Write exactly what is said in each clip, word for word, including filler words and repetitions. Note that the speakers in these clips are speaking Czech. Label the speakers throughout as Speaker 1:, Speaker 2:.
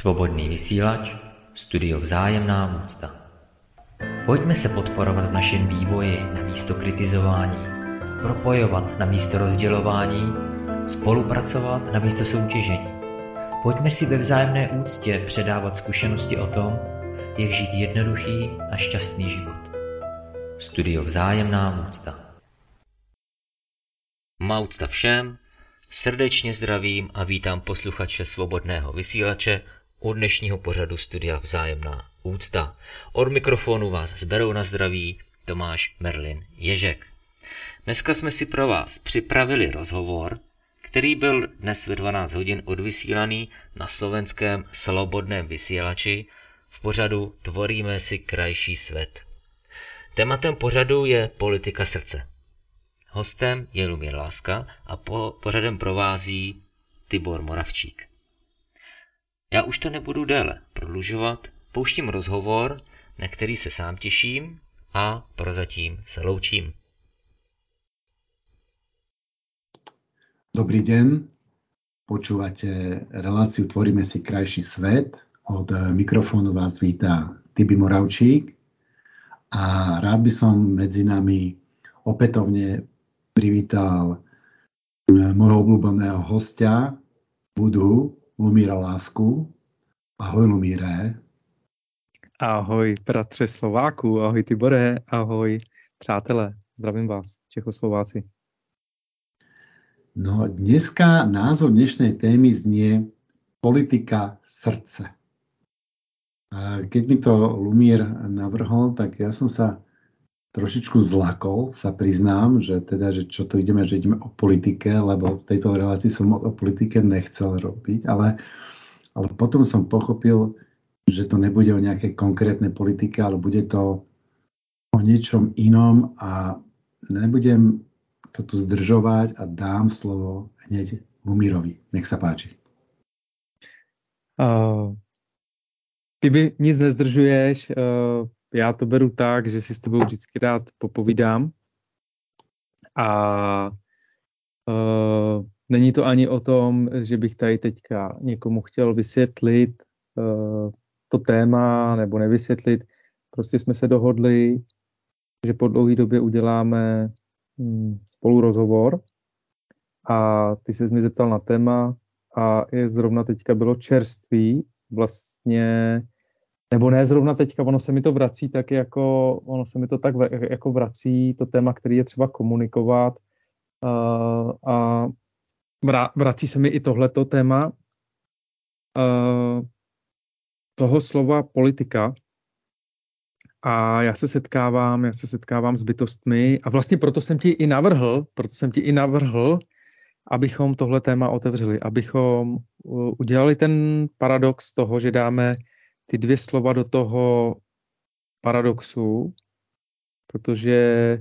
Speaker 1: Svobodný vysílač, studio Vzájemná úcta. Pojďme se podporovat v našem vývoji namísto kritizování, propojovat namísto rozdělování, spolupracovat namísto soutěžení. Pojďme si ve vzájemné úctě předávat zkušenosti o tom, jak žít jednoduchý a šťastný život. Studio Vzájemná úcta. Má úcta všem, srdečně zdravím a vítám posluchače Svobodného vysílače u dnešního pořadu studia Vzájemná úcta. Od mikrofonu vás zberou na zdraví Tomáš Merlin Ježek. Dneska jsme si pro vás připravili rozhovor, který byl dnes ve dvanáct hodin odvysílaný na slovenském Slobodném vysílači v pořadu Tvoríme si krajší svět. Tématem pořadu je politika srdce. Hostem je Lumír Láska a po pořadem provází Tibor Moravčík. Já už to nebudu déle prodlužovat, pouštím rozhovor, na který se sám těším a prozatím se loučím.
Speaker 2: Dobrý deň, počúvate reláciu Tvoríme si krajší svet. Od mikrofónu vás vítá Tibi Moravčík a rád by som medzi nami opätovne privítal môjho obľúbeného hostia, Budhu, Lumíra Lásku. Ahoj, Lumíre.
Speaker 3: Ahoj, bratře Slováku, ahoj Tibore, ahoj přátelé, zdravím vás, Čechoslováci.
Speaker 2: No, dneska názov dnešnej témy znie politika srdce. A keď mi to Lumír navrhol, tak ja som sa trošičku zlakol, sa priznám, že teda, že čo to ideme, že ideme o politike, lebo v tejto relácii som o politike nechcel robiť, ale, ale potom som pochopil, že to nebude o nejakej konkrétnej politike, ale bude to o niečom inom a nebudem to tu zdržovať a dám slovo hneď Lumírovi. Nech sa páči.
Speaker 3: Uh, ty by nic nezdržuješ, uh, já to beru tak, že si s tebou vždycky rád popovídám a uh, není to ani o tom, že bych tady teďka někomu chtěl vysvětlit uh, to téma nebo nevysvětlit. Prostě jsme se dohodli, že po dlouhé době uděláme hm, spolu rozhovor a ty ses mi zeptal na téma a je zrovna teďka bylo čerství vlastně. Nebo ne zrovna teďka, ono se mi to vrací tak jako, ono se mi to tak jako vrací, to téma, který je třeba komunikovat uh, a vrací se mi i tohleto téma uh, toho slova politika a já se setkávám, já se setkávám s bytostmi a vlastně proto jsem ti i navrhl, proto jsem ti i navrhl, abychom tohle téma otevřeli, abychom udělali ten paradox toho, že dáme ty dvě slova do toho paradoxu, protože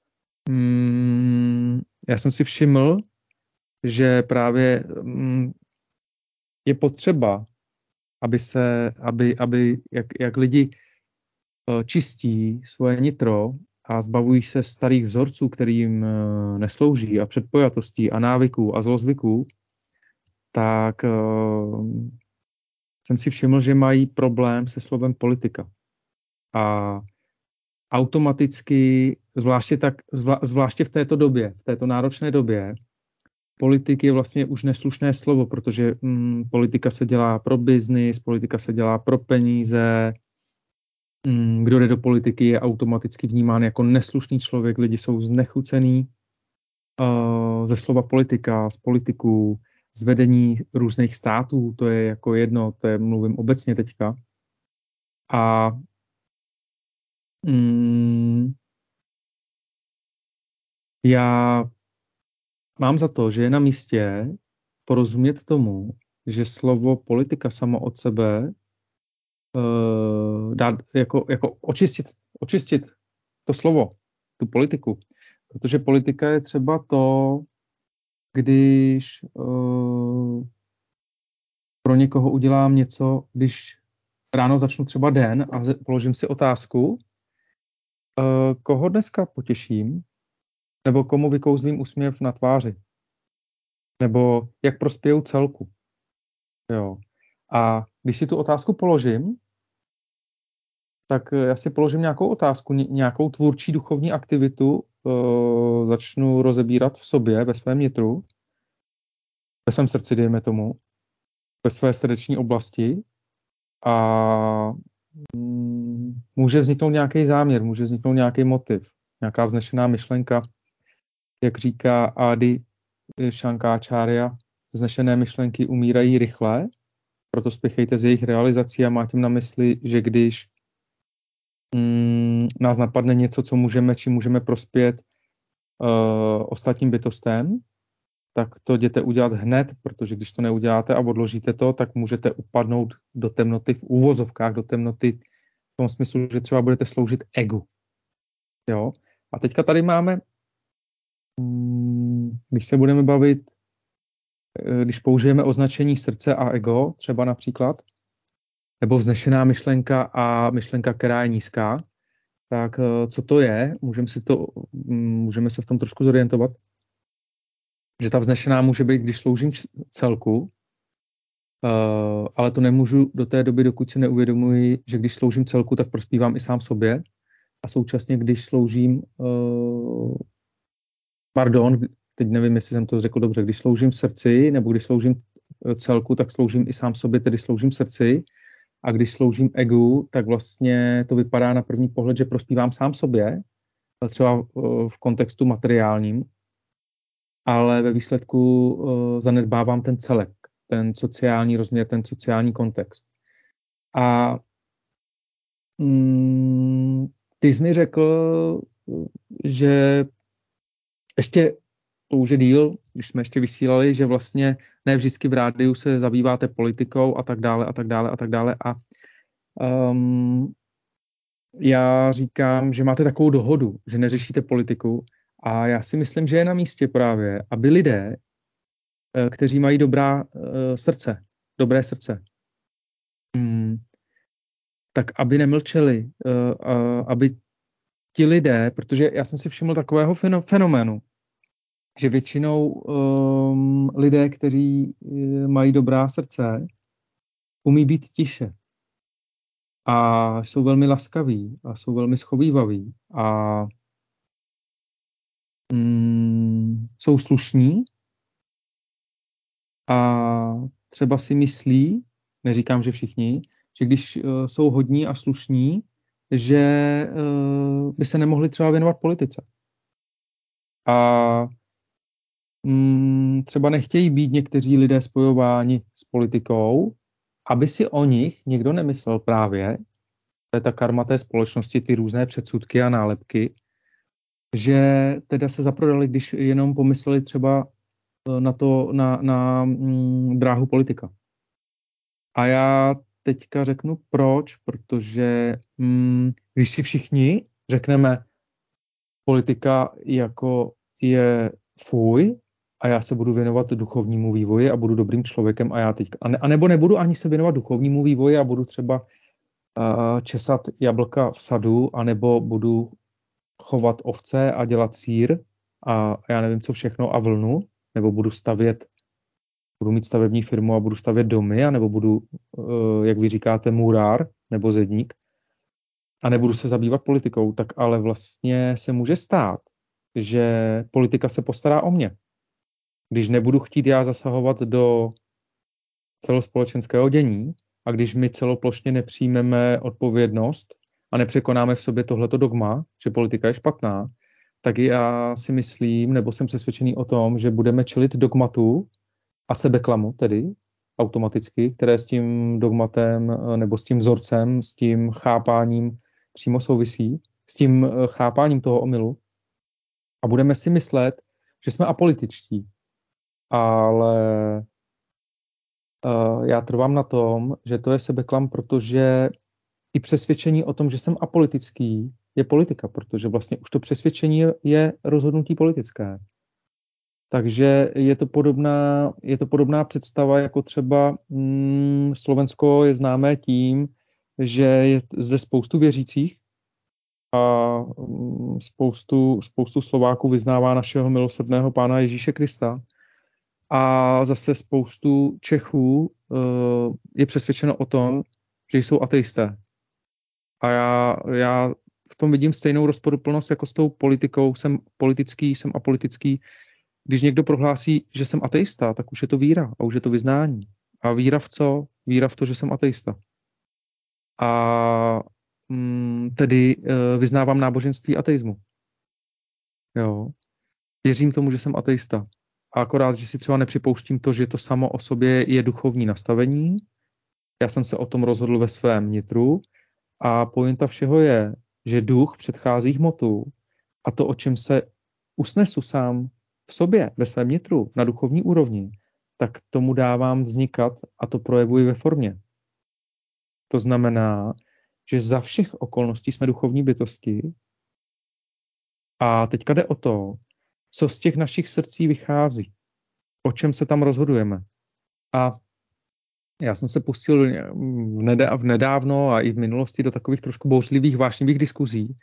Speaker 3: mm, já jsem si všiml, že právě mm, je potřeba, aby se, aby, aby jak, jak lidi uh, čistí svoje nitro a zbavují se starých vzorců, kterým uh, neslouží a předpojatostí a návyků a zlozvyků, tak uh, jsem si všiml, že mají problém se slovem politika. A automaticky, zvláště, tak, zvla, zvláště v této době, v této náročné době, politik je vlastně už neslušné slovo, protože mm, politika se dělá pro biznis, politika se dělá pro peníze. Mm, kdo jde do politiky, je automaticky vnímán jako neslušný člověk, lidi jsou znechucený uh, ze slova politika, z politiků, z vedení různých států, to je jako jedno, to je, mluvím obecně teďka. A mm, já mám za to, že je na místě porozumět tomu, že slovo politika samo od sebe uh, dá jako, jako očistit, očistit to slovo, tu politiku. Protože politika je třeba to, když uh, pro někoho udělám něco, když ráno začnu třeba den a položím si otázku, uh, koho dneska potěším, nebo komu vykouzlím úsměv na tváři, nebo jak prospěju celku. Jo. A když si tu otázku položím, tak já si položím nějakou otázku, nějakou tvůrčí duchovní aktivitu uh, začnu rozebírat v sobě, ve svém nitru, ve svém srdci, dejme tomu, ve své srdeční oblasti a mm, může vzniknout nějaký záměr, může vzniknout nějaký motiv, nějaká vznešená myšlenka, jak říká Adi Shankaracharya, vznešené myšlenky umírají rychle, proto spěchejte z jejich realizací a má tím na mysli, že když mm, nás napadne něco, co můžeme, či můžeme prospět uh, ostatním bytostem, tak to jděte udělat hned, protože když to neuděláte a odložíte to, tak můžete upadnout do temnoty v úvozovkách, do temnoty v tom smyslu, že třeba budete sloužit egu. Jo? A teďka tady máme, mm, když se budeme bavit, když použijeme označení srdce a ego, třeba například, nebo vznešená myšlenka a myšlenka, která je nízká, tak co to je? Můžeme si, to, můžeme se v tom trošku zorientovat, že ta vznešená může být, když sloužím celku, ale to nemůžu do té doby, dokud se neuvědomuji, že když sloužím celku, tak prospívám i sám sobě a současně, když sloužím, pardon, teď nevím, jestli jsem to řekl dobře, když sloužím srdci, nebo když sloužím celku, tak sloužím i sám sobě, tedy sloužím srdci. A když sloužím egu, tak vlastně to vypadá na první pohled, že prospívám sám sobě, třeba v kontextu materiálním, ale ve výsledku zanedbávám ten celek, ten sociální rozměr, ten sociální kontext. A mm, ty jsi mi řekl, že ještě to už je díl, když jsme ještě vysílali, že vlastně ne vždycky v rádiu se zabýváte politikou a tak dále a tak dále a tak dále a um, já říkám, že máte takovou dohodu, že neřešíte politiku a já si myslím, že je na místě právě, aby lidé, kteří mají dobrá uh, srdce, dobré srdce, um, tak aby nemlčeli, uh, uh, aby ti lidé, protože já jsem si všiml takového fenoménu, že většinou um, lidé, kteří mají dobrá srdce, umí být tiše. A jsou velmi laskaví a jsou velmi schovývaví a mm, jsou slušní a třeba si myslí, neříkám, že všichni, že když uh, jsou hodní a slušní, že uh, by se nemohli třeba věnovat politice. A mm, třeba nechtějí být někteří lidé spojováni s politikou, aby si o nich někdo nemyslel právě, to je ta karma té společnosti, ty různé předsudky a nálepky, že teda se zaprodali, když jenom pomysleli třeba na to, na, na mm, dráhu politika. A já teďka řeknu proč, protože mm, když si všichni řekneme, politika jako je fuj a já se budu věnovat duchovnímu vývoji a budu dobrým člověkem a já teďka, a, ne, a nebo nebudu ani se věnovat duchovnímu vývoji a budu třeba uh, česat jablka v sadu, anebo budu chovat ovce a dělat sýr a já nevím co všechno a vlnu, nebo budu stavět, budu mít stavební firmu a budu stavět domy, anebo budu, uh, jak vy říkáte, murár nebo zedník a nebudu se zabývat politikou, tak ale vlastně se může stát, že politika se postará o mě. Když nebudu chtít já zasahovat do celospolečenského dění a když my celoplošně nepřijmeme odpovědnost a nepřekonáme v sobě tohleto dogma, že politika je špatná, tak já si myslím, nebo jsem přesvědčený o tom, že budeme čelit dogmatu a sebeklamu tedy automaticky, které s tím dogmatem nebo s tím vzorcem, s tím chápáním přímo souvisí, s tím chápáním toho omylu a budeme si myslet, že jsme apolitičtí. Ale uh, já trvám na tom, že to je sebeklam, protože i přesvědčení o tom, že jsem apolitický, je politika, protože vlastně už to přesvědčení je, je rozhodnutí politické. Takže je to podobná, je to podobná představa, jako třeba mm, Slovensko je známé tím, že je zde spoustu věřících a mm, spoustu, spoustu Slováků vyznává našeho milosrdného Pána Ježíše Krista. A zase spoustu Čechů je přesvědčeno o tom, že jsou ateisté. A já, já v tom vidím stejnou rozporuplnost jako s tou politikou. Jsem politický, jsem apolitický. Když někdo prohlásí, že jsem ateista, tak už je to víra a už je to vyznání. A víra v co? Víra v to, že jsem ateista. A mm, tedy e, vyznávám náboženství ateismu. Jo. Věřím tomu, že jsem ateista. A akorát, že si třeba nepřipouštím to, že to samo o sobě je duchovní nastavení. Já jsem se o tom rozhodl ve svém nitru. A pointa všeho je, že duch předchází hmotu. A to, o čem se usnesu sám v sobě, ve svém nitru, na duchovní úrovni, tak tomu dávám vznikat a to projevuji ve formě. To znamená, že za všech okolností jsme duchovní bytosti a teďka jde o to, co z těch našich srdcí vychází, o čem se tam rozhodujeme. A já jsem se pustil v nedávno a i v minulosti do takových trošku bouřlivých, vášnivých diskuzí,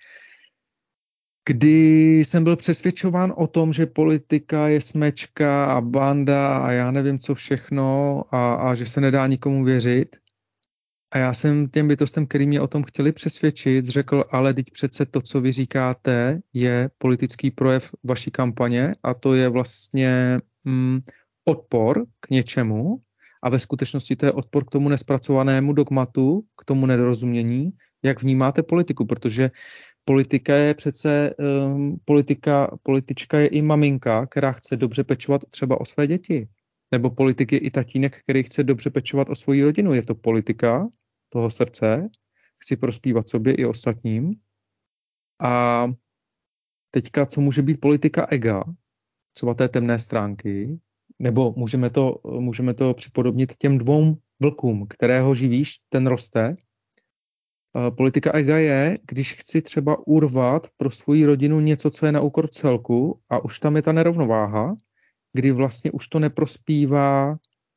Speaker 3: kdy jsem byl přesvědčován o tom, že politika je smečka a banda a já nevím co všechno a, a že se nedá nikomu věřit. A já jsem těm bytostem, který mě o tom chtěli přesvědčit, řekl, ale teď přece to, co vy říkáte, je politický projev vaší kampaně a to je vlastně mm, odpor k něčemu a ve skutečnosti to je odpor k tomu nespracovanému dogmatu, k tomu nedorozumění, jak vnímáte politiku, protože politika je přece, um, politika, politička je i maminka, která chce dobře pečovat třeba o své děti. Nebo politik je i tatínek, který chce dobře pečovat o svoji rodinu. Je to politika toho srdce, chci prospívat sobě i ostatním. A teďka, co může být politika ega, třeba té temné stránky, nebo můžeme to, můžeme to připodobnit těm dvou vlkům, kterého živíš, ten roste. Politika ega je, když chci třeba urvat pro svoji rodinu něco, co je na úkor celku a už tam je ta nerovnováha, kdy vlastně už to neprospívá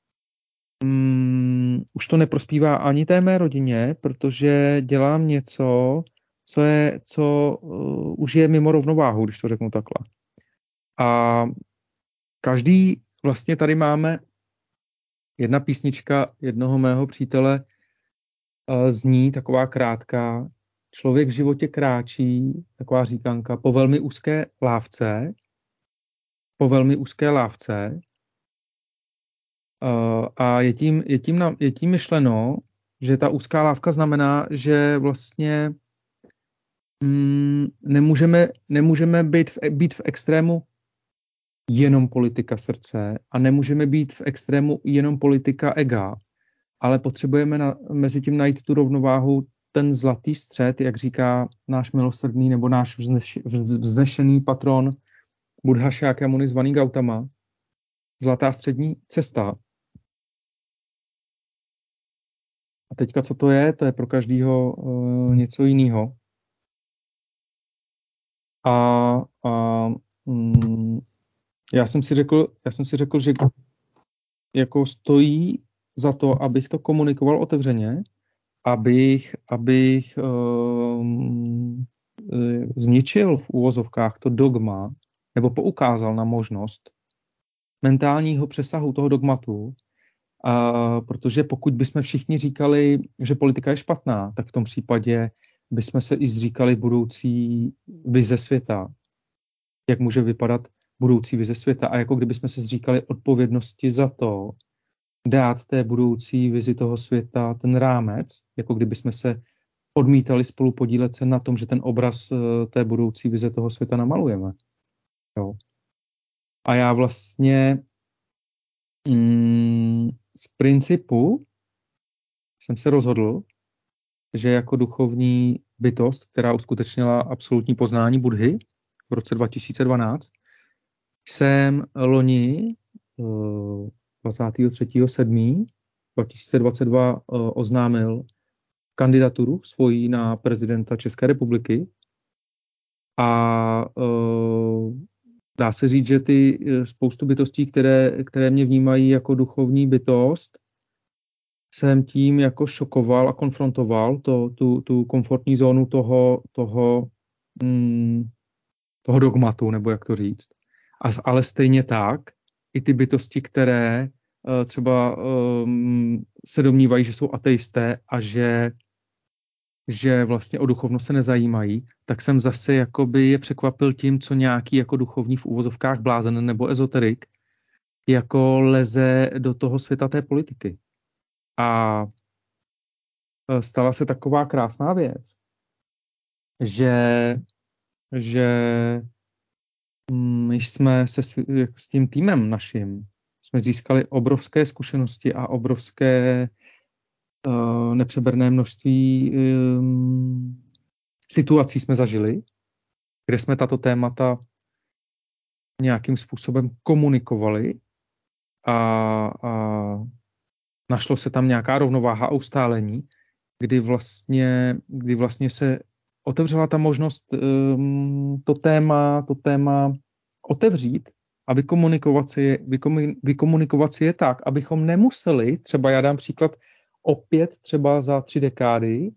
Speaker 3: um, už to neprospívá ani té mé rodině, protože dělám něco, co, je, co uh, už je mimo rovnováhu, když to řeknu takhle. A každý, vlastně tady máme jedna písnička jednoho mého přítele, uh, zní taková krátká. Člověk v životě kráčí, taková říkanka, po velmi úzké lávce, po velmi úzké lávce uh, a je tím, je, tím na, je tím myšleno, že ta úzká lávka znamená, že vlastně mm, nemůžeme, nemůžeme být, v, být v extrému jenom politika srdce a nemůžeme být v extrému jenom politika ega, ale potřebujeme na, mezi tím najít tu rovnováhu, ten zlatý střed, jak říká náš milosrdný nebo náš vzneš, vznešený patron Buddha Shakyamuni zvaný Gautama, zlatá střední cesta. A teďka co to je? To je pro každýho uh, něco jiného. A, a mm, já jsem si řekl, já jsem si řekl, že jako stojí za to, abych to komunikoval otevřeně, abych, abych um, zničil v úvozovkách to dogma, nebo poukázal na možnost mentálního přesahu toho dogmatu, a protože pokud bychom všichni říkali, že politika je špatná, tak v tom případě bychom se i zříkali budoucí vize světa. Jak může vypadat budoucí vize světa a jako kdybychom se zříkali odpovědnosti za to, dát té budoucí vizi toho světa ten rámec, jako kdybychom se odmítali spolu podílet se na tom, že ten obraz té budoucí vize toho světa namalujeme. Jo. A já vlastně mm, z principu jsem se rozhodl, že jako duchovní bytost, která uskutečnila absolutní poznání Buddhy v roce dva tisíce dvanáct, jsem loni dvacátého třetího sedmého dva tisíce dvacet dva oznámil kandidaturu svoji na prezidenta České republiky a dá se říct, že ty spoustu bytostí, které, které mě vnímají jako duchovní bytost, jsem tím jako šokoval a konfrontoval to, tu, tu komfortní zónu toho, toho, mm, toho dogmatu, nebo jak to říct. A, ale stejně tak i ty bytosti, které uh, třeba um, se domnívají, že jsou ateisté a že, že vlastně o duchovnost se nezajímají, tak jsem zase jakoby je překvapil tím, co nějaký jako duchovní v úvozovkách blázen nebo ezoterik jako leze do toho světa té politiky. A stala se taková krásná věc, že, že my jsme se s, s tím týmem naším jsme získali obrovské zkušenosti a obrovské uh, nepřeberné množství um, situací jsme zažili, kde jsme tato témata nějakým způsobem komunikovali a, a našlo se tam nějaká rovnováha a ustálení, kdy vlastně, kdy vlastně se otevřela ta možnost um, to téma, to téma otevřít a vykomunikovat si, je, vykomunikovat si je tak, abychom nemuseli, třeba já dám příklad, opět třeba za tři dekády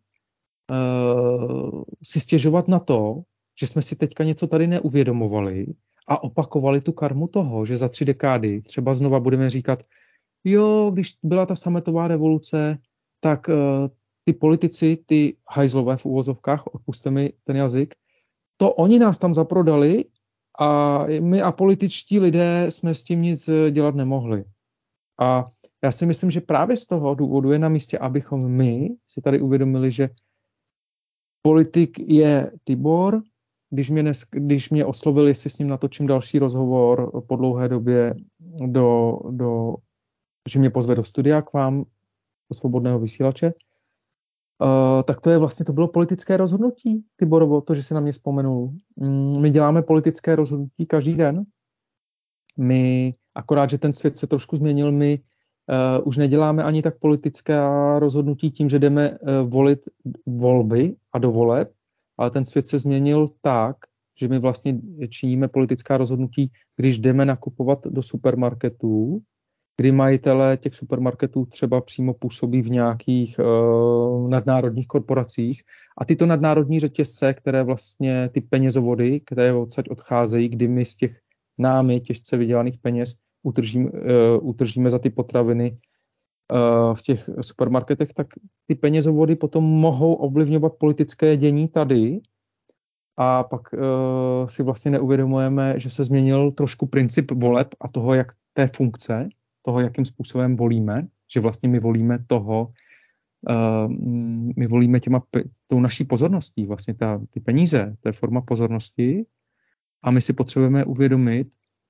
Speaker 3: uh, si stěžovat na to, že jsme si teďka něco tady neuvědomovali a opakovali tu karmu toho, že za tři dekády třeba znova budeme říkat, jo, když byla ta sametová revoluce, tak uh, ty politici, ty hajzlové v uvozovkách, odpuste mi ten jazyk, to oni nás tam zaprodali a my apolitičtí lidé jsme s tím nic dělat nemohli. A já si myslím, že právě z toho důvodu je na místě, abychom my si tady uvědomili, že politik je Tibor. Když mě, nes, když mě oslovil, jestli s ním natočím další rozhovor po dlouhé době, do, do, že mě pozve do studia k vám, do Svobodného vysílače, Uh, tak to je vlastně, to bylo politické rozhodnutí, Tiborovo, to, že si na mě vzpomenul. Mm, my děláme politické rozhodnutí každý den. My, akorát, že ten svět se trošku změnil, my uh, už neděláme ani tak politické rozhodnutí tím, že jdeme uh, volit volby a do voleb, ale ten svět se změnil tak, že my vlastně činíme politická rozhodnutí, když jdeme nakupovat do supermarketů, kdy majitelé těch supermarketů třeba přímo působí v nějakých uh, nadnárodních korporacích a tyto nadnárodní řetězce, které vlastně ty penězovody, které odsaď odcházejí, kdy my z těch námi těžce vydělaných peněz utržím, uh, utržíme za ty potraviny uh, v těch supermarketech, tak ty penězovody potom mohou ovlivňovat politické dění tady a pak uh, si vlastně neuvědomujeme, že se změnil trošku princip voleb a toho, jak té funkce, toho, jakým způsobem volíme, že vlastně my volíme toho, uh, my volíme těma, tou naší pozorností, vlastně ta, ty peníze, to je forma pozornosti a my si potřebujeme uvědomit,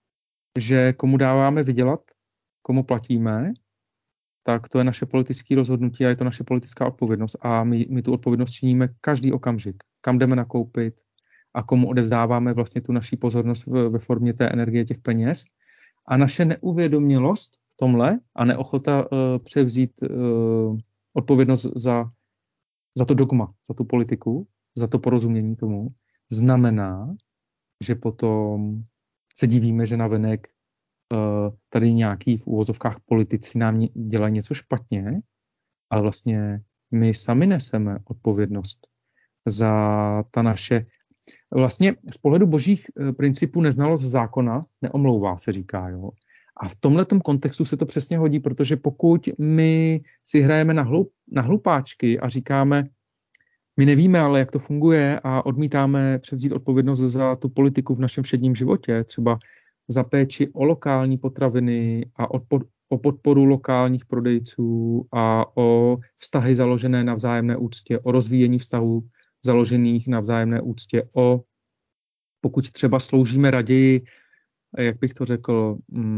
Speaker 3: že komu dáváme vydělat, komu platíme, tak to je naše politické rozhodnutí a je to naše politická odpovědnost a my, my tu odpovědnost činíme každý okamžik, kam jdeme nakoupit a komu odevzdáváme vlastně tu naší pozornost ve, ve formě té energie těch peněz. A naše neuvědomělost v tomhle a neochota uh, převzít uh, odpovědnost za, za to dogma, za tu politiku, za to porozumění tomu, znamená, že potom se divíme, že navenek uh, tady nějaký v úvozovkách politici nám dělají něco špatně, ale vlastně my sami neseme odpovědnost za ta naše. Vlastně z pohledu božích principů neznalost zákona neomlouvá, se říká. Jo? A v tomhletom kontextu se to přesně hodí, protože pokud my si hrajeme na, hlup, na hlupáčky a říkáme, my nevíme ale, jak to funguje a odmítáme převzít odpovědnost za tu politiku v našem všedním životě, třeba za péči o lokální potraviny a o podporu lokálních prodejců a o vztahy založené na vzájemné úctě, o rozvíjení vztahů založených na vzájemné úctě, o pokud třeba sloužíme raději, jak bych to řekl,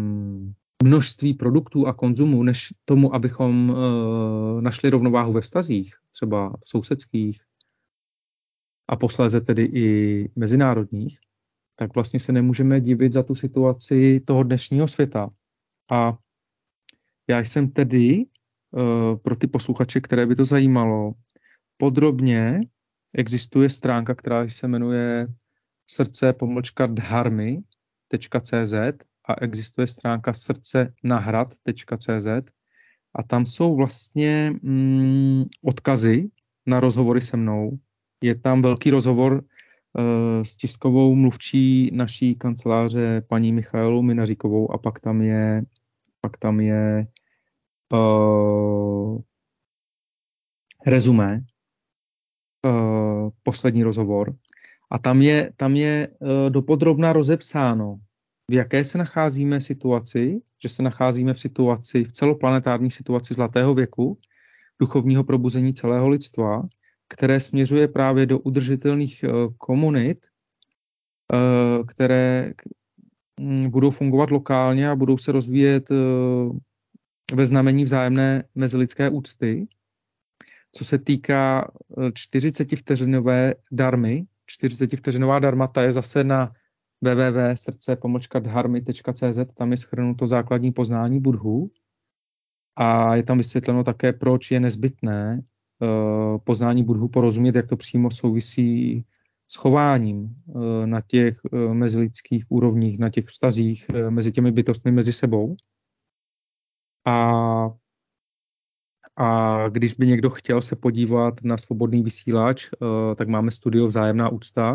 Speaker 3: množství produktů a konzumu, než tomu, abychom uh, našli rovnováhu ve vztazích, třeba sousedských a posléze tedy i mezinárodních, tak vlastně se nemůžeme divit za tu situaci toho dnešního světa. A já jsem tedy, uh, pro ty posluchače, které by to zajímalo, podrobně existuje stránka, která se jmenuje srdce pomlčka dharmy tečka cé zet a existuje stránka srdce nahrad tečka cé zet a tam jsou vlastně mm, odkazy na rozhovory se mnou. Je tam velký rozhovor s tiskovou mluvčí naší kanceláře paní Michailou Minaříkovou a pak tam je, pak tam je uh, rezumé, uh, poslední rozhovor. A tam je, tam je uh, dopodrobna rozepsáno, v jaké se nacházíme situaci, že se nacházíme v situaci, v celoplanetární situaci zlatého věku, duchovního probuzení celého lidstva, které směřuje právě do udržitelných uh, komunit, uh, které um, budou fungovat lokálně a budou se rozvíjet uh, ve znamení vzájemné mezilidské úcty. Co se týká čtyřicetivteřinové darmy, čtyřicetivteřinová darma, ta je zase na w w w tečka srdce pomlčka dharmy tečka c z, tam je shrnuto základní poznání Budhu a je tam vysvětleno také, proč je nezbytné uh, poznání Budhu porozumět, jak to přímo souvisí s chováním uh, na těch uh, mezilidských úrovních, na těch vztazích uh, mezi těmi bytostmi mezi sebou. A A když by někdo chtěl se podívat na svobodný vysílač, tak máme studio Vzájemná úcta,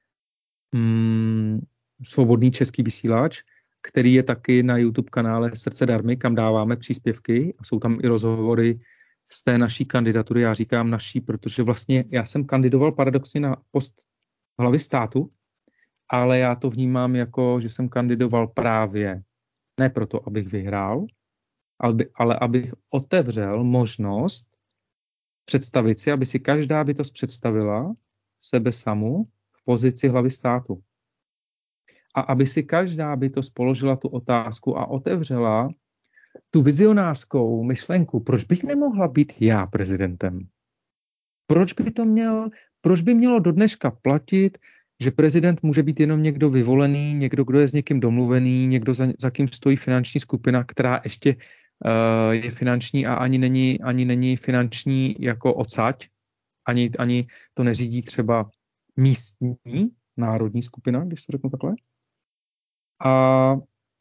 Speaker 3: svobodný český vysílač, který je taky na YouTube kanále Srdce darmy, kam dáváme příspěvky a jsou tam i rozhovory z té naší kandidatury. Já říkám naší, protože vlastně já jsem kandidoval paradoxně na post hlavy státu, ale já to vnímám jako, že jsem kandidoval právě ne proto, abych vyhrál, ale abych otevřel možnost představit si, aby si každá bytost představila sebe samu v pozici hlavy státu. A aby si každá bytost položila tu otázku a otevřela tu vizionářskou myšlenku, proč bych nemohla být já prezidentem? Proč by to měl, proč by mělo do dneška platit, že prezident může být jenom někdo vyvolený, někdo, kdo je s někým domluvený, někdo, za, za kým stojí finanční skupina, která ještě uh, je finanční a ani není, ani není finanční jako odsaď, ani, ani to neřídí třeba místní národní skupina, když to řeknu takhle. A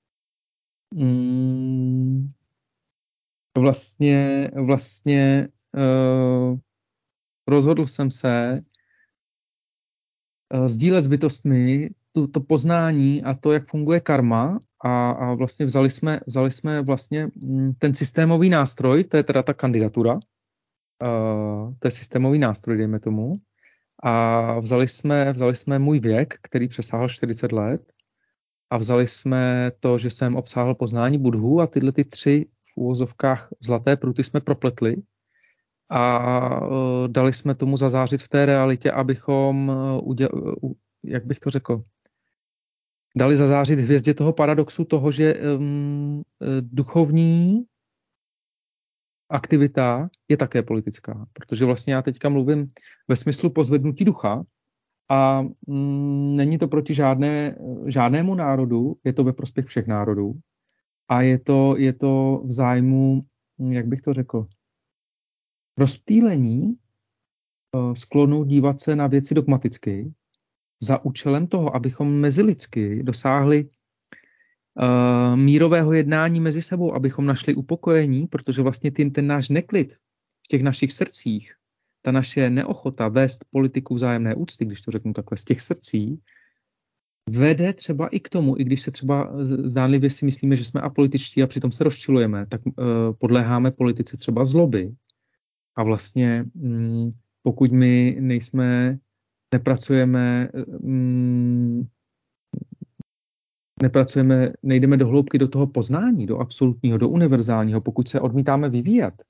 Speaker 3: mm, vlastně, vlastně uh, rozhodl jsem se uh, sdílet s bytostmi tu, to poznání a to, jak funguje karma a, a vlastně vzali jsme, vzali jsme vlastně mm, ten systémový nástroj, to je teda ta kandidatura, uh, to je systémový nástroj, dejme tomu, a vzali jsme, vzali jsme můj věk, který přesáhl čtyřicet let, a vzali jsme to, že jsem obsáhl poznání Budhu a tyhle ty tři v úvozovkách zlaté pruty jsme propletli a uh, dali jsme tomu zazářit v té realitě, abychom, uh, uděl, uh, jak bych to řekl, dali zazářit hvězdě toho paradoxu toho, že um, duchovní aktivita je také politická, protože vlastně já teďka mluvím ve smyslu pozvednutí ducha, a mm, není to proti žádné, žádnému národu, je to ve prospěch všech národů. A je to, je to v zájmu, jak bych to řekl, rozptýlení uh, sklonu dívat se na věci dogmaticky za účelem toho, abychom mezilidsky dosáhli uh, mírového jednání mezi sebou, abychom našli upokojení, protože vlastně ten, ten náš neklid v těch našich srdcích, ta naše neochota vést politiku vzájemné úcty, když to řeknu takhle, z těch srdcí, vede třeba i k tomu, i když se třeba zdánlivě si myslíme, že jsme apolitičtí a přitom se rozčilujeme, tak uh, podléháme politice třeba zloby. A vlastně um, pokud my nejsme, nepracujeme, um, nepracujeme, nejdeme do hloubky do toho poznání, do absolutního, do univerzálního, pokud se odmítáme vyvíjet,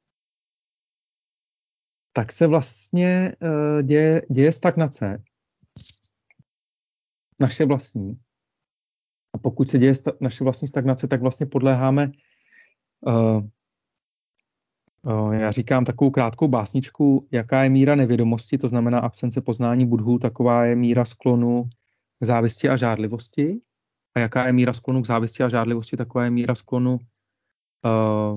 Speaker 3: tak se vlastně uh, děje, děje stagnace, naše vlastní. A pokud se děje sta- naše vlastní stagnace, tak vlastně podléháme, uh, uh, já říkám takovou krátkou básničku, jaká je míra nevědomosti, to znamená absence poznání Budhu, taková je míra sklonu k závisti a žádlivosti. A jaká je míra sklonu k závisti a žádlivosti, taková je míra sklonu uh,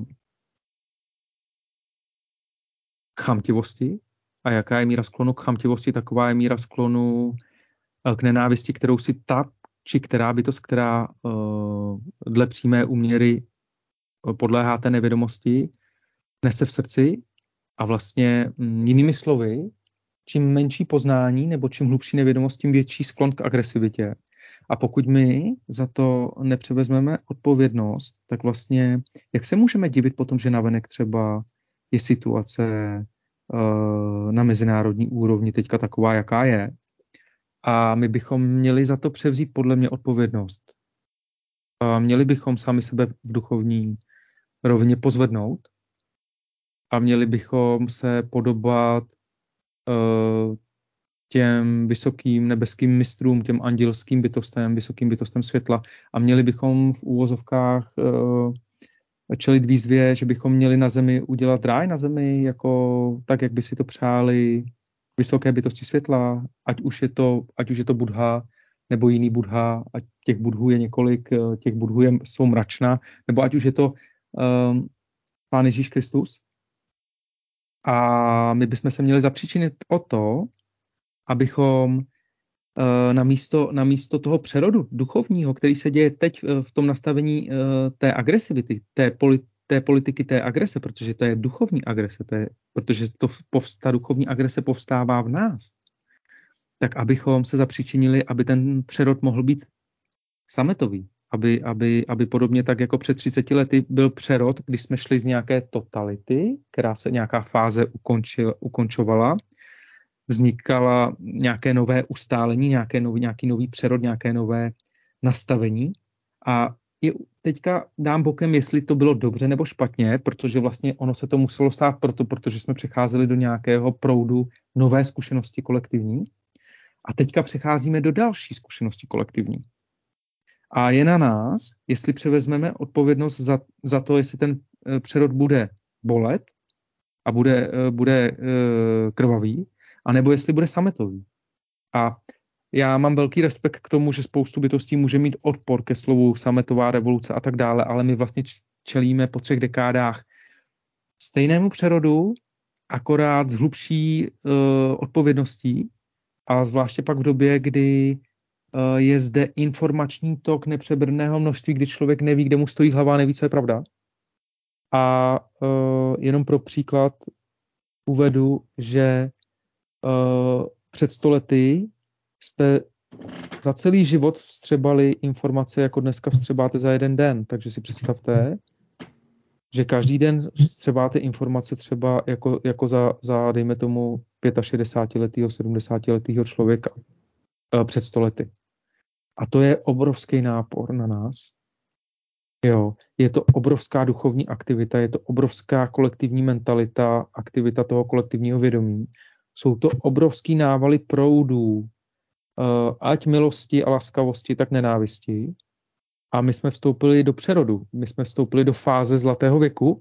Speaker 3: k chamtivosti. A jaká je míra sklonu k chamtivosti, taková je míra sklonu k nenávisti, kterou si ta, či která bytost, která uh, dle přímé úměry podléhá té nevědomosti, nese v srdci a vlastně m, jinými slovy čím menší poznání nebo čím hlubší nevědomost, tím větší sklon k agresivitě. A pokud my za to nepřevezmeme odpovědnost, tak vlastně, jak se můžeme divit potom, že navenek třeba je situace uh, na mezinárodní úrovni teďka taková, jaká je. A my bychom měli za to převzít podle mě odpovědnost. A měli bychom sami sebe v duchovní rovině pozvednout a měli bychom se podobat uh, těm vysokým nebeským mistrům, těm andělským bytostem, vysokým bytostem světla a měli bychom v úvozovkách uh, čelit výzvě, že bychom měli na zemi udělat ráj na zemi, jako tak, jak by si to přáli vysoké bytosti světla, ať už je to, ať už je to Buddha, nebo jiný Buddha, ať těch Budhů je několik, těch Budhů je, jsou mračna, nebo ať už je to um, Pán Ježíš Kristus. A my bychom se měli zapříčinit o to, abychom uh, na, místo, na místo toho přerodu duchovního, který se děje teď v tom nastavení uh, té agresivity, té, poli, té politiky té agrese, protože to je duchovní agrese, to je, protože to povstá, duchovní agrese povstává v nás, tak abychom se zapříčinili, aby ten přerod mohl být sametový, aby, aby, aby podobně tak jako před třiceti lety byl přerod, když jsme šli z nějaké totality, která se nějaká fáze ukončil, ukončovala, vznikala nějaké nové ustálení, nějaké nový, nějaký nový přerod, nějaké nové nastavení. A je, teďka dám bokem, jestli to bylo dobře nebo špatně, protože vlastně ono se to muselo stát proto, protože jsme přecházeli do nějakého proudu nové zkušenosti kolektivní. A teďka přecházíme do další zkušenosti kolektivní. A je na nás, jestli převezmeme odpovědnost za, za to, jestli ten přerod bude bolet a bude, bude krvavý, anebo jestli bude sametový. A já mám velký respekt k tomu, že spoustu bytostí může mít odpor ke slovu sametová revoluce a tak dále, ale my vlastně čelíme po třech dekádách stejnému přerodu, akorát s hlubší uh, odpovědností a zvláště pak v době, kdy uh, je zde informační tok nepřebrného množství, kdy člověk neví, kde mu stojí hlava a neví, co je pravda. A uh, jenom pro příklad uvedu, že uh, před sto lety jste za celý život vstřebali informace, jako dneska vstřebáte za jeden den. Takže si představte, že každý den vstřebáte informace třeba jako, jako za, za, dejme tomu, šedesátiletého, sedmdesátiletého člověka uh, před sto lety. A to je obrovský nápor na nás. Jo, je to obrovská duchovní aktivita, je to obrovská kolektivní mentalita, aktivita toho kolektivního vědomí. Jsou to obrovský návaly proudů, ať milosti a laskavosti, tak nenávisti. A my jsme vstoupili do přerodu, my jsme vstoupili do fáze zlatého věku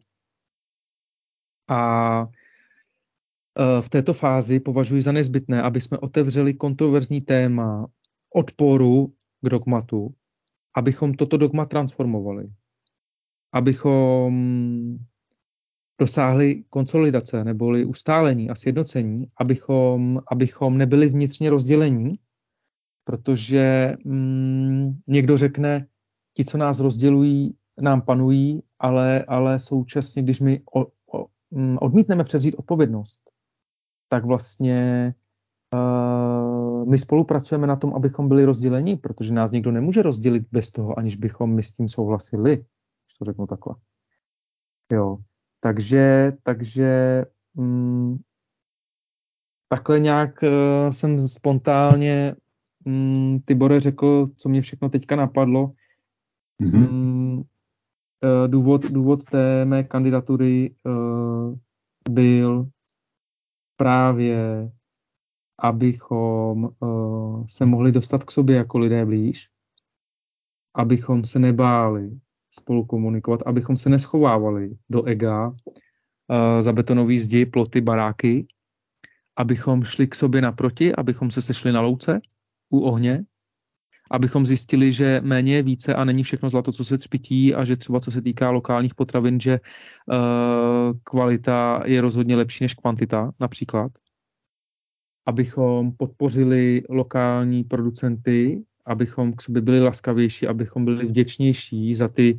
Speaker 3: a v této fázi považuji za nezbytné, aby jsme otevřeli kontroverzní téma odporu k dogmatu, abychom toto dogma transformovali, abychom dosáhli konsolidace neboli ustálení a sjednocení, abychom, abychom nebyli vnitřně rozdělení, protože mm, někdo řekne, ti, co nás rozdělují, nám panují, ale, ale současně, když my o, o, odmítneme převzít odpovědnost, tak vlastně uh, my spolupracujeme na tom, abychom byli rozděleni, protože nás někdo nemůže rozdělit bez toho, aniž bychom my s tím souhlasili, když to řeknu takhle. Jo. Takže, takže mm, takhle nějak uh, jsem spontánně mm, Tibore řekl, co mě všechno teďka napadlo. Mm-hmm. Mm, uh, důvod, důvod té mé kandidatury uh, byl právě, abychom uh, se mohli dostat k sobě jako lidé blíž, abychom se nebáli spolu komunikovat, abychom se neschovávali do ega, uh, za betonový zdi, ploty, baráky, abychom šli k sobě naproti, abychom se sešli na louce u ohně, abychom zjistili, že méně je více a není všechno zlato, co se třpytí a že třeba co se týká lokálních potravin, že uh, kvalita je rozhodně lepší než kvantita, například. Abychom podpořili lokální producenty, abychom k sobě byli laskavější, abychom byli vděčnější za ty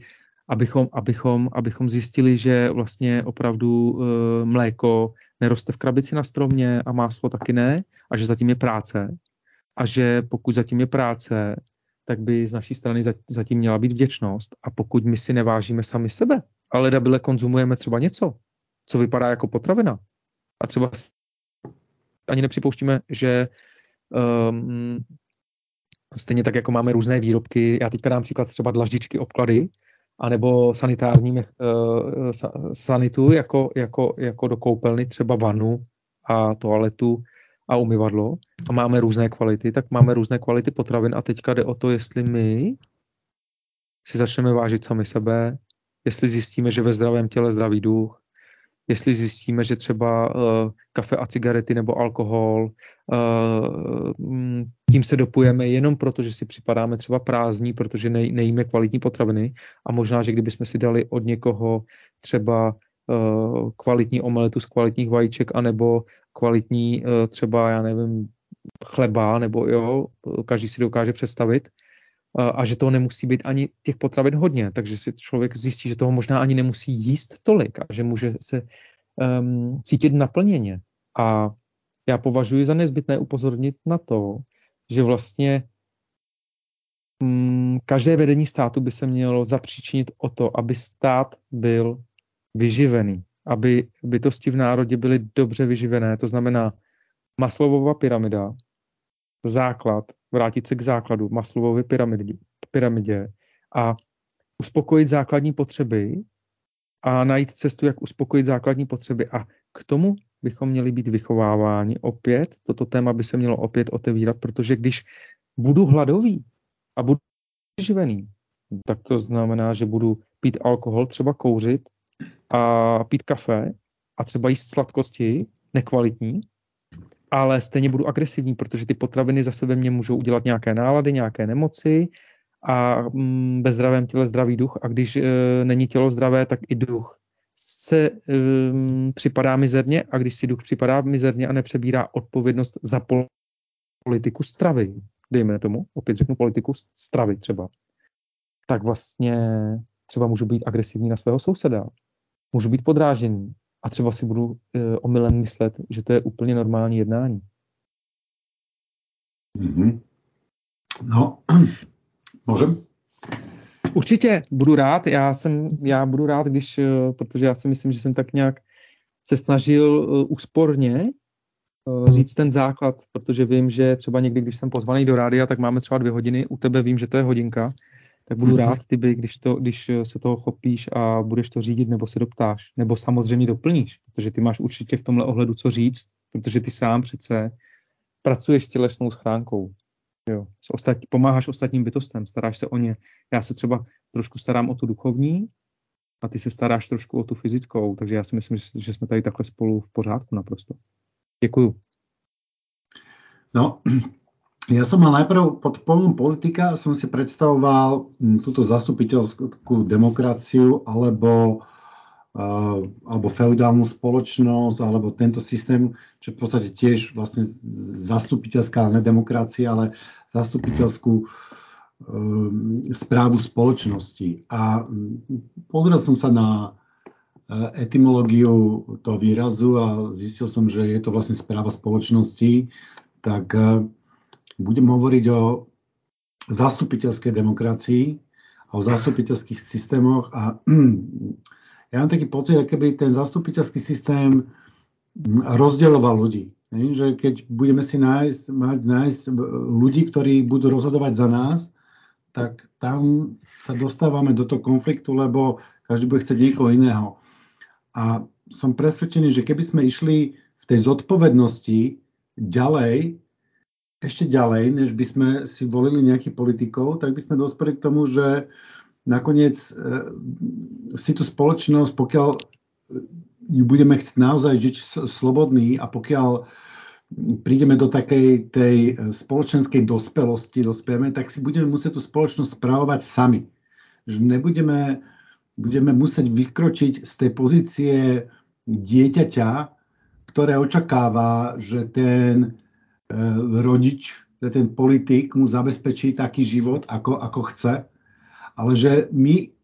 Speaker 3: abychom, abychom, abychom zjistili, že vlastně opravdu e, mléko neroste v krabici na stromě a máslo taky ne, a že zatím je práce. A že pokud zatím je práce, tak by z naší strany zatím měla být vděčnost. A pokud my si nevážíme sami sebe, ale dabile konzumujeme třeba něco, co vypadá jako potravina, a třeba ani nepřipouštíme, že um, stejně tak, jako máme různé výrobky, já teďka dám příklad třeba dlaždičky, obklady, anebo sanitární uh, sanitu, jako, jako, jako do koupelny, třeba vanu a toaletu a umyvadlo, a máme různé kvality, tak máme různé kvality potravin a teďka jde o to, jestli my si začneme vážit sami sebe, jestli zjistíme, že ve zdravém těle zdravý duch, jestli zjistíme, že třeba uh, kafe a cigarety nebo alkohol, uh, tím se dopujeme jenom proto, že si připadáme třeba prázdní, protože nej, nejíme kvalitní potraviny, a možná, že kdybychom si dali od někoho třeba uh, kvalitní omeletu z kvalitních vajíček, anebo kvalitní uh, třeba, já nevím, chleba, nebo jo, každý si dokáže představit, a že toho nemusí být ani těch potravin hodně, takže si člověk zjistí, že toho možná ani nemusí jíst tolik a že může se um, cítit naplněně. A já považuji za nezbytné upozornit na to, že vlastně um, každé vedení státu by se mělo zapříčinit o to, aby stát byl vyživený, aby bytosti v národě byly dobře vyživené, to znamená Maslowova pyramida, základ, vrátit se k základu Maslowovy pyramidě, pyramidě a uspokojit základní potřeby a najít cestu, jak uspokojit základní potřeby. A k tomu bychom měli být vychováváni opět. Toto téma by se mělo opět otevírat, protože když budu hladový a budu živený, tak to znamená, že budu pít alkohol, třeba kouřit a pít kafe a třeba jíst sladkosti nekvalitní, ale stejně budu agresivní, protože ty potraviny za sebe mě můžou udělat nějaké nálady, nějaké nemoci a mm, ve zdravém těle zdravý duch, a když e, není tělo zdravé, tak i duch se e, připadá mizerně, a když si duch připadá mizerně a nepřebírá odpovědnost za politiku stravy, dejme tomu, opět řeknu politiku stravy třeba, tak vlastně třeba můžu být agresivní na svého souseda, můžu být podrážený, a třeba si budu e, omylem myslet, že to je úplně normální jednání.
Speaker 2: Mm-hmm. No, můžem?
Speaker 3: Určitě, budu rád. Já, jsem, já budu rád, když, protože já si myslím, že jsem tak nějak se snažil uh, úsporně uh, říct ten základ, protože vím, že třeba někdy, když jsem pozvaný do rádia, tak máme třeba dvě hodiny, u tebe vím, že to je hodinka, tak budu mm-hmm. rád, ty by, když, to, když se toho chopíš a budeš to řídit, nebo se doptáš, nebo samozřejmě doplníš, protože ty máš určitě v tomhle ohledu co říct, protože ty sám přece pracuješ s tělesnou schránkou. Jo. Ostat, pomáháš ostatním bytostem, staráš se o ně. Já se třeba trošku starám o tu duchovní a ty se staráš trošku o tu fyzickou, takže já si myslím, že jsme tady takhle spolu v pořádku naprosto. Děkuju.
Speaker 2: No, ja som mal najprv pod pojmom politika, som si predstavoval túto zastupiteľskú demokraciu alebo, uh, alebo feudálnu spoločnosť, alebo tento systém, čo v podstate tiež vlastne zastupiteľská, ne demokracia, ale zastupiteľskú um, správu spoločnosti. A pozrel som sa na etymológiu toho výrazu a zistil som, že je to vlastne správa spoločnosti, tak uh, budem hovoriť o zastupiteľskej demokracii a o zastupiteľských systémoch a ja mám taký pocit, keby ten zastupiteľský systém rozdeľoval ľudí. Že keď budeme si nájsť, mať, nájsť ľudí, ktorí budú rozhodovať za nás, tak tam sa dostávame do toho konfliktu, lebo každý bude chcieť niekoho iného. A som presvedčený, že keby sme išli v tej zodpovednosti ďalej, ešte ďalej, než by sme si volili nejakých politikov, tak by sme dospeli k tomu, že nakoniec e, si tú spoločnosť, pokiaľ ju budeme chcieť naozaj žiť slobodný a pokiaľ prídeme do takej tej spoločenskej dospelosti, dospieme, tak si budeme musieť tú spoločnosť spravovať sami. Že nebudeme budeme musieť vykročiť z tej pozície dieťaťa, ktoré očakáva, že ten rodič, že ten politik mu zabezpečí taký život, ako, ako chce, ale že my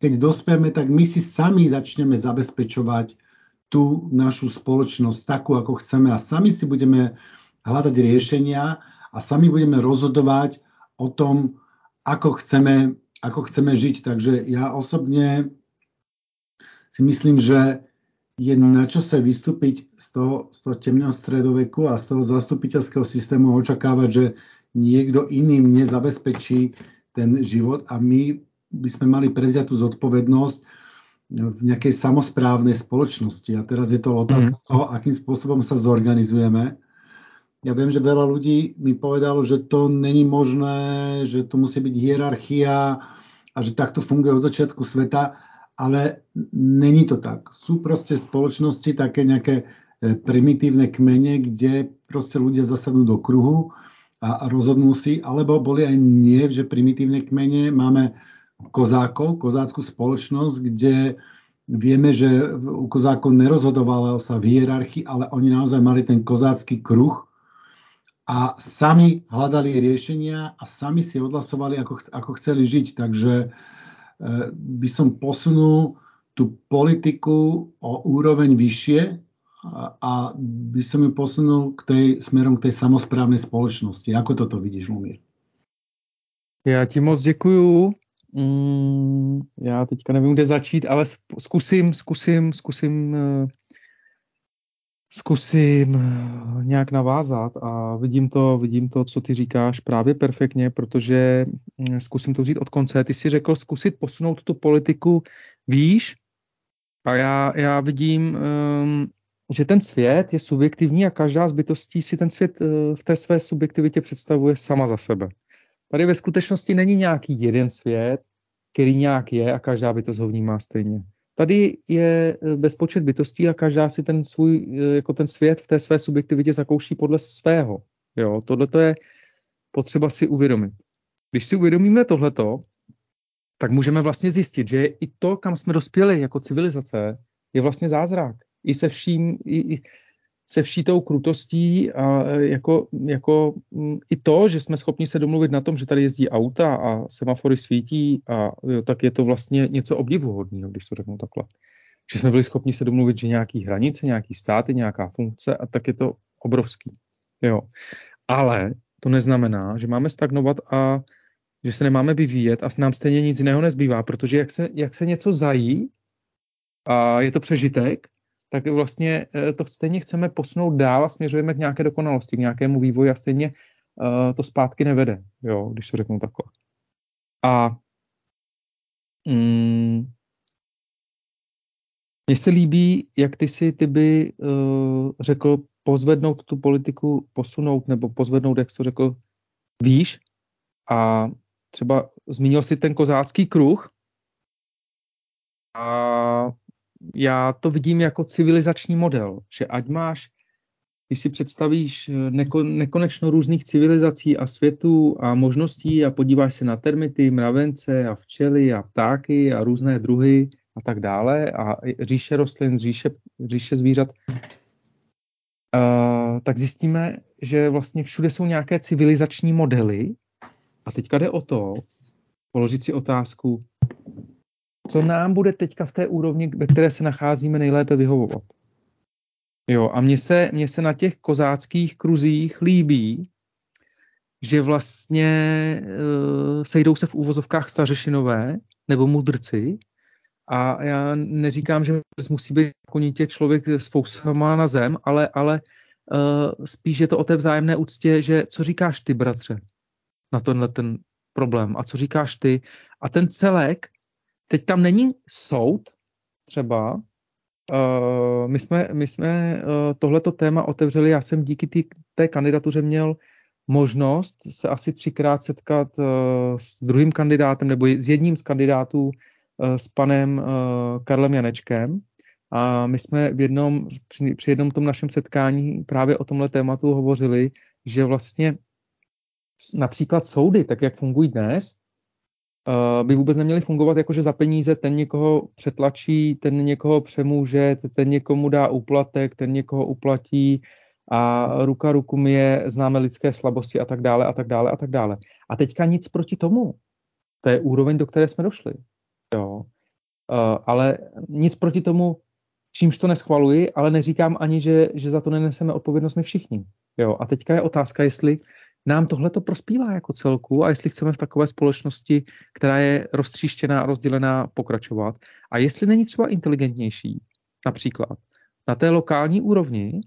Speaker 2: keď dospieme, tak my si sami začneme zabezpečovať tú našu spoločnosť takú, ako chceme a sami si budeme hľadať riešenia a sami budeme rozhodovať o tom, ako chceme, ako chceme žiť. Takže ja osobne si myslím, že je na čase vystúpiť z toho, z toho temného stredoveku a z toho zastupiteľského systému a očakávať, že niekto iný mne zabezpečí ten život a my by sme mali prevziať tú zodpovednosť v nejakej samosprávnej spoločnosti. A teraz je to otázka mm. toho, akým spôsobom sa zorganizujeme. Ja viem, že veľa ľudí mi povedalo, že to není možné, že to musí byť hierarchia a že takto funguje od začiatku sveta, ale není to tak. Sú proste spoločnosti také nejaké primitívne kmene, kde proste ľudia zasadnú do kruhu a rozhodnú si, alebo boli aj nie, že primitívne kmene. Máme kozákov, kozáckú spoločnosť, kde vieme, že u kozákov nerozhodovalo sa v hierarchii, ale oni naozaj mali ten kozácky kruh a sami hľadali riešenia a sami si odhlasovali, ako, ako chceli žiť. Takže e, by som posunul tú politiku o úroveň vyššie a, a by som ju posunul k tej, smerom k tej samosprávnej spoločnosti. Ako toto vidíš, Lumír?
Speaker 3: Já ti moc děkuju. Mm, já teďka nevím, kde začít, ale zkusím, zkusím, zkusím, zkusím nějak navázat a vidím to, vidím to, co ty říkáš právě perfektně, protože zkusím to vzít od konce. Ty jsi řekl zkusit posunout tu politiku výš a já, já vidím, že ten svět je subjektivní a každá z bytostí si ten svět v té své subjektivitě představuje sama za sebe. Tady ve skutečnosti není nějaký jeden svět, který nějak je a každá bytost ho vnímá stejně. Tady je bezpočet bytostí a každá si ten svůj, jako ten svět v té své subjektivitě zakouší podle svého. Jo, tohleto je potřeba si uvědomit. Když si uvědomíme tohleto, tak můžeme vlastně zjistit, že i to, kam jsme dospěli jako civilizace, je vlastně zázrak. I se vším, i, i se vší tou krutostí a jako, jako i to, že jsme schopni se domluvit na tom, že tady jezdí auta a semafory svítí, a jo, tak je to vlastně něco obdivuhodného, když to řeknu takhle. Že jsme byli schopni se domluvit, že nějaký hranice, nějaký státy, nějaká funkce, a tak je to obrovský. Jo. Ale to neznamená, že máme stagnovat a že se nemáme vyvíjet a nám stejně nic jiného nezbývá, protože jak se, jak se něco zají a je to přežitek, tak vlastně to stejně chceme posunout dál a směřujeme k nějaké dokonalosti, k nějakému vývoji a stejně uh, to zpátky nevede, jo, když to řeknu takhle. A mm, mně se líbí, jak ty si ty by uh, řekl pozvednout tu politiku, posunout nebo pozvednout, jak jsi to řekl, výš a třeba zmínil si ten kozácký kruh a já to vidím jako civilizační model, že ať máš, když si představíš neko, nekonečno různých civilizací a světů a možností a podíváš se na termity, mravence a včely a ptáky a různé druhy a tak dále a říše rostlin, říše, říše zvířat, uh, tak zjistíme, že vlastně všude jsou nějaké civilizační modely a teďka jde o to, položit si otázku, co nám bude teďka v té úrovni, ve které se nacházíme, nejlépe vyhovovat. Jo, a mně se, mně se na těch kozáckých kruzích líbí, že vlastně e, sejdou se v úvozovkách stařešinové nebo mudrci a já neříkám, že musí být konitě člověk s fousama na zem, ale, ale e, spíš je to o té vzájemné úctě, že co říkáš ty, bratře, na tenhle ten problém a co říkáš ty a ten celek. Teď tam není soud třeba. Uh, my jsme, my jsme uh, tohleto téma otevřeli, já jsem díky tý, té kandidatuře měl možnost se asi třikrát setkat uh, s druhým kandidátem nebo s jedním z kandidátů uh, s panem uh, Karlem Janečkem a my jsme v jednom, při, při jednom tom našem setkání právě o tomhle tématu hovořili, že vlastně například soudy, tak jak fungují dnes, by vůbec neměly fungovat jako, že za peníze ten někoho přetlačí, ten někoho přemůže, ten někomu dá úplatek, ten někoho uplatí a ruka ruku myje, známe lidské slabosti a tak dále a tak dále a tak dále. A teďka nic proti tomu. To je úroveň, do které jsme došli. Jo. ale nic proti tomu, čímž to neschvaluji, ale neříkám ani, že, že za to neneseme odpovědnost my všichni. Jo? A teďka je otázka, jestli nám tohle to prospívá jako celku a jestli chceme v takové společnosti, která je roztříštěná a rozdělená, pokračovat. A jestli není třeba inteligentnější, například na té lokální úrovni,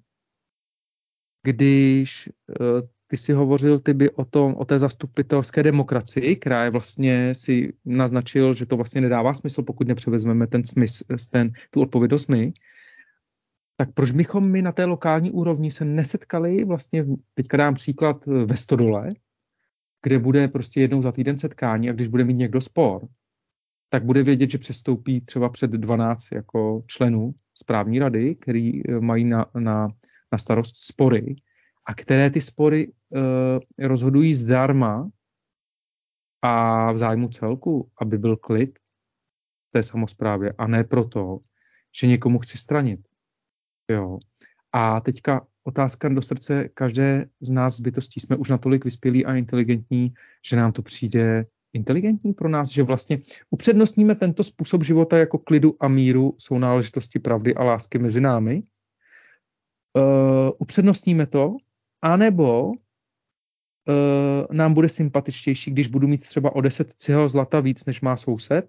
Speaker 3: když uh, ty si hovořil ty by o tom, o té zastupitelské demokracii, která je vlastně si naznačil, že to vlastně nedává smysl, pokud nepřevezmeme ten smysl, ten, tu odpovědnost my, tak proč bychom my na té lokální úrovni se nesetkali vlastně, teďka dám příklad ve Stodole, kde bude prostě jednou za týden setkání a když bude mít někdo spor, tak bude vědět, že přestoupí třeba před dvanáct jako členů správní rady, který mají na, na, na starost spory a které ty spory uh, rozhodují zdarma a v zájmu celku, aby byl klid v té samosprávě a ne proto, že někomu chci stranit. Jo. A teďka otázka do srdce každé z nás bytostí. Jsme už natolik vyspělí a inteligentní, že nám to přijde inteligentní pro nás, že vlastně upřednostníme tento způsob života jako klidu a míru, jsou náležitosti pravdy a lásky mezi námi. Uh, upřednostníme to, anebo uh, nám bude sympatičtější, když budu mít třeba o deset cihel zlata víc, než má soused.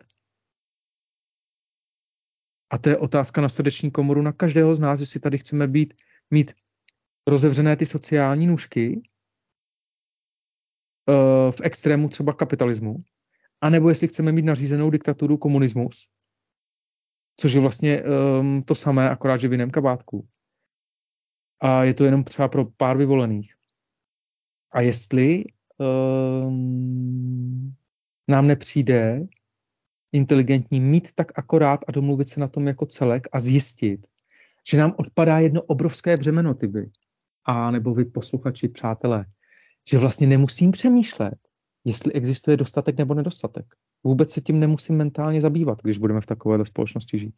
Speaker 3: A to je otázka na srdeční komoru na každého z nás, jestli tady chceme být, mít rozevřené ty sociální nůžky uh, v extrému třeba kapitalismu, anebo jestli chceme mít nařízenou diktaturu komunismus, což je vlastně um, to samé, akorát, že v jiném kabátku. A je to jenom třeba pro pár vyvolených. A jestli um, nám nepřijde inteligentní mít tak akorát a domluvit se na tom jako celek a zjistit, že nám odpadá jedno obrovské břemeno, tyby, a nebo vy posluchači, přátelé, že vlastně nemusím přemýšlet, jestli existuje dostatek nebo nedostatek. Vůbec se tím nemusím mentálně zabývat, když budeme v takovéhle společnosti žít.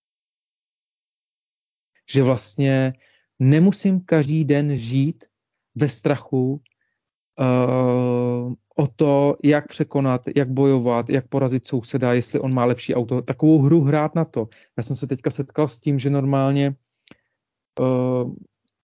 Speaker 3: Že vlastně nemusím každý den žít ve strachu uh, o to, jak překonat, jak bojovat, jak porazit souseda, jestli on má lepší auto. Takovou hru hrát na to. Já jsem se teďka setkal s tím, že normálně uh,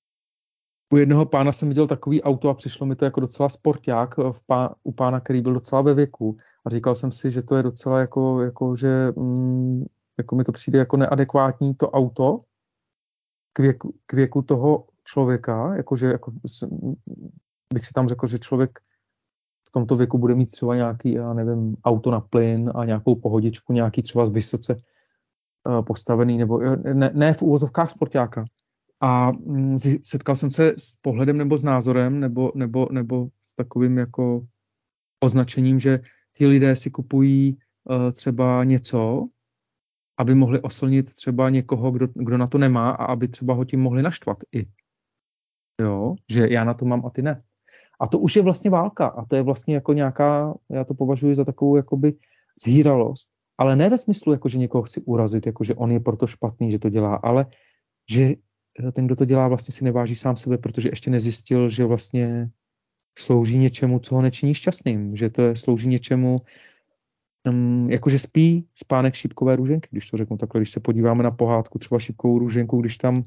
Speaker 3: u jednoho pána jsem viděl takový auto a přišlo mi to jako docela sporták v pá, u pána, který byl docela ve věku. A říkal jsem si, že to je docela jako, jako že mm, jako mi to přijde jako neadekvátní to auto k věku, k věku toho člověka, jakože jako, bych si tam řekl, že člověk v tomto věku bude mít třeba nějaký, já nevím, auto na plyn a nějakou pohodičku, nějaký třeba z vysoce uh, postavený, nebo ne, ne v úvozovkách sportáka. A mm, setkal jsem se s pohledem nebo s názorem, nebo, nebo, nebo s takovým jako označením, že ti lidé si kupují uh, třeba něco, aby mohli oslnit třeba někoho, kdo, kdo na to nemá a aby třeba ho tím mohli naštvat i. Jo, že já na to mám a ty ne. A to už je vlastně válka a to je vlastně jako nějaká, já to považuji za takovou jakoby zhýralost, ale ne ve smyslu, jako že někoho chci urazit, jako že on je proto špatný, že to dělá, ale že ten, kdo to dělá, vlastně si neváží sám sebe, protože ještě nezjistil, že vlastně slouží něčemu, co ho nečiní šťastným, že to je, slouží něčemu, um, jakože spí spánek šípkové růženky, když to řeknu takhle, když se podíváme na pohádku třeba Šípkovou růženku, když tam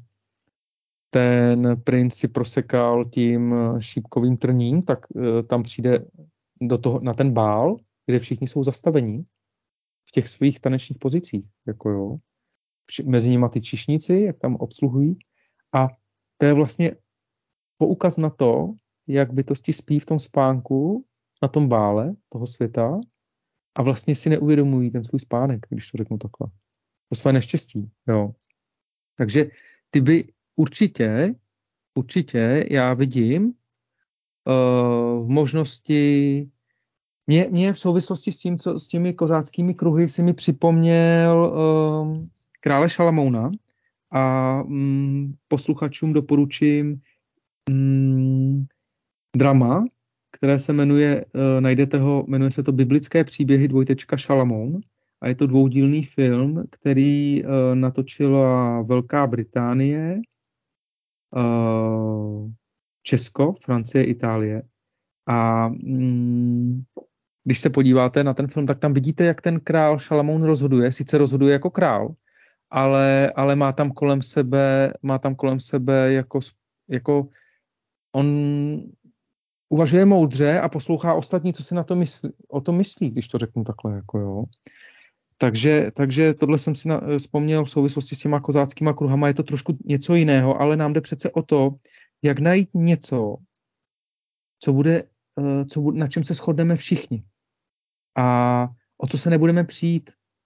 Speaker 3: ten princ si prosekal tím šípkovým trním, tak uh, tam přijde do toho, na ten bál, kde všichni jsou zastavení v těch svých tanečních pozicích, jako jo. Mezi nimi ty číšníci, jak tam obsluhují. A to je vlastně poukaz na to, jak bytosti spí v tom spánku, na tom bále toho světa a vlastně si neuvědomují ten svůj spánek, když to řeknu takhle. To své neštěstí, jo. Takže ty by určitě, určitě já vidím uh, v možnosti, mě, mě v souvislosti s tím, co, s těmi kozáckými kruhy si mi připomněl uh, krále Šalamouna a um, posluchačům doporučím um, drama, které se jmenuje, uh, najdete ho, jmenuje se to Biblické příběhy dvojtečka Šalamoun a je to dvoudílný film, který uh, natočila Velká Británie, uh, Česko, Francie, Itálie a um, když se podíváte na ten film, tak tam vidíte, jak ten král Šalamoun rozhoduje, sice rozhoduje jako král, ale, ale má tam kolem sebe, má tam kolem sebe jako, jako on uvažuje moudře a poslouchá ostatní, co si na to myslí, o to myslí, když to řeknu takhle, jako jo. Takže, takže tohle jsem si na, vzpomněl v souvislosti s těma kozáckýma kruhama, je to trošku něco jiného, ale nám jde přece o to, jak najít něco, co bude, co bude, na čem se shodneme všichni a o co se nebudeme přijít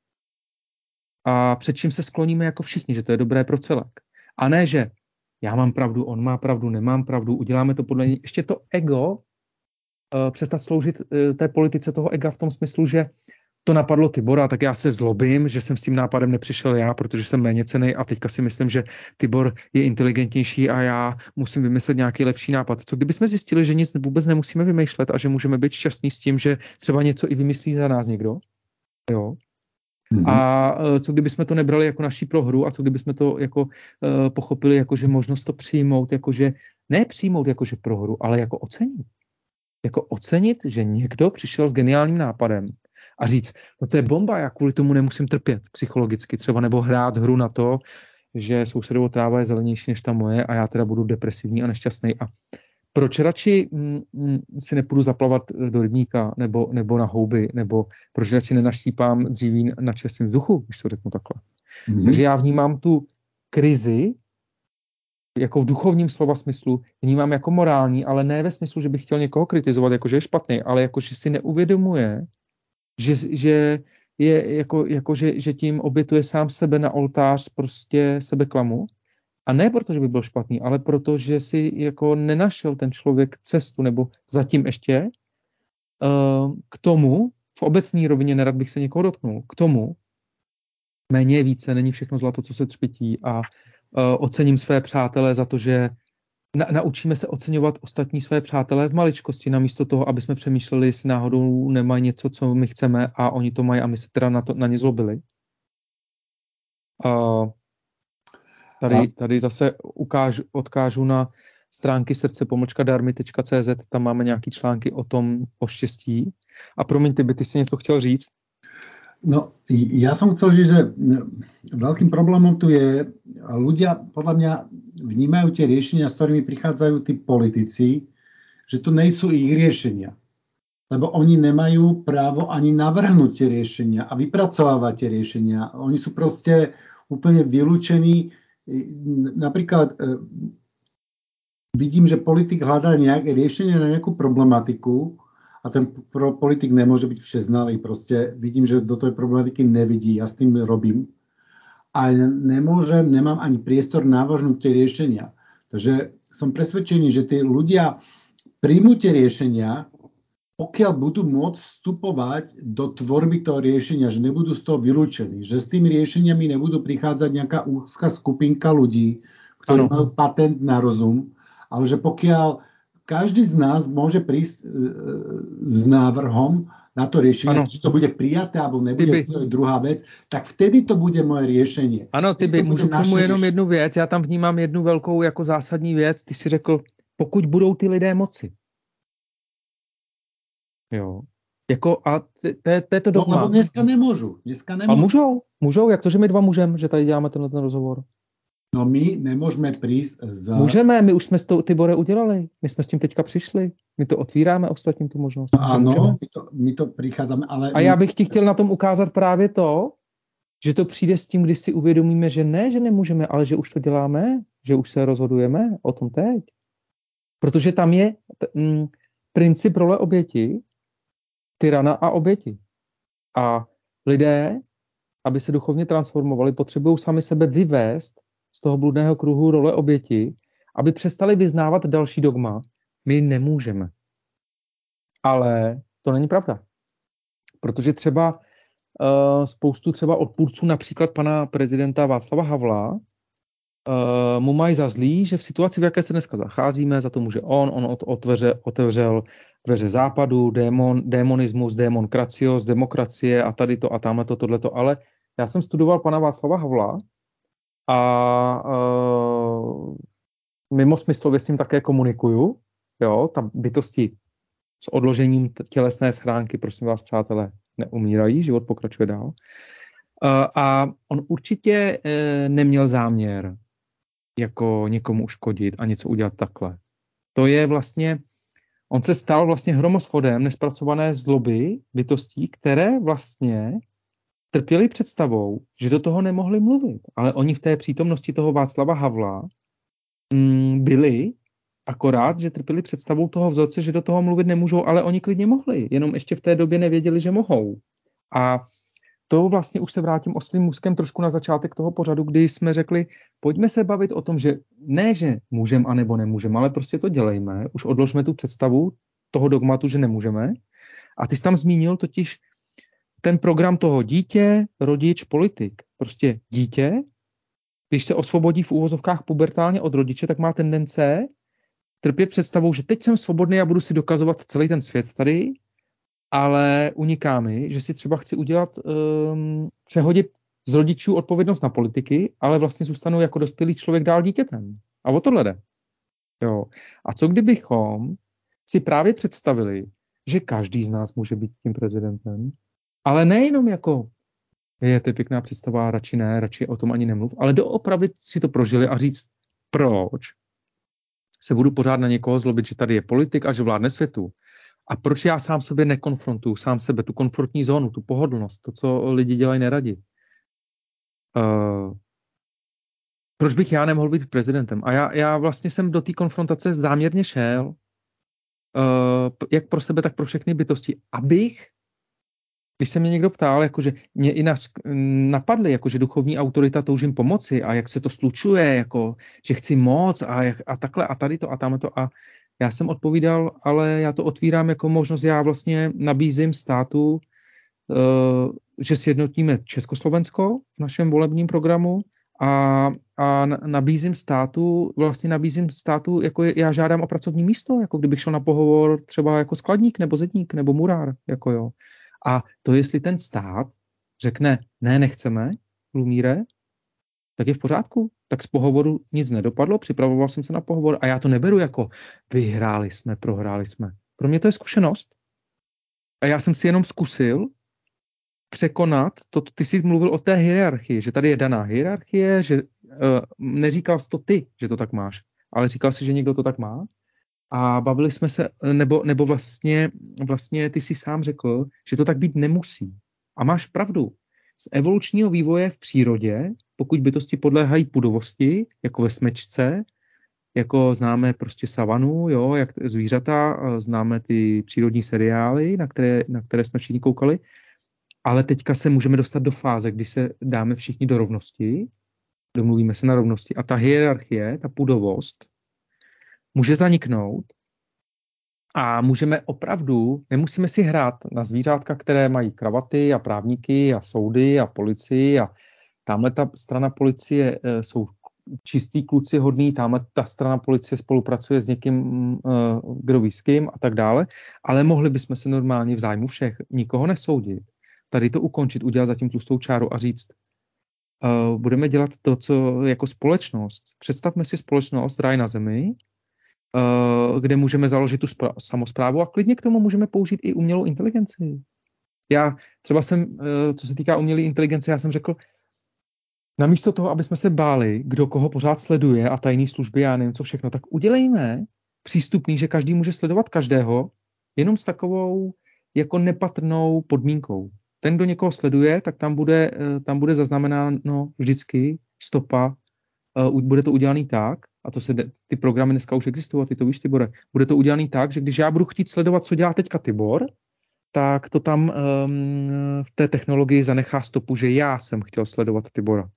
Speaker 3: a před čím se skloníme jako všichni, že to je dobré pro celek. A ne, že já mám pravdu, on má pravdu, nemám pravdu, uděláme to podle něj. Ještě to ego, uh, přestat sloužit uh, té politice toho ega v tom smyslu, že to napadlo Tibora, tak já se zlobím, že jsem s tím nápadem nepřišel já, protože jsem méněcennej a teďka si myslím, že Tibor je inteligentnější a já musím vymyslet nějaký lepší nápad. Co kdybychom zjistili, že nic vůbec nemusíme vymýšlet a že můžeme být šťastní s tím, že třeba něco i vymyslí za nás někdo? Jo. Mm-hmm. A co kdybychom to nebrali jako naší prohru a co kdybychom to jako uh, pochopili, jako že možnost to přijmout, jakože ne přijmout jakože prohru, ale jako ocenit. Jako ocenit, že někdo přišel s geniálním nápadem a říct, no to je bomba, já kvůli tomu nemusím trpět psychologicky třeba, nebo hrát hru na to, že sousedová tráva je zelenější než ta moje a já teda budu depresivní a nešťastný. A proč radši mm, mm, si nepůjdu zaplavat do rybníka nebo, nebo na houby, nebo proč radši nenaštípám dříví na čerstvém vzduchu, když to řeknu takhle. Mm-hmm. Takže já vnímám tu krizi jako v duchovním slova smyslu, vnímám jako morální, ale ne ve smyslu, že bych chtěl někoho kritizovat, jako že je špatný, ale jako že si neuvědomuje, že, že, je, jako, jako že, že tím obětuje sám sebe na oltář prostě sebeklamu. A ne proto, že by byl špatný, ale proto, že si jako nenašel ten člověk cestu, nebo zatím ještě uh, k tomu, v obecní rovině nerad bych se někoho dotknul, k tomu, méně je více, není všechno zlato, co se třpytí a uh, ocením své přátelé za to, že na, naučíme se oceňovat ostatní své přátelé v maličkosti, namísto toho, aby jsme přemýšleli, jestli náhodou nemají něco, co my chceme a oni to mají a my se teda na, to, na ně zlobili. Uh, Tady, tady zase ukážu, odkážu na stránky srdce pomlčka darmy tečka cé zet, tam máme nějaký články o tom, o štěstí. A promiň, ty by ty si něco chtěl říct?
Speaker 2: No, ja som chcel říct, že veľkým problémom tu je, a ľudia podľa mňa vnímajú tie riešenia, s ktorými prichádzajú tí politici, že to nejsú ich riešenia. Lebo oni nemajú právo ani navrhnúť tie riešenia a vypracovávať tie riešenia. Oni sú proste úplne vylúčení. Napríklad vidím, že politik hľadá nejaké riešenie na nejakú problematiku a ten politik nemôže byť všeznalý. Proste vidím, že do tej problematiky nevidí, ja s tým robím. A nemôžem, nemám ani priestor navrhnúť tie riešenia. Takže som presvedčený, že tí ľudia príjmú tie riešenia, pokiaľ budú môcť vstupovať do tvorby toho riešenia, že nebudú z toho vylúčení, že s tými riešeniami nebudú prichádzať nejaká úzka skupinka ľudí, ktorí ano. majú patent na rozum, ale že pokiaľ každý z nás môže prísť e, s návrhom na to riešenie, či to bude prijaté, alebo nebude, to je druhá vec, tak vtedy to bude moje riešenie.
Speaker 3: Ano, ty by, můžu k tomu jenom jednu věc, já tam vnímám jednu velkou jako zásadní věc, ty si řekl, pokud budou ty lidé moci. Jo. Jako a to je to dogma.
Speaker 2: No, lebo dneska nemôžu. Dneska nemôžu.
Speaker 3: Ale můžou, můžou, jak to, že my dva můžeme, že tady děláme tenhle ten rozhovor.
Speaker 2: No my nemôžeme prísť za...
Speaker 3: Můžeme, my už jsme s tou Tibore udělali. My jsme s tím teďka přišli. My to otvíráme ostatním tu možnost.
Speaker 2: Ano, my to, my to prichádzame, ale...
Speaker 3: A já bych ti chtěl na tom ukázat právě to, že to přijde s tím, když si uvědomíme, že ne, že nemůžeme, ale že už to děláme, že už se rozhodujeme o tom teď. Protože tam je t- m, princip role oběti, tyrana a oběti. A lidé, aby se duchovně transformovali, potřebují sami sebe vyvést z toho bludného kruhu role oběti, aby přestali vyznávat další dogma. My nemůžeme. Ale to není pravda. Protože třeba uh, spoustu třeba odpůrců, například pana prezidenta Václava Havla, uh, mu mají za zlý, že v situaci, v jaké se dneska zacházíme, za to může on, on otevře, otevřel dveře západu, démon, démonismus, démonkracios, demokracie a tady to a tamhle to, tohleto. Ale já jsem studoval pana Václava Havla a uh, mimo smyslově s ním také komunikuju, jo, ta bytosti s odložením tělesné schránky, prosím vás, přátelé, neumírají, život pokračuje dál. A on určitě neměl záměr jako někomu uškodit a něco udělat takhle. To je vlastně, on se stal vlastně hromoschodem nespracované zloby bytostí, které vlastně trpěli představou, že do toho nemohli mluvit. Ale oni v té přítomnosti toho Václava Havla mm, byli, akorát, že trpěli představou toho vzorce, že do toho mluvit nemůžou, ale oni klidně mohli, jenom ještě v té době nevěděli, že mohou. A to vlastně už se vrátím oslým můstkem trošku na začátek toho pořadu, kdy jsme řekli, pojďme se bavit o tom, že ne, že můžeme anebo nemůžeme, ale prostě to dělejme, už odložme tu představu toho dogmatu, že nemůžeme. A ty jsi tam zmínil totiž ten program toho dítě, rodič, politik. Prostě dítě, když se osvobodí v úvozovkách pubertálně od rodiče, tak má tendence trpět představou, že teď jsem svobodný a budu si dokazovat celý ten svět tady, ale uniká mi, že si třeba chci udělat, um, přehodit z rodičů odpovědnost na politiky, ale vlastně zůstanu jako dospělý člověk dál dítětem. A o tohle jde. Jo. A co kdybychom si právě představili, že každý z nás může být tím prezidentem, ale nejenom jako je to pěkná představa, radši ne, radši o tom ani nemluv, ale doopravdy si to prožili a říct, proč se budu pořád na někoho zlobit, že tady je politik a že vládne světu. A proč já sám sobě nekonfrontuju, sám sebe, tu komfortní zónu, tu pohodlnost, to, co lidi dělají neradi. Uh, proč bych já nemohl být prezidentem? A já, já vlastně jsem do té konfrontace záměrně šel, uh, jak pro sebe, tak pro všechny bytosti, abych, když se mě někdo ptal, jakože mě i nás napadly, jakože duchovní autorita toužím pomoci a jak se to slučuje, jako, že chci moc a, jak, a takhle a tady to a tam to a já jsem odpovídal, ale já to otvírám jako možnost, já vlastně nabízím státu, uh, že sjednotíme Československo v našem volebním programu a, a nabízím státu, vlastně nabízím státu, jako já žádám o pracovní místo, jako kdybych šel na pohovor třeba jako skladník nebo zedník nebo murár, jako jo. A to, jestli ten stát řekne, ne, nechceme, Lumíre, tak je v pořádku. Tak z pohovoru nic nedopadlo, připravoval jsem se na pohovor a já to neberu jako vyhráli jsme, prohráli jsme. Pro mě to je zkušenost. A já jsem si jenom zkusil překonat, to, ty jsi mluvil o té hierarchii, že tady je daná hierarchie, že uh, neříkal jsi to ty, že to tak máš, ale říkal jsi, že někdo to tak má. A bavili jsme se, nebo, nebo vlastně, vlastně ty jsi sám řekl, že to tak být nemusí. A máš pravdu. Z evolučního vývoje v přírodě, pokud bytosti podléhají pudovosti, jako ve smečce, jako známe prostě savanu, jo, jak zvířata, známe ty přírodní seriály, na které, na které jsme všichni koukali, ale teďka se můžeme dostat do fáze, kdy se dáme všichni do rovnosti, domluvíme se na rovnosti a ta hierarchie, ta pudovost, může zaniknout a můžeme opravdu, nemusíme si hrát na zvířátka, které mají kravaty a právníky a soudy a policii a tamhle ta strana policie e, jsou čistý kluci hodný, tamhle ta strana policie spolupracuje s někým, e, kdo ví s kým a tak dále, ale mohli bychom se normálně v zájmu všech nikoho nesoudit, tady to ukončit, udělat zatím tlustou čáru a říct, e, budeme dělat to, co jako společnost. Představme si společnost ráj na zemi, kde můžeme založit tu spra- samosprávu a klidně k tomu můžeme použít i umělou inteligenci. Já třeba jsem, co se týká umělé inteligence, já jsem řekl, namísto toho, aby jsme se báli, kdo koho pořád sleduje a tajné služby, já nevím co všechno, tak udělejme přístupný, že každý může sledovat každého, jenom s takovou jako nepatrnou podmínkou. Ten, kdo někoho sleduje, tak tam bude, tam bude zaznamenáno vždycky stopa, bude to udělaný tak, a to se de, ty programy dneska už existují, ty to víš, Tibore, bude to udělaný tak, že když já budu chtít sledovat, co dělá teďka Tibor, tak to tam um, v té technologii zanechá stopu, že já jsem chtěl sledovat Tibora.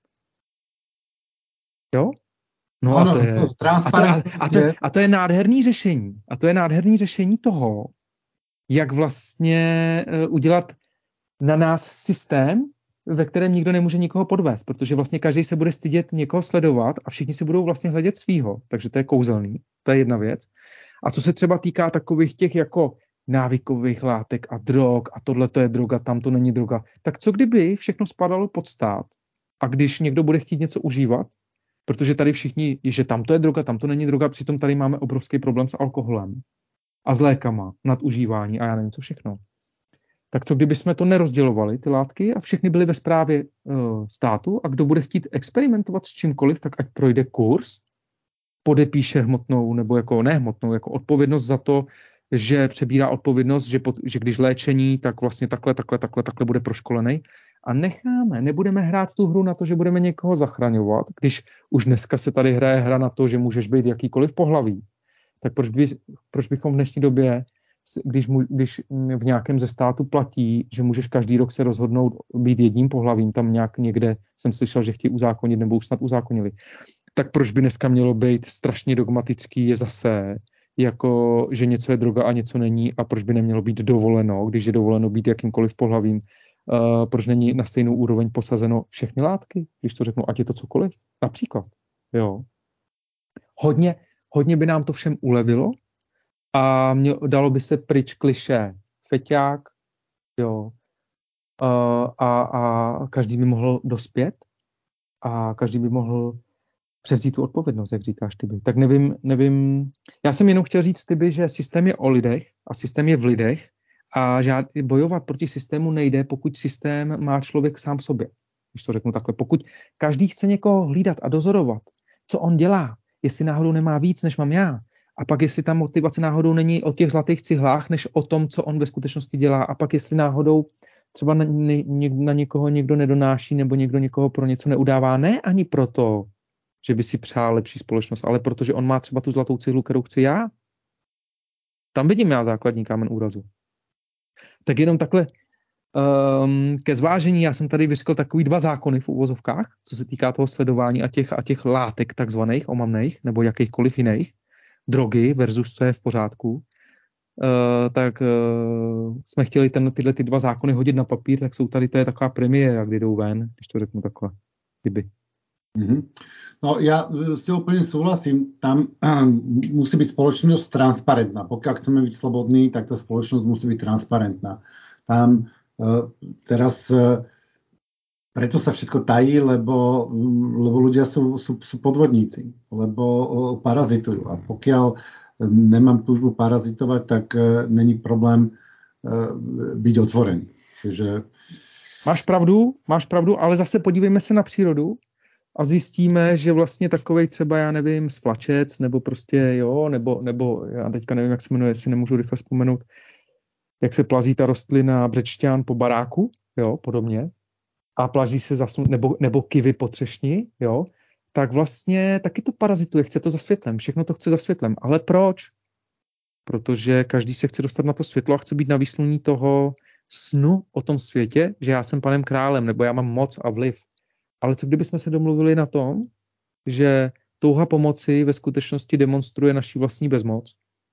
Speaker 3: Jo? No ano, a to je a to, a, a, to, a to je nádherný řešení. A to je nádherný řešení toho, jak vlastně uh, udělat na nás systém, ve kterém nikdo nemůže nikoho podvést, protože vlastně každý se bude stydět někoho sledovat a všichni si budou vlastně hledět svýho, takže to je kouzelný, to je jedna věc. A co se třeba týká takových těch jako návykových látek a drog a tohle to je droga, tam to není droga, tak co kdyby všechno spadalo pod stát a když někdo bude chtít něco užívat, protože tady všichni, že tam to je droga, tam to není droga, přitom tady máme obrovský problém s alkoholem. a s lékama, nadužívání a já nevím co všechno. Tak co kdyby jsme to nerozdělovali, ty látky, a všechny byly ve správě uh, státu a kdo bude chtít experimentovat s čímkoliv, tak ať projde kurz, podepíše hmotnou, nebo jako nehmotnou, jako odpovědnost za to, že přebírá odpovědnost, že, pod, že když léčení, tak vlastně takhle, takhle, takhle, takhle bude proškolený. A necháme, nebudeme hrát tu hru na to, že budeme někoho zachraňovat, když už dneska se tady hraje hra na to, že můžeš být jakýkoliv pohlaví. Tak proč, by, proč bychom v dnešní době, když, mu, když v nějakém ze státu platí, že můžeš každý rok se rozhodnout být jedním pohlavím, tam nějak někde jsem slyšel, že chtějí uzákonit nebo už snad uzákonili, tak proč by dneska mělo být strašně dogmatický je zase, jako že něco je droga a něco není, a proč by nemělo být dovoleno, když je dovoleno být jakýmkoliv pohlavím, uh, proč není na stejnou úroveň posazeno všechny látky, když to řeknu, ať je to cokoliv, například, jo. Hodně, hodně by nám to všem ulevilo a mě, dalo by se pryč klišé feťák, jo, uh, a, a každý by mohl dospět a každý by mohl převzít tu odpovědnost, jak říkáš, Tyby. Tak nevím, nevím, já jsem jenom chtěl říct, Tyby, že systém je o lidech a systém je v lidech a žád, bojovat proti systému nejde, pokud systém má člověk sám v sobě, když to řeknu takhle. Pokud každý chce někoho hlídat a dozorovat, co on dělá, jestli náhodou nemá víc, než mám já, a pak jestli ta motivace náhodou není o těch zlatých cihlách, než o tom, co on ve skutečnosti dělá, a pak jestli náhodou třeba na, ně, na někoho někdo nedonáší nebo někdo někoho pro něco neudává, ne ani proto, že by si přál lepší společnost, ale protože on má třeba tu zlatou cihlu, kterou chci já. Tam vidím já základní kámen úrazu. Tak jenom takhle um, ke zvážení, já jsem tady vyřkl takový dva zákony v uvozovkách, co se týká toho sledování a těch, a těch látek takzvaných omamných, nebo jakýchkoliv jiných, drogy versus co je v pořádku. Uh, tak uh, jsme chtěli ten, tyhle ty dva zákony hodit na papír, tak jsou tady, to je taková premiéra, kdy jdou ven, když to řeknu takhle. Kdyby.
Speaker 2: Mm-hmm. No ja s tebou úplne súhlasím, tam um, musí byť spoločnosť transparentná. Pokiaľ chceme byť slobodní, tak tá spoločnosť musí byť transparentná. Tam uh, teraz uh, preto sa všetko tají, lebo, lebo ľudia sú, sú, sú podvodníci, lebo uh, parazitujú. A pokiaľ nemám túžbu parazitovať, tak uh, není problém uh, byť otvorený. Čiže...
Speaker 3: Máš pravdu, máš pravdu, ale zase podívejme se na přírodu a zjistíme, že vlastně takovej třeba, já nevím, splačec, nebo prostě, jo, nebo, nebo já teďka nevím, jak se jmenuje, si nemůžu rychle vzpomenout, jak se plazí ta rostlina břečťán po baráku, jo, podobně, a plazí se zasnu, nebo, nebo kivy po třešni, jo, tak vlastně taky to parazituje, chce to za světlem, všechno to chce za světlem, ale proč? Protože každý se chce dostat na to světlo a chce být na výsluní toho snu o tom světě, že já jsem panem králem, nebo já mám moc a vliv. Ale co kdybychom se domluvili na tom, že touha pomoci ve skutečnosti demonstruje naši vlastní bezmoc?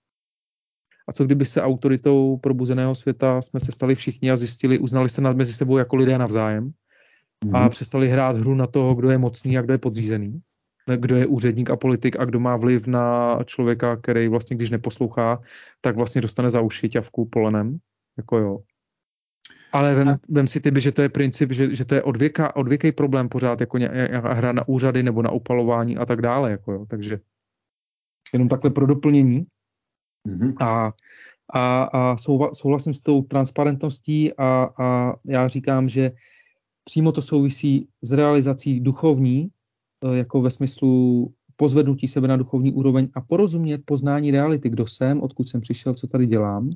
Speaker 3: A co kdyby se autoritou probuzeného světa jsme se stali všichni a zjistili, uznali se mezi sebou jako lidé navzájem a mm. přestali hrát hru na toho, kdo je mocný a kdo je podřízený, kdo je úředník a politik a kdo má vliv na člověka, který vlastně, když neposlouchá, tak vlastně dostane za uši ťavku polenem, jako jo. Ale vem, vem si, Tyby, že to je princip, že, že to je odvěka, odvěkej problém pořád, jako ně, hra na úřady nebo na upalování a tak dále. Jako jo. Takže jenom takhle pro doplnění. Mm-hmm. A, a, a souhlasím s tou transparentností a, a já říkám, že přímo to souvisí s realizací duchovní, jako ve smyslu pozvednutí sebe na duchovní úroveň a porozumět poznání reality, kdo jsem, odkud jsem přišel, co tady dělám.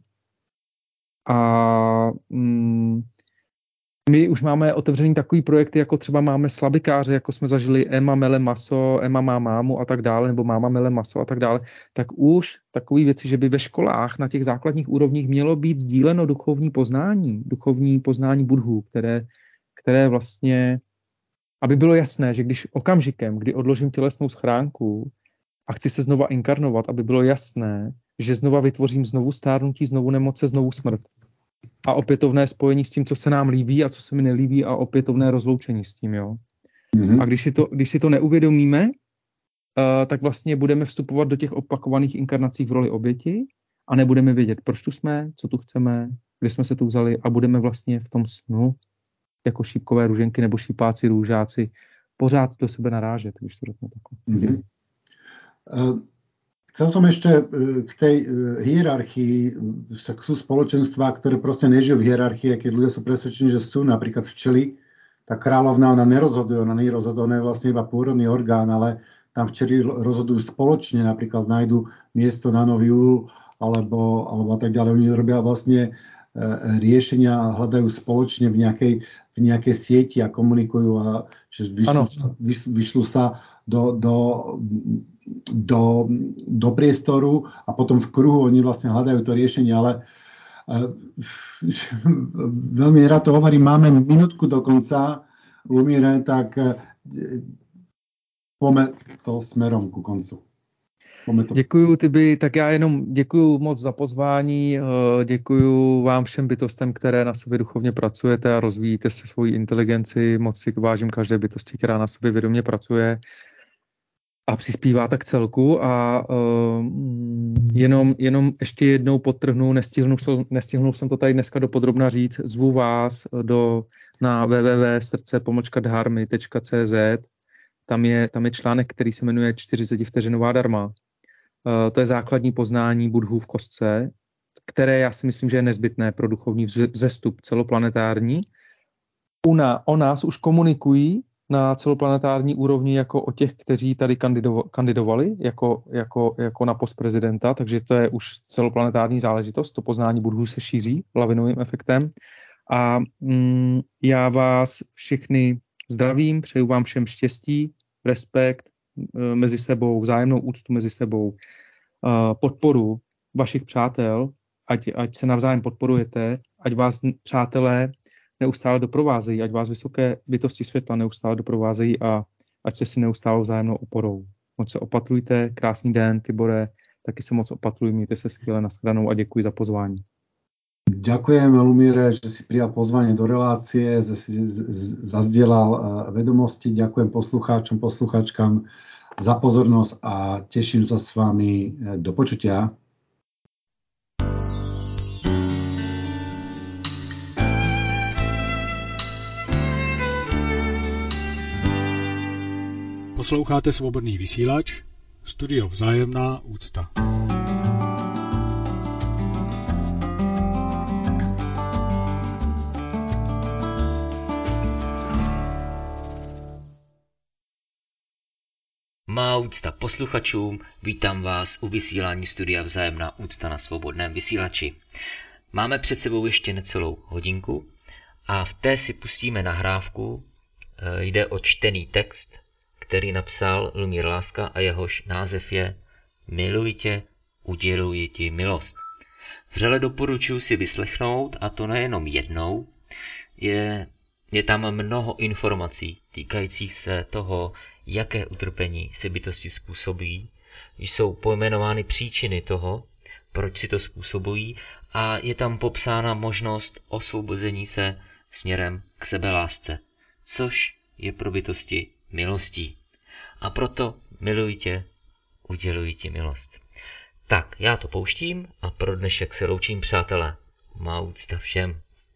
Speaker 3: A mm, my už máme otevřený takový projekty, jako třeba máme slabikáře, jako jsme zažili Emma mele maso, Emma má mámu a tak dále, nebo máma mele maso a tak dále, tak už takové věci, že by ve školách na těch základních úrovních mělo být sdíleno duchovní poznání, duchovní poznání Budhů, které, které vlastně, aby bylo jasné, že když okamžikem, kdy odložím tělesnou schránku a chci se znova inkarnovat, aby bylo jasné, že znova vytvořím znovu stárnutí, znovu nemoce, znovu smrt. A opětovné spojení s tím, co se nám líbí a co se mi nelíbí a opětovné rozloučení s tím, jo. Mm-hmm. A když si to, když si to neuvědomíme, uh, tak vlastně budeme vstupovat do těch opakovaných inkarnací v roli oběti a nebudeme vědět, proč tu jsme, co tu chceme, kde jsme se tu vzali a budeme vlastně v tom snu jako šípkové růženky nebo šípáci, růžáci pořád do sebe narážet, když to řeknu takhle.
Speaker 2: Mm-hmm. Uh... Chcel som ešte k tej hierarchii, sú spoločenstvá, ktoré proste nežijú v hierarchii, keď ľudia sú presvedčení, že sú napríklad včely, tá kráľovná, ona nerozhoduje, ona nerozhoduje, ona je vlastne iba pôrodný orgán, ale tam včely rozhodujú spoločne, napríklad nájdu miesto na nový úl, alebo, alebo a tak ďalej. Oni robia vlastne riešenia, hľadajú spoločne v nejakej, v nejakej sieti a komunikujú a vyšľú, vyšľú sa do, do, do, do priestoru a potom v kruhu oni vlastne hľadajú to riešenie, ale uh, veľmi rád to hovorím, máme minútku do konca, Lumíre, tak uh, pome to smerom ku koncu.
Speaker 3: Děkuju, Tibi, tak já jenom děkuju moc za pozvání, děkuju vám všem bytostem, které na sobě duchovně pracujete a rozvíjíte se svoji inteligenci, moc si vážím každé bytosti, která na sobě vědomě pracuje a přispívá tak celku a uh, jenom, jenom ještě jednou podtrhnu, nestihnul jsem, nestihnul jsem to tady dneska dopodrobna říct, zvu vás do, na w w w tečka srdce pomlčka dharmy tečka c z. Tam je, tam je článek, který se jmenuje čtyřicetivteřinová dharma. Uh, to je základní poznání budhů v kostce, které já si myslím, že je nezbytné pro duchovní vzestup celoplanetární. Una, o nás už komunikují na celoplanetární úrovni jako o těch, kteří tady kandido, kandidovali jako, jako, jako na post prezidenta, takže to je už celoplanetární záležitost, to poznání budhů se šíří lavinovým efektem. A mm, já vás všechny zdravím, přeju vám všem štěstí, respekt e, mezi sebou, vzájemnou úctu mezi sebou, e, podporu vašich přátel, ať, ať se navzájem podporujete, ať vás přátelé neustále doprovázejí, ať vás vysoké bytosti světla neustále doprovázejí a ať se si neustále vzájemnou oporou. Moc se opatrujte, krásný den, Tibore, taky se moc opatruj, mějte se skvěle, nashledanou a děkuji za pozvání.
Speaker 2: Ďakujem, Lumíre, že si prijal pozvanie do relácie, že si zazdieľal vedomosti. Ďakujem poslucháčom, poslucháčkam za pozornosť a teším sa s vami do počutia.
Speaker 4: Posloucháte Svobodný vysílač, studio Vzájemná úcta.
Speaker 1: Má úcta posluchačům, vítám vás u vysílání studia Vzájemná úcta na Svobodném vysílači. Máme před sebou ještě necelou hodinku a v té si pustíme nahrávku. Jde o čtený text, který napsal Lumír Láska a jehož název je Miluji tě, uděluji ti milost. Vřele doporučuji si vyslechnout, a to nejenom jednou. Je, je tam mnoho informací týkajících se toho, jaké utrpení si bytosti způsobují. Jsou pojmenovány příčiny toho, proč si to způsobují a je tam popsána možnost osvobození se směrem k sebelásce, což je pro bytosti milostí. A proto miluji tě, uděluji ti milost. Tak, já to pouštím a pro dnešek se loučím, přátelé. Má úcta všem.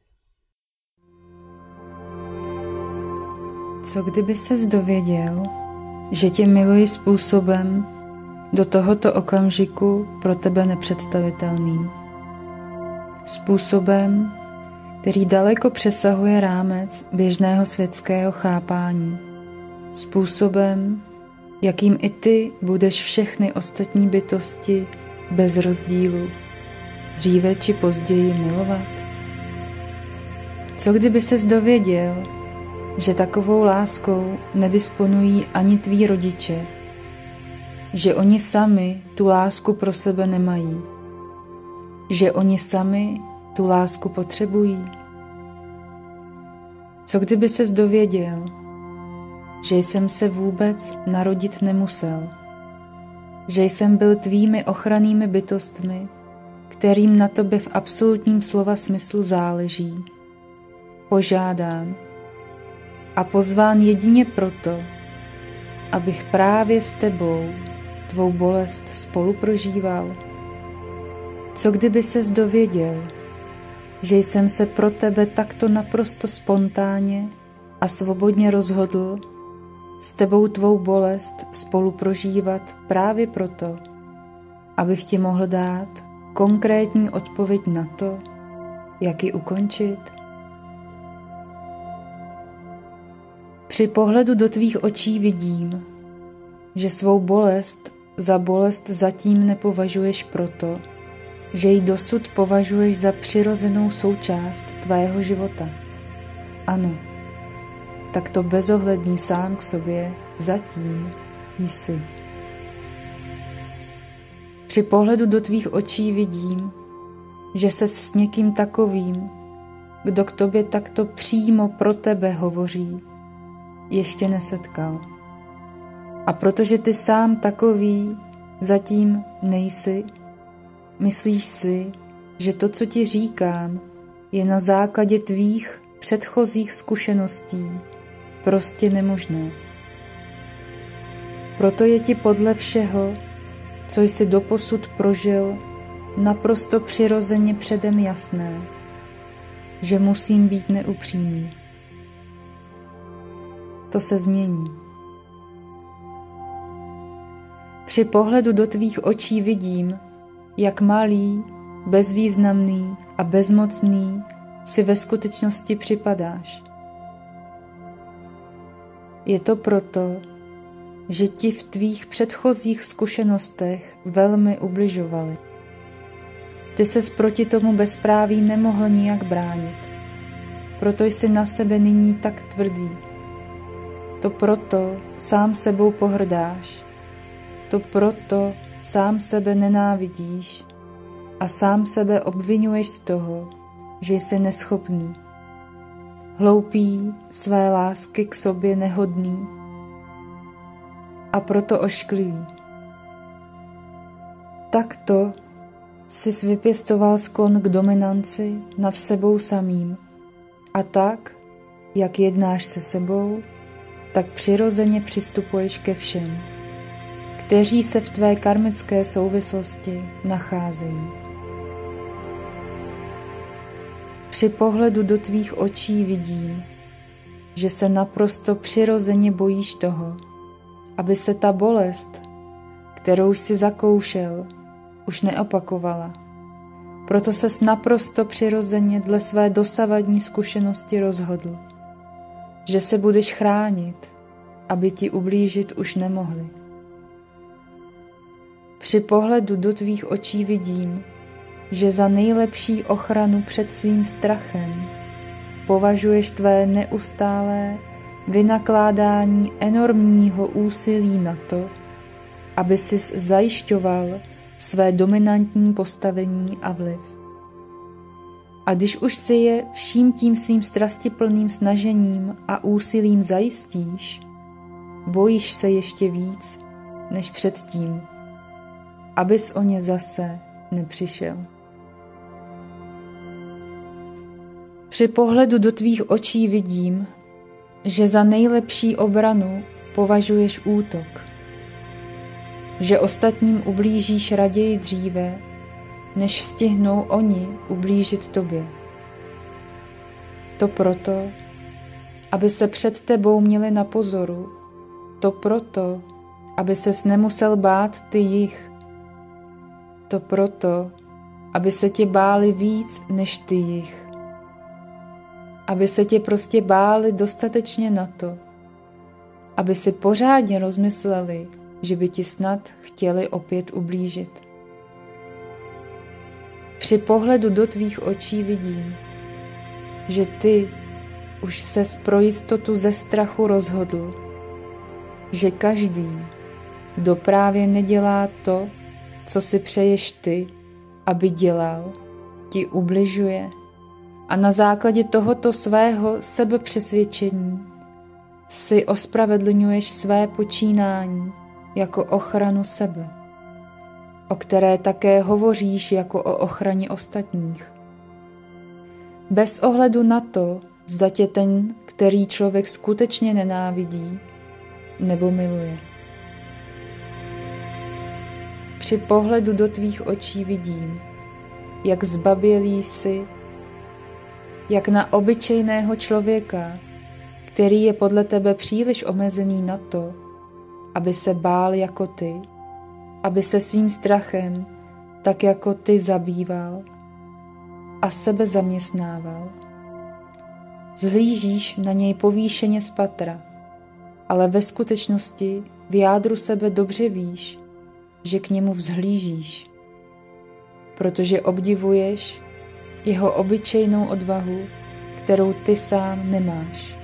Speaker 5: Co kdyby ses dověděl, že tě miluji způsobem do tohoto okamžiku pro tebe nepředstavitelným. Způsobem, který daleko přesahuje rámec běžného světského chápání. Způsobem, jakým i ty budeš všechny ostatní bytosti bez rozdílu dříve či později milovat. Co kdyby ses dověděl, že takovou láskou nedisponují ani tví rodiče, že oni sami tu lásku pro sebe nemají, že oni sami tu lásku potřebují. Co kdyby ses dověděl, že jsem se vůbec narodit nemusel, že jsem byl tvými ochrannými bytostmi, kterým na tobě v absolutním slova smyslu záleží, požádán a pozván jedině proto, abych právě s tebou tvou bolest spolu prožíval. Co kdyby ses dověděl, že jsem se pro tebe takto naprosto spontánně a svobodně rozhodl s tebou tvou bolest spolu prožívat právě proto, abych ti mohl dát konkrétní odpověď na to, jak ji ukončit? Při pohledu do tvých očí vidím, že svou bolest za bolest zatím nepovažuješ proto, že ji dosud považuješ za přirozenou součást tvého života. Ano, takto bezohledný sám k sobě zatím jsi. Při pohledu do tvých očí vidím, že ses s někým takovým, kdo k tobě takto přímo pro tebe hovoří, ještě nesetkal. A protože ty sám takový zatím nejsi, myslíš si, že to, co ti říkám, je na základě tvých předchozích zkušeností prostě nemožné. Proto je ti podle všeho, co jsi doposud prožil, naprosto přirozeně předem jasné, že musím být neupřímný. To se změní. Při pohledu do tvých očí vidím, jak malý, bezvýznamný a bezmocný si ve skutečnosti připadáš. Je to proto, že ti v tvých předchozích zkušenostech velmi ubližovali. Ty ses proti tomu bezpráví nemohl nijak bránit, proto jsi na sebe nyní tak tvrdý. To proto sám sebou pohrdáš, to proto sám sebe nenávidíš a sám sebe obvinuješ z toho, že jsi neschopný, hloupý, své lásky k sobě nehodný a proto ošklivý. Takto jsi vypěstoval sklon k dominanci nad sebou samým a tak, jak jednáš se sebou, tak přirozeně přistupuješ ke všem, kteří se v tvé karmické souvislosti nacházejí. Při pohledu do tvých očí vidím, že se naprosto přirozeně bojíš toho, aby se ta bolest, kterou jsi zakoušel, už neopakovala. Proto ses naprosto přirozeně dle své dosavadní zkušenosti rozhodl, že se budeš chránit, aby ti ublížit už nemohli. Při pohledu do tvých očí vidím, že za nejlepší ochranu před svým strachem považuješ tvé neustálé vynakládání enormního úsilí na to, aby sis zajišťoval své dominantní postavení a vliv. A když už si je vším tím svým strastiplným snažením a úsilím zajistíš, bojíš se ještě víc než předtím, abys o ně zase nepřišel. Při pohledu do tvých očí vidím, že za nejlepší obranu považuješ útok, že ostatním ublížíš raději dříve, než stihnou oni ublížit tobě. To proto, aby se před tebou měli na pozoru, to proto, aby ses nemusel bát ty jich, to proto, aby se tě báli víc než ty jich, aby se tě prostě báli dostatečně na to, aby si pořádně rozmysleli, že by ti snad chtěli opět ublížit. Při pohledu do tvých očí vidím, že ty už ses pro jistotu ze strachu rozhodl, že každý, kdo právě nedělá to, co si přeješ ty, aby dělal, ti ubližuje a na základě tohoto svého sebepřesvědčení si ospravedlňuješ své počínání jako ochranu sebe, o které také hovoříš jako o ochraně ostatních. Bez ohledu na to, zda tě ten, který člověk skutečně nenávidí, nebo miluje. Při pohledu do tvých očí vidím, jak zbabělý jsi, jak na obyčejného člověka, který je podle tebe příliš omezený na to, aby se bál jako ty, aby se svým strachem tak jako ty zabýval a sebe zaměstnával. Zhlížíš na něj povýšeně z patra, ale ve skutečnosti v jádru sebe dobře víš, že k němu vzhlížíš, protože obdivuješ jeho obyčejnou odvahu, kterou ty sám nemáš.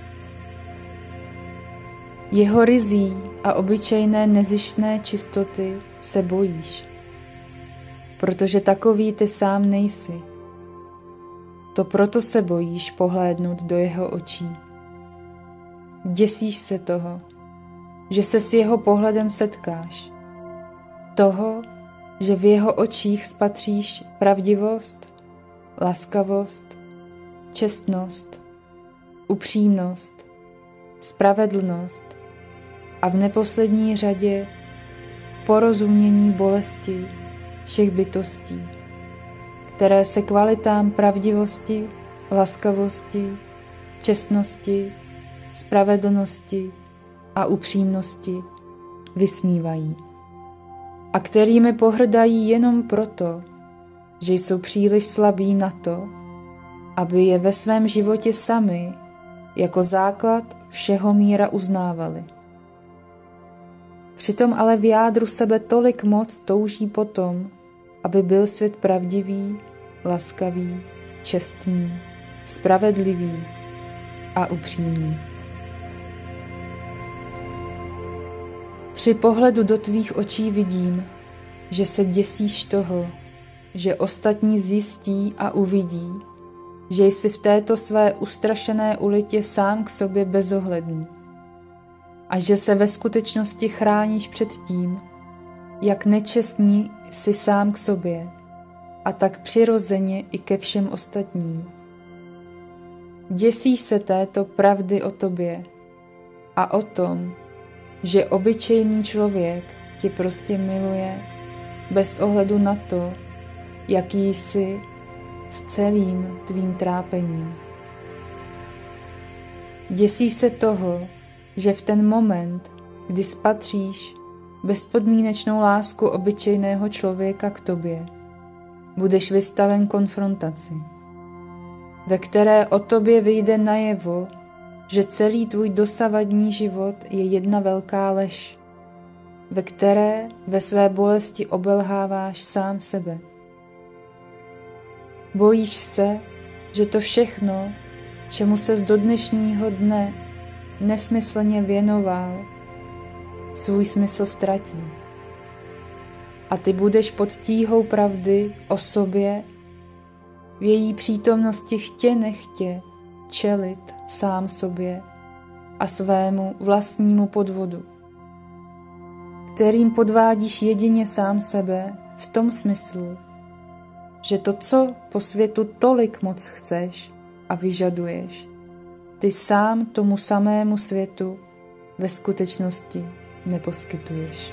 Speaker 5: Jeho ryzí a obyčejné nezištné čistoty se bojíš, protože takový ty sám nejsi. To proto se bojíš pohlédnout do jeho očí. Děsíš se toho, že se s jeho pohledem setkáš. Toho, že v jeho očích spatříš pravdivost, laskavost, čestnost, upřímnost, spravedlnost a v neposlední řadě porozumění bolesti všech bytostí, které se kvalitám pravdivosti, laskavosti, čestnosti, spravedlnosti a upřímnosti vysmívají a kterými pohrdají jenom proto, že jsou příliš slabí na to, aby je ve svém životě sami jako základ všeho míra uznávali. Přitom ale v jádru sebe tolik moc touží potom, aby byl svět pravdivý, laskavý, čestný, spravedlivý a upřímný. Při pohledu do tvých očí vidím, že se děsíš toho, že ostatní zjistí a uvidí, že jsi v této své ustrašené ulitě sám k sobě bezohledný a že se ve skutečnosti chráníš před tím, jak nečestný jsi sám k sobě a tak přirozeně i ke všem ostatním. Děsíš se této pravdy o tobě a o tom, že obyčejný člověk tě prostě miluje bez ohledu na to, jaký jsi s celým tvým trápením. Děsíš se toho, že v ten moment, kdy spatříš bezpodmínečnou lásku obyčejného člověka k tobě, budeš vystaven konfrontaci, ve které o tobě vyjde najevo, že celý tvůj dosavadní život je jedna velká lež, ve které ve své bolesti obelháváš sám sebe. Bojíš se, že to všechno, čemu ses do dnešního dne nesmyslně věnoval, svůj smysl ztratí. A ty budeš pod tíhou pravdy o sobě v její přítomnosti chtě nechtě čelit sám sobě a svému vlastnímu podvodu, kterým podvádíš jedině sám sebe v tom smyslu, že to, co po světu tolik moc chceš a vyžaduješ, ty sám tomu samému světu ve skutečnosti neposkytuješ.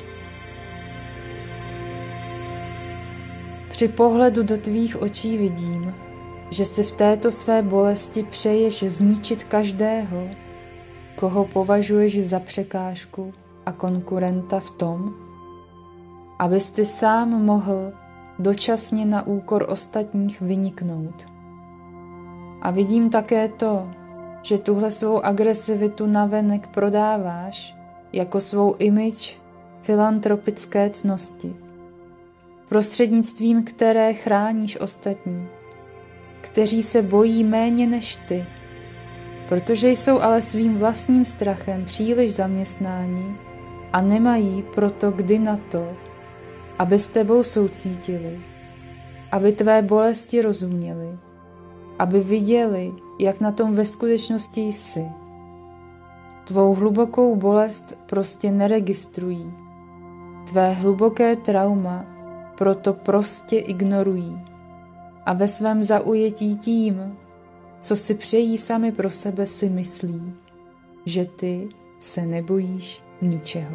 Speaker 5: Při pohledu do tvých očí vidím, že si v této své bolesti přeješ zničit každého, koho považuješ za překážku a konkurenta v tom, abys ty sám mohl dočasně na úkor ostatních vyniknout. A vidím také to, že tuhle svou agresivitu navenek prodáváš jako svou image filantropické ctnosti, prostřednictvím které chráníš ostatní, kteří se bojí méně než ty, protože jsou ale svým vlastním strachem příliš zaměstnáni a nemají proto kdy na to, aby s tebou soucítili, aby tvé bolesti rozuměli, aby viděli, jak na tom ve skutečnosti jsi. Tvou hlubokou bolest prostě neregistrují. Tvé hluboké trauma proto prostě ignorují a ve svém zaujetí tím, co si přejí sami pro sebe, si myslí, že ty se nebojíš ničeho.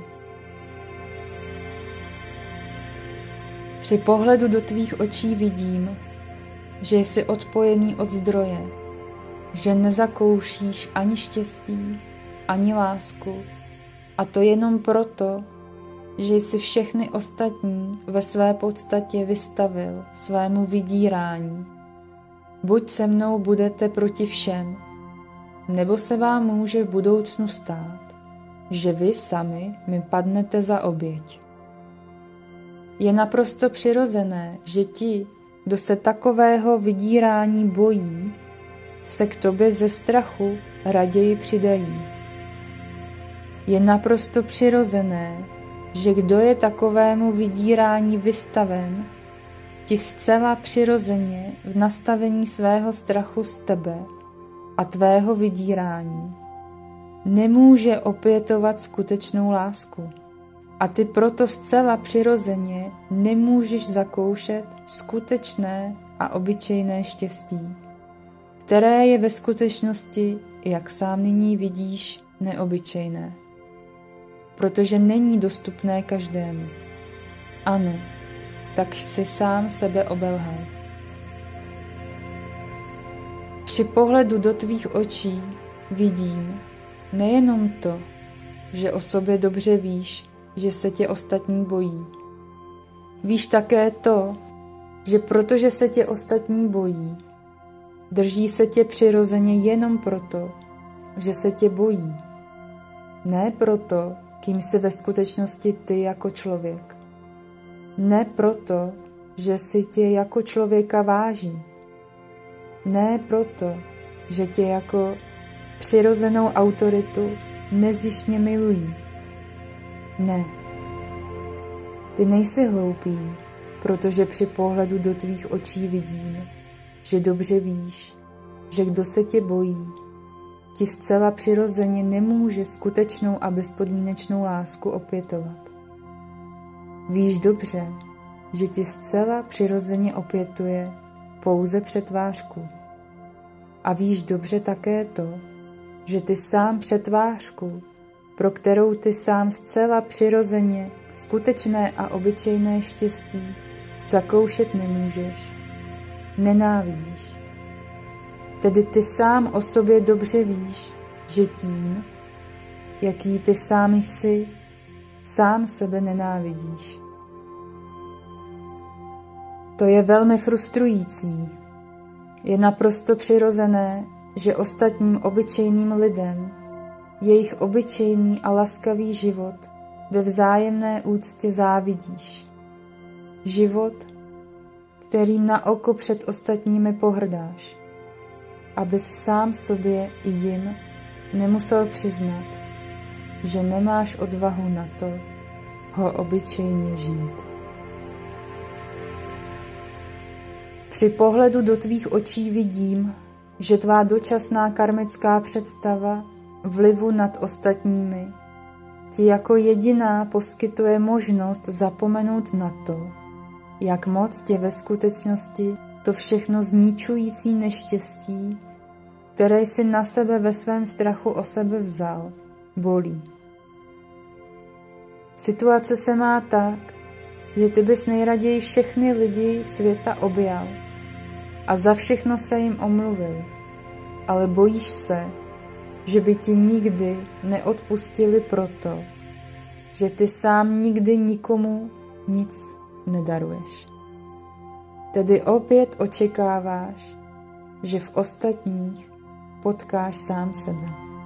Speaker 5: Při pohledu do tvých očí vidím, že jsi odpojený od zdroje, že nezakoušíš ani štěstí, ani lásku, a to jenom proto, že jsi všechny ostatní ve své podstatě vystavil svému vydírání. Buď se mnou budete proti všem, nebo se vám může v budoucnu stát, že vy sami mi padnete za oběť. Je naprosto přirozené, že ti, kdo se takového vydírání bojí, se k tobě ze strachu raději přidají. Je naprosto přirozené, že kdo je takovému vydírání vystaven, ti zcela přirozeně v nastavení svého strachu z tebe a tvého vydírání nemůže opětovat skutečnou lásku. A ty proto zcela přirozeně nemůžeš zakoušet skutečné a obyčejné štěstí, které je ve skutečnosti, jak sám nyní vidíš, neobyčejné. Protože není dostupné každému. Ano, tak jsi sám sebe obelhal. Při pohledu do tvých očí vidím nejenom to, že o sobě dobře víš, že se tě ostatní bojí. Víš také to, že protože se tě ostatní bojí, drží se tě přirozeně jenom proto, že se tě bojí. Ne proto, kým jsi ve skutečnosti ty jako člověk. Ne proto, že si tě jako člověka váží. Ne proto, že tě jako přirozenou autoritu nezištně milují. Ne. Ty nejsi hloupý, protože při pohledu do tvých očí vidím, že dobře víš, že kdo se tě bojí, ti zcela přirozeně nemůže skutečnou a bezpodmínečnou lásku opětovat. Víš dobře, že ti zcela přirozeně opětuje pouze přetvářku. A víš dobře také to, že ty sám přetvářku, pro kterou ty sám zcela přirozeně skutečné a obyčejné štěstí zakoušet nemůžeš, nenávidíš. Tedy ty sám o sobě dobře víš, že tím, jaký ty sám jsi, sám sebe nenávidíš. To je velmi frustrující. Je naprosto přirozené, že ostatním obyčejným lidem jejich obyčejný a laskavý život ve vzájemné úctě závidíš. Život, kterým na oko před ostatními pohrdáš, abys sám sobě i jim nemusel přiznat, že nemáš odvahu na to ho obyčejně žít. Při pohledu do tvých očí vidím, že tvá dočasná karmická představa vlivu nad ostatními ti jako jediná poskytuje možnost zapomenout na to, jak moc tě ve skutečnosti to všechno zničující neštěstí, které jsi na sebe ve svém strachu o sebe vzal, bolí. Situace se má tak, že ty bys nejraději všechny lidi světa objal a za všechno se jim omluvil, ale bojíš se, že by ti nikdy neodpustili proto, že ty sám nikdy nikomu nic nedaruješ. Tedy opět očekáváš, že v ostatních potkáš sám sebe.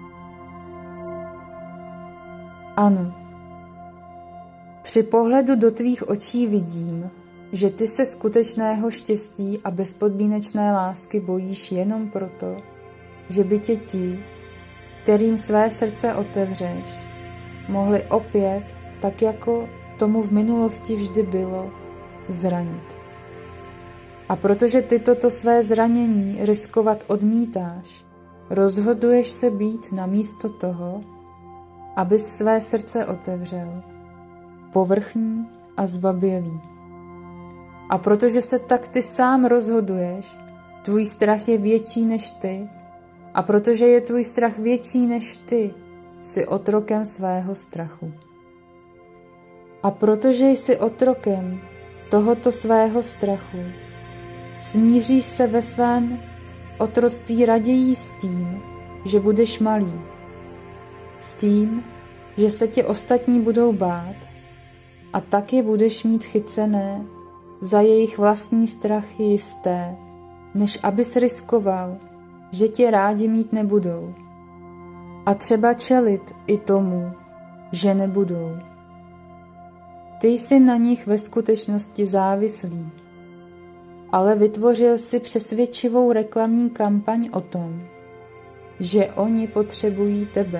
Speaker 5: Ano, při pohledu do tvých očí vidím, že ty se skutečného štěstí a bezpodmínečné lásky bojíš jenom proto, že by tě ti, kterým své srdce otevřeš, mohli opět, tak jako tomu v minulosti vždy bylo, zranit. A protože ty toto své zranění riskovat odmítáš, rozhoduješ se být namísto toho, abys své srdce otevřel, povrchní a zbabělý. A protože se tak ty sám rozhoduješ, tvůj strach je větší než ty, a protože je tvůj strach větší než ty, jsi otrokem svého strachu. A protože jsi otrokem tohoto svého strachu, smíříš se ve svém otroctví raději s tím, že budeš malý, s tím, že se tě ostatní budou bát a tak je budeš mít chycené, za jejich vlastní strachy jisté, než abys riskoval, že tě rádi mít nebudou. A třeba čelit i tomu, že nebudou. Ty jsi na nich ve skutečnosti závislý, ale vytvořil si přesvědčivou reklamní kampaň o tom, že oni potřebují tebe.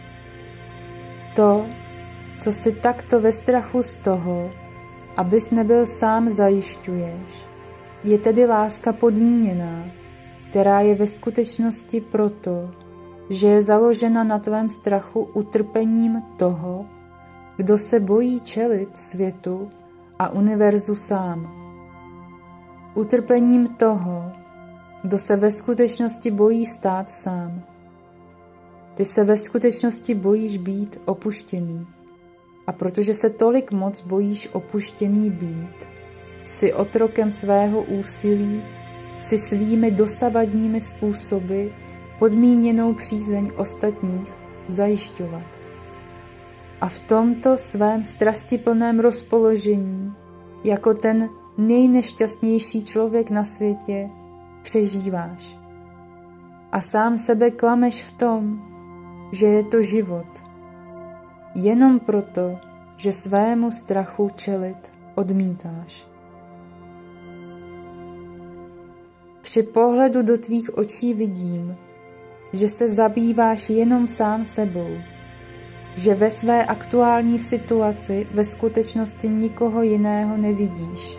Speaker 5: To, co si takto ve strachu z toho, abys nebyl sám, zajišťuješ, je tedy láska podmíněná, která je ve skutečnosti proto, že je založena na tvém strachu utrpením toho, kdo se bojí čelit světu a univerzu sám. Utrpením toho, kdo se ve skutečnosti bojí stát sám. Ty se ve skutečnosti bojíš být opuštěný. A protože se tolik moc bojíš opuštěný být, jsi otrokem svého úsilí, si svými dosavadními způsoby podmíněnou přízeň ostatních zajišťovat. A v tomto svém strastiplném rozpoložení, jako ten nejnešťastnější člověk na světě, přežíváš. A sám sebe klameš v tom, že je to život. Jenom proto, že svému strachu čelit odmítáš. Při pohledu do tvých očí vidím, že se zabýváš jenom sám sebou, že ve své aktuální situaci ve skutečnosti nikoho jiného nevidíš.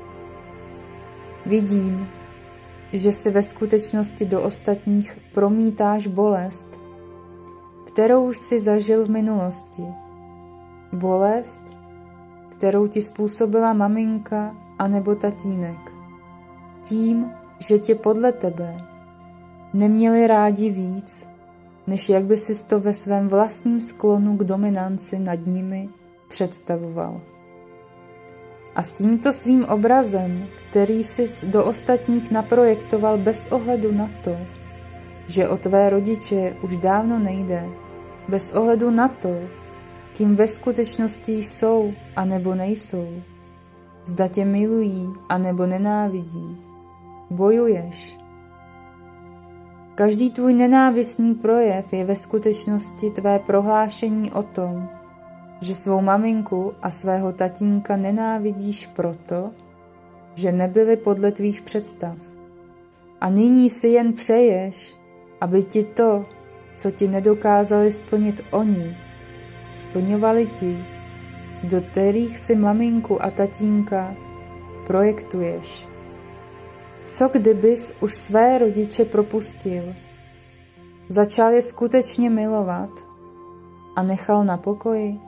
Speaker 5: Vidím, že si ve skutečnosti do ostatních promítáš bolest, kterou už si zažil v minulosti. Bolest, kterou ti způsobila maminka anebo tatínek. Tím, že tě podle tebe neměli rádi víc, než jak by si to ve svém vlastním sklonu k dominanci nad nimi představoval. A s tímto svým obrazem, který jsi do ostatních naprojektoval bez ohledu na to, že o tvé rodiče už dávno nejde, bez ohledu na to, kým ve skutečnosti jsou a nebo nejsou, zda tě milují a nebo nenávidí, bojuješ. Každý tvůj nenávistný projev je ve skutečnosti tvé prohlášení o tom, že svou maminku a svého tatínka nenávidíš proto, že nebyli podle tvých představ. A nyní si jen přeješ, aby ti to, co ti nedokázali splnit oni, splňovali ti, do kterých si maminku a tatínka projektuješ. Co kdybys už své rodiče propustil, začal je skutečně milovat a nechal na pokoji?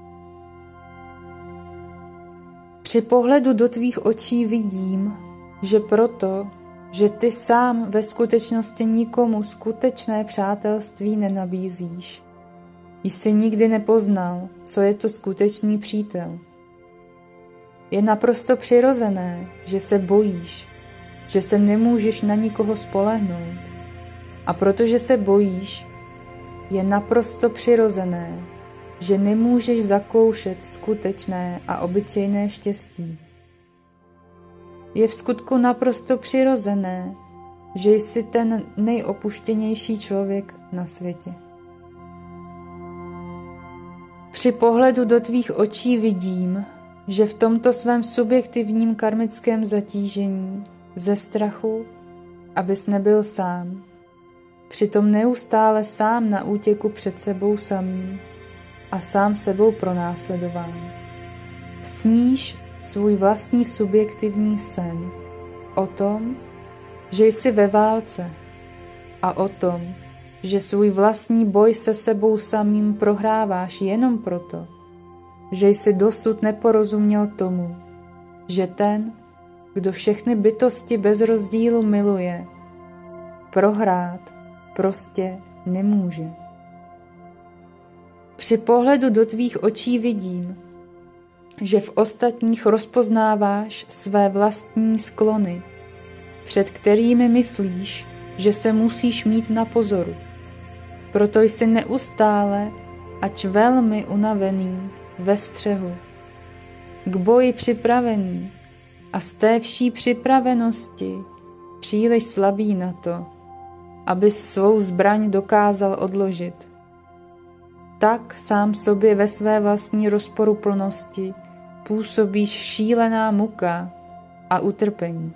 Speaker 5: Při pohledu do tvých očí vidím, že proto, že ty sám ve skutečnosti nikomu skutečné přátelství nenabízíš, jsi nikdy nepoznal, co je to skutečný přítel. Je naprosto přirozené, že se bojíš, že se nemůžeš na nikoho spolehnout. A protože se bojíš, je naprosto přirozené, že nemůžeš zakoušet skutečné a obyčejné štěstí. Je v skutku naprosto přirozené, že jsi ten nejopuštěnější člověk na světě. Při pohledu do tvých očí vidím, že v tomto svém subjektivním karmickém zatížení ze strachu, abys nebyl sám, přitom neustále sám na útěku před sebou samým a sám sebou pronásledován, sníš svůj vlastní subjektivní sen o tom, že jsi ve válce a o tom, že svůj vlastní boj se sebou samým prohráváš jenom proto, že jsi dosud neporozuměl tomu, že ten, kdo všechny bytosti bez rozdílu miluje, prohrát prostě nemůže. Při pohledu do tvých očí vidím, že v ostatních rozpoznáváš své vlastní sklony, před kterými myslíš, že se musíš mít na pozoru. Proto jsi neustále, ač velmi unavený, ve střehu. k boji připravený a z té vší připravenosti příliš slabý na to, abys svou zbraň dokázal odložit. Tak sám sobě ve své vlastní rozporuplnosti působíš šílená muka a utrpení.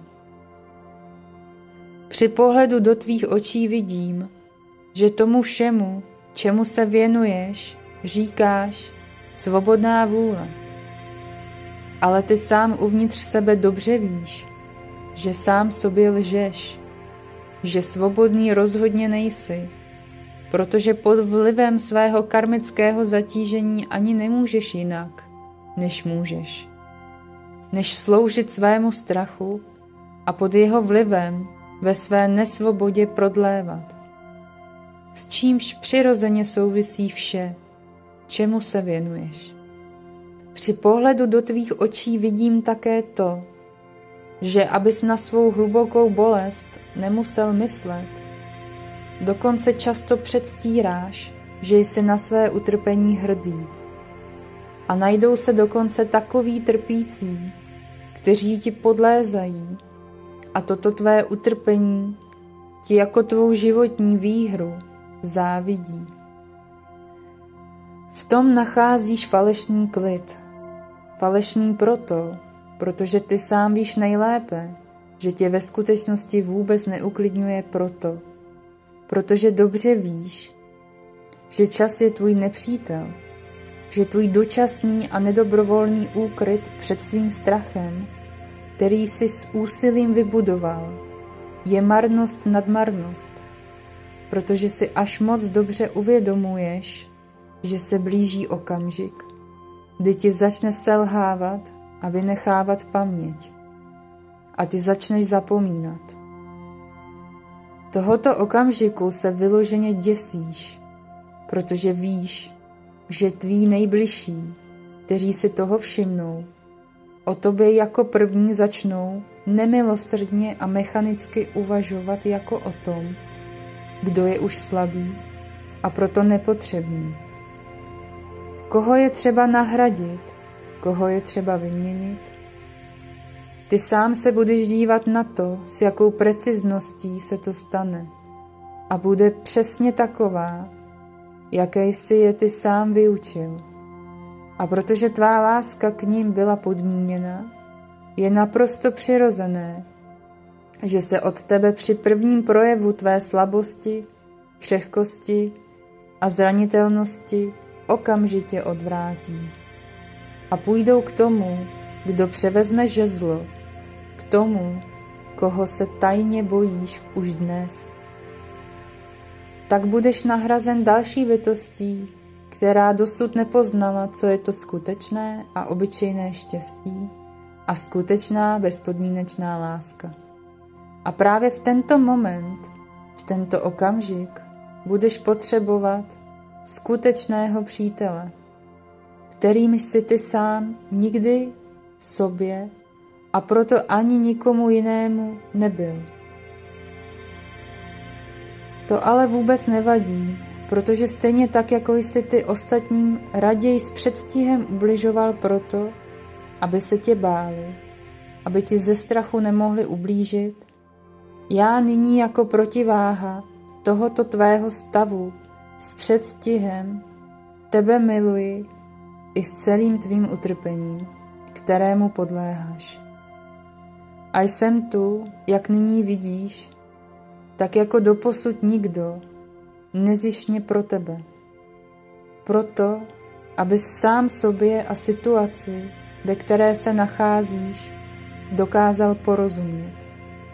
Speaker 5: Při pohledu do tvých očí vidím, že tomu všemu, čemu se věnuješ, říkáš svobodná vůle. Ale ty sám uvnitř sebe dobře víš, že sám sobě lžeš, že svobodný rozhodně nejsi, protože pod vlivem svého karmického zatížení ani nemůžeš jinak, než můžeš. Než sloužit svému strachu a pod jeho vlivem ve své nesvobodě prodlévat. S čímž přirozeně souvisí vše, čemu se věnuješ. Při pohledu do tvých očí vidím také to, že abys na svou hlubokou bolest nemusel myslet, dokonce často předstíráš, že jsi na své utrpení hrdý. A najdou se dokonce takoví trpící, kteří ti podlézají a toto tvé utrpení ti jako tvou životní výhru závidí. V tom nacházíš falešný klid. Falešný proto, protože ty sám víš nejlépe, že tě ve skutečnosti vůbec neuklidňuje proto, protože dobře víš, že čas je tvůj nepřítel, že tvůj dočasný a nedobrovolný úkryt před svým strachem, který jsi s úsilím vybudoval, je marnost nad marnost, protože si až moc dobře uvědomuješ, že se blíží okamžik, kdy ti začne selhávat a vynechávat paměť a ty začneš zapomínat. Tohoto okamžiku se vyloženě děsíš, protože víš, že tví nejbližší, kteří si toho všimnou, o tobě jako první začnou nemilosrdně a mechanicky uvažovat jako o tom, kdo je už slabý a proto nepotřebný. Koho je třeba nahradit, koho je třeba vyměnit? Ty sám se budeš dívat na to, s jakou precizností se to stane. A bude přesně taková, jaké jsi je ty sám vyučil. A protože tvá láska k ním byla podmíněna, je naprosto přirozené, že se od tebe při prvním projevu tvé slabosti, křehkosti a zranitelnosti okamžitě odvrátí. A půjdou k tomu, kdo převezme žezlo, k tomu, koho se tajně bojíš už dnes. Tak budeš nahrazen další bytostí, která dosud nepoznala, co je to skutečné a obyčejné štěstí a skutečná bezpodmínečná láska. A právě v tento moment, v tento okamžik, budeš potřebovat skutečného přítele, kterým jsi ty sám nikdy sobě a proto ani nikomu jinému nebyl. To ale vůbec nevadí, protože stejně tak, jako jsi ty ostatním raději s předstihem ubližoval proto, aby se tě báli, aby ti ze strachu nemohli ublížit, já nyní jako protiváha tohoto tvého stavu s předstihem tebe miluji i s celým tvým utrpením, kterému podléháš. A jsem tu, jak nyní vidíš, tak jako doposud nikdo, nezištně pro tebe. Proto, abys sám sobě a situaci, ve které se nacházíš, dokázal porozumět.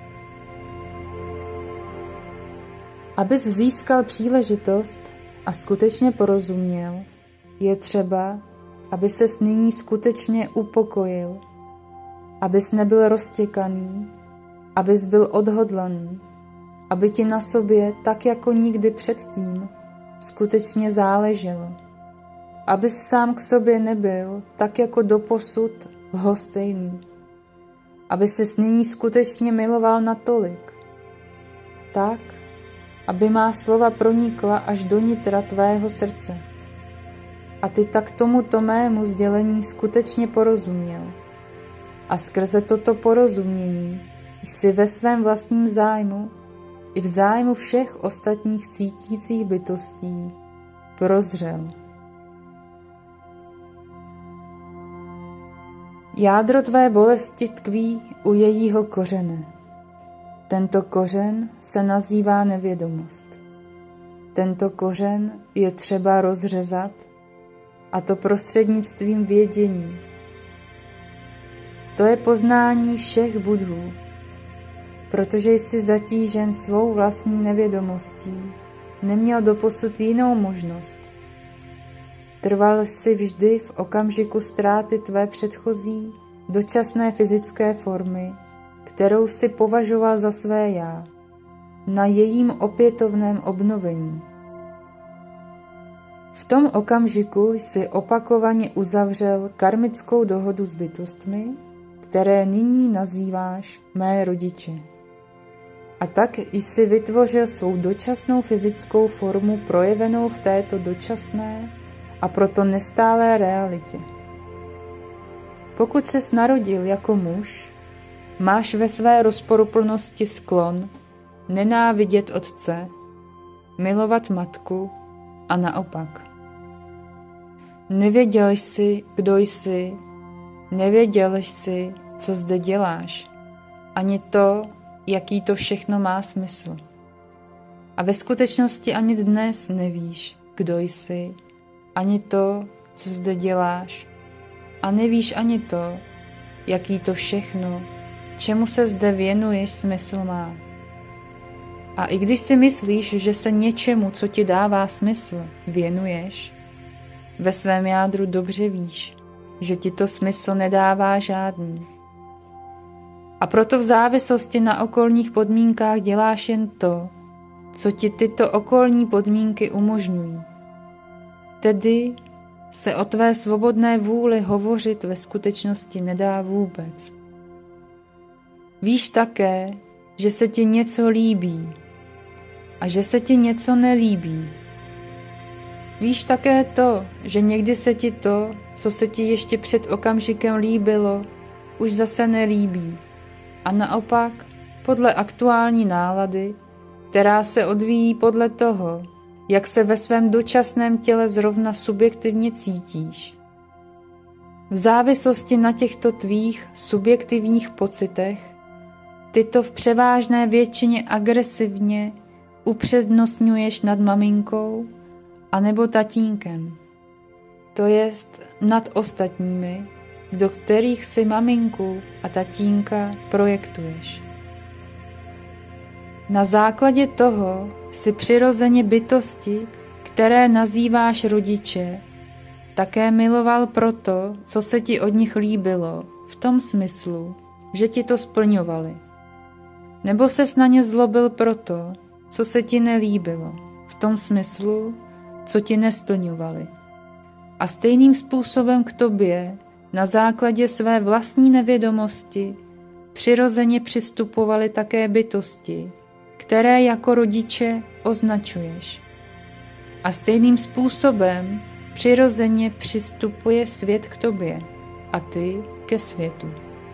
Speaker 5: Abys získal příležitost a skutečně porozuměl, je třeba, aby ses nyní skutečně upokojil, abys nebyl roztěkaný, abys byl odhodlaný, aby ti na sobě, tak jako nikdy předtím, skutečně záleželo. Abys sám k sobě nebyl, tak jako doposud, lhostejný. Aby ses nyní skutečně miloval natolik, tak, aby má slova pronikla až do nitra tvého srdce. a ty tak tomuto mému sdělení skutečně porozuměl. A skrze toto porozumění jsi ve svém vlastním zájmu i v zájmu všech ostatních cítících bytostí prozřel. Jádro tvé bolesti tkví u jejího kořene. Tento kořen se nazývá nevědomost. Tento kořen je třeba rozřezat, a to prostřednictvím vědění. To je poznání všech budhů, protože jsi zatížen svou vlastní nevědomostí, neměl doposud jinou možnost. Trval jsi vždy v okamžiku ztráty tvé předchozí, dočasné fyzické formy, kterou jsi považoval za své já, na jejím opětovném obnovení. V tom okamžiku jsi opakovaně uzavřel karmickou dohodu s bytostmi, které nyní nazýváš mé rodiče. A tak jsi vytvořil svou dočasnou fyzickou formu projevenou v této dočasné a proto nestálé realitě. Pokud ses narodil jako muž, máš ve své rozporuplnosti sklon nenávidět otce, milovat matku a naopak. Nevěděl jsi, kdo jsi, nevěděl jsi, co zde děláš, ani to, jaký to všechno má smysl. A ve skutečnosti ani dnes nevíš, kdo jsi, ani to, co zde děláš, a nevíš ani to, jaký to všechno, čemu se zde věnuješ, smysl má. A i když si myslíš, že se něčemu, co ti dává smysl, věnuješ, ve svém jádru dobře víš, že ti to smysl nedává žádný. A proto v závislosti na okolních podmínkách děláš jen to, co ti tyto okolní podmínky umožňují. Tedy se o tvé svobodné vůli hovořit ve skutečnosti nedá vůbec. Víš také, že se ti něco líbí a že se ti něco nelíbí. Víš také to, že někdy se ti to, co se ti ještě před okamžikem líbilo, už zase nelíbí. A naopak, podle aktuální nálady, která se odvíjí podle toho, jak se ve svém dočasném těle zrovna subjektivně cítíš. V závislosti na těchto tvých subjektivních pocitech, ty to v převážné většině agresivně upřednostňuješ nad maminkou anebo tatínkem, to jest nad ostatními, do kterých si maminku a tatínka projektuješ. Na základě toho si přirozeně bytosti, které nazýváš rodiče, také miloval proto, co se ti od nich líbilo, v tom smyslu, že ti to splňovali. Nebo ses na ně zlobil proto, co se ti nelíbilo, v tom smyslu, co ti nesplňovali. A stejným způsobem k tobě, na základě své vlastní nevědomosti, přirozeně přistupovaly také bytosti, které jako rodiče označuješ. A stejným způsobem přirozeně přistupuje svět k tobě a ty ke světu.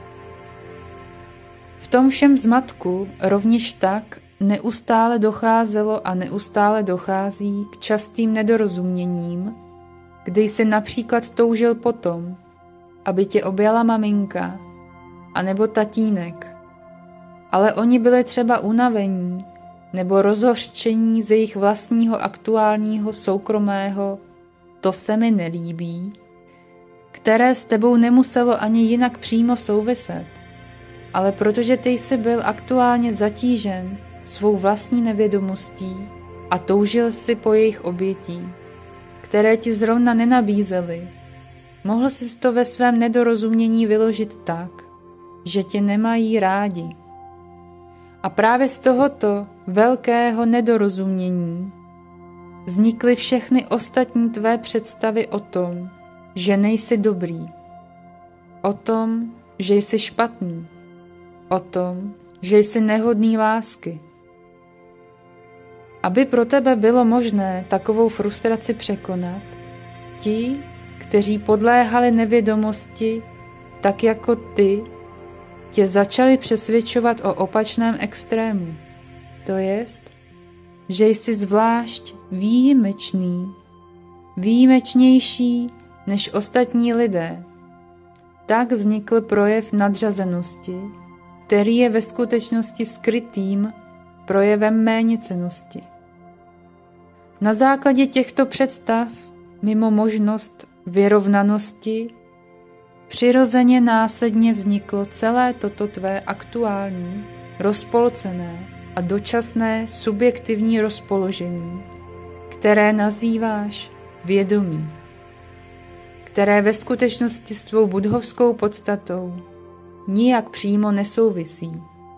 Speaker 5: V tom všem zmatku rovněž tak neustále docházelo a neustále dochází k častým nedorozuměním, kdy jsi například toužil potom, aby tě objala maminka anebo tatínek, ale oni byli třeba unavení nebo rozhořčení z jejich vlastního aktuálního soukromého to se mi nelíbí, které s tebou nemuselo ani jinak přímo souviset, ale protože ty jsi byl aktuálně zatížen svou vlastní nevědomostí a toužil si po jejich obětí, které ti zrovna nenabízely, mohl jsi to ve svém nedorozumění vyložit tak, že tě nemají rádi. A právě z tohoto velkého nedorozumění vznikly všechny ostatní tvé představy o tom, že nejsi dobrý, o tom, že jsi špatný, o tom, že jsi nehodný lásky. Aby pro tebe bylo možné takovou frustraci překonat, Ti, kteří podléhali nevědomosti, tak jako ty, tě začali přesvědčovat o opačném extrému. To jest, že jsi zvlášť výjimečný, výjimečnější než ostatní lidé. Tak vznikl projev nadřazenosti, který je ve skutečnosti skrytým projevem méněcennosti. Na základě těchto představ, mimo možnost vyrovnanosti, přirozeně následně vzniklo celé toto tvé aktuální, rozpolcené a dočasné subjektivní rozpoložení, které nazýváš vědomí, které ve skutečnosti s tvou budhovskou podstatou nijak přímo nesouvisí.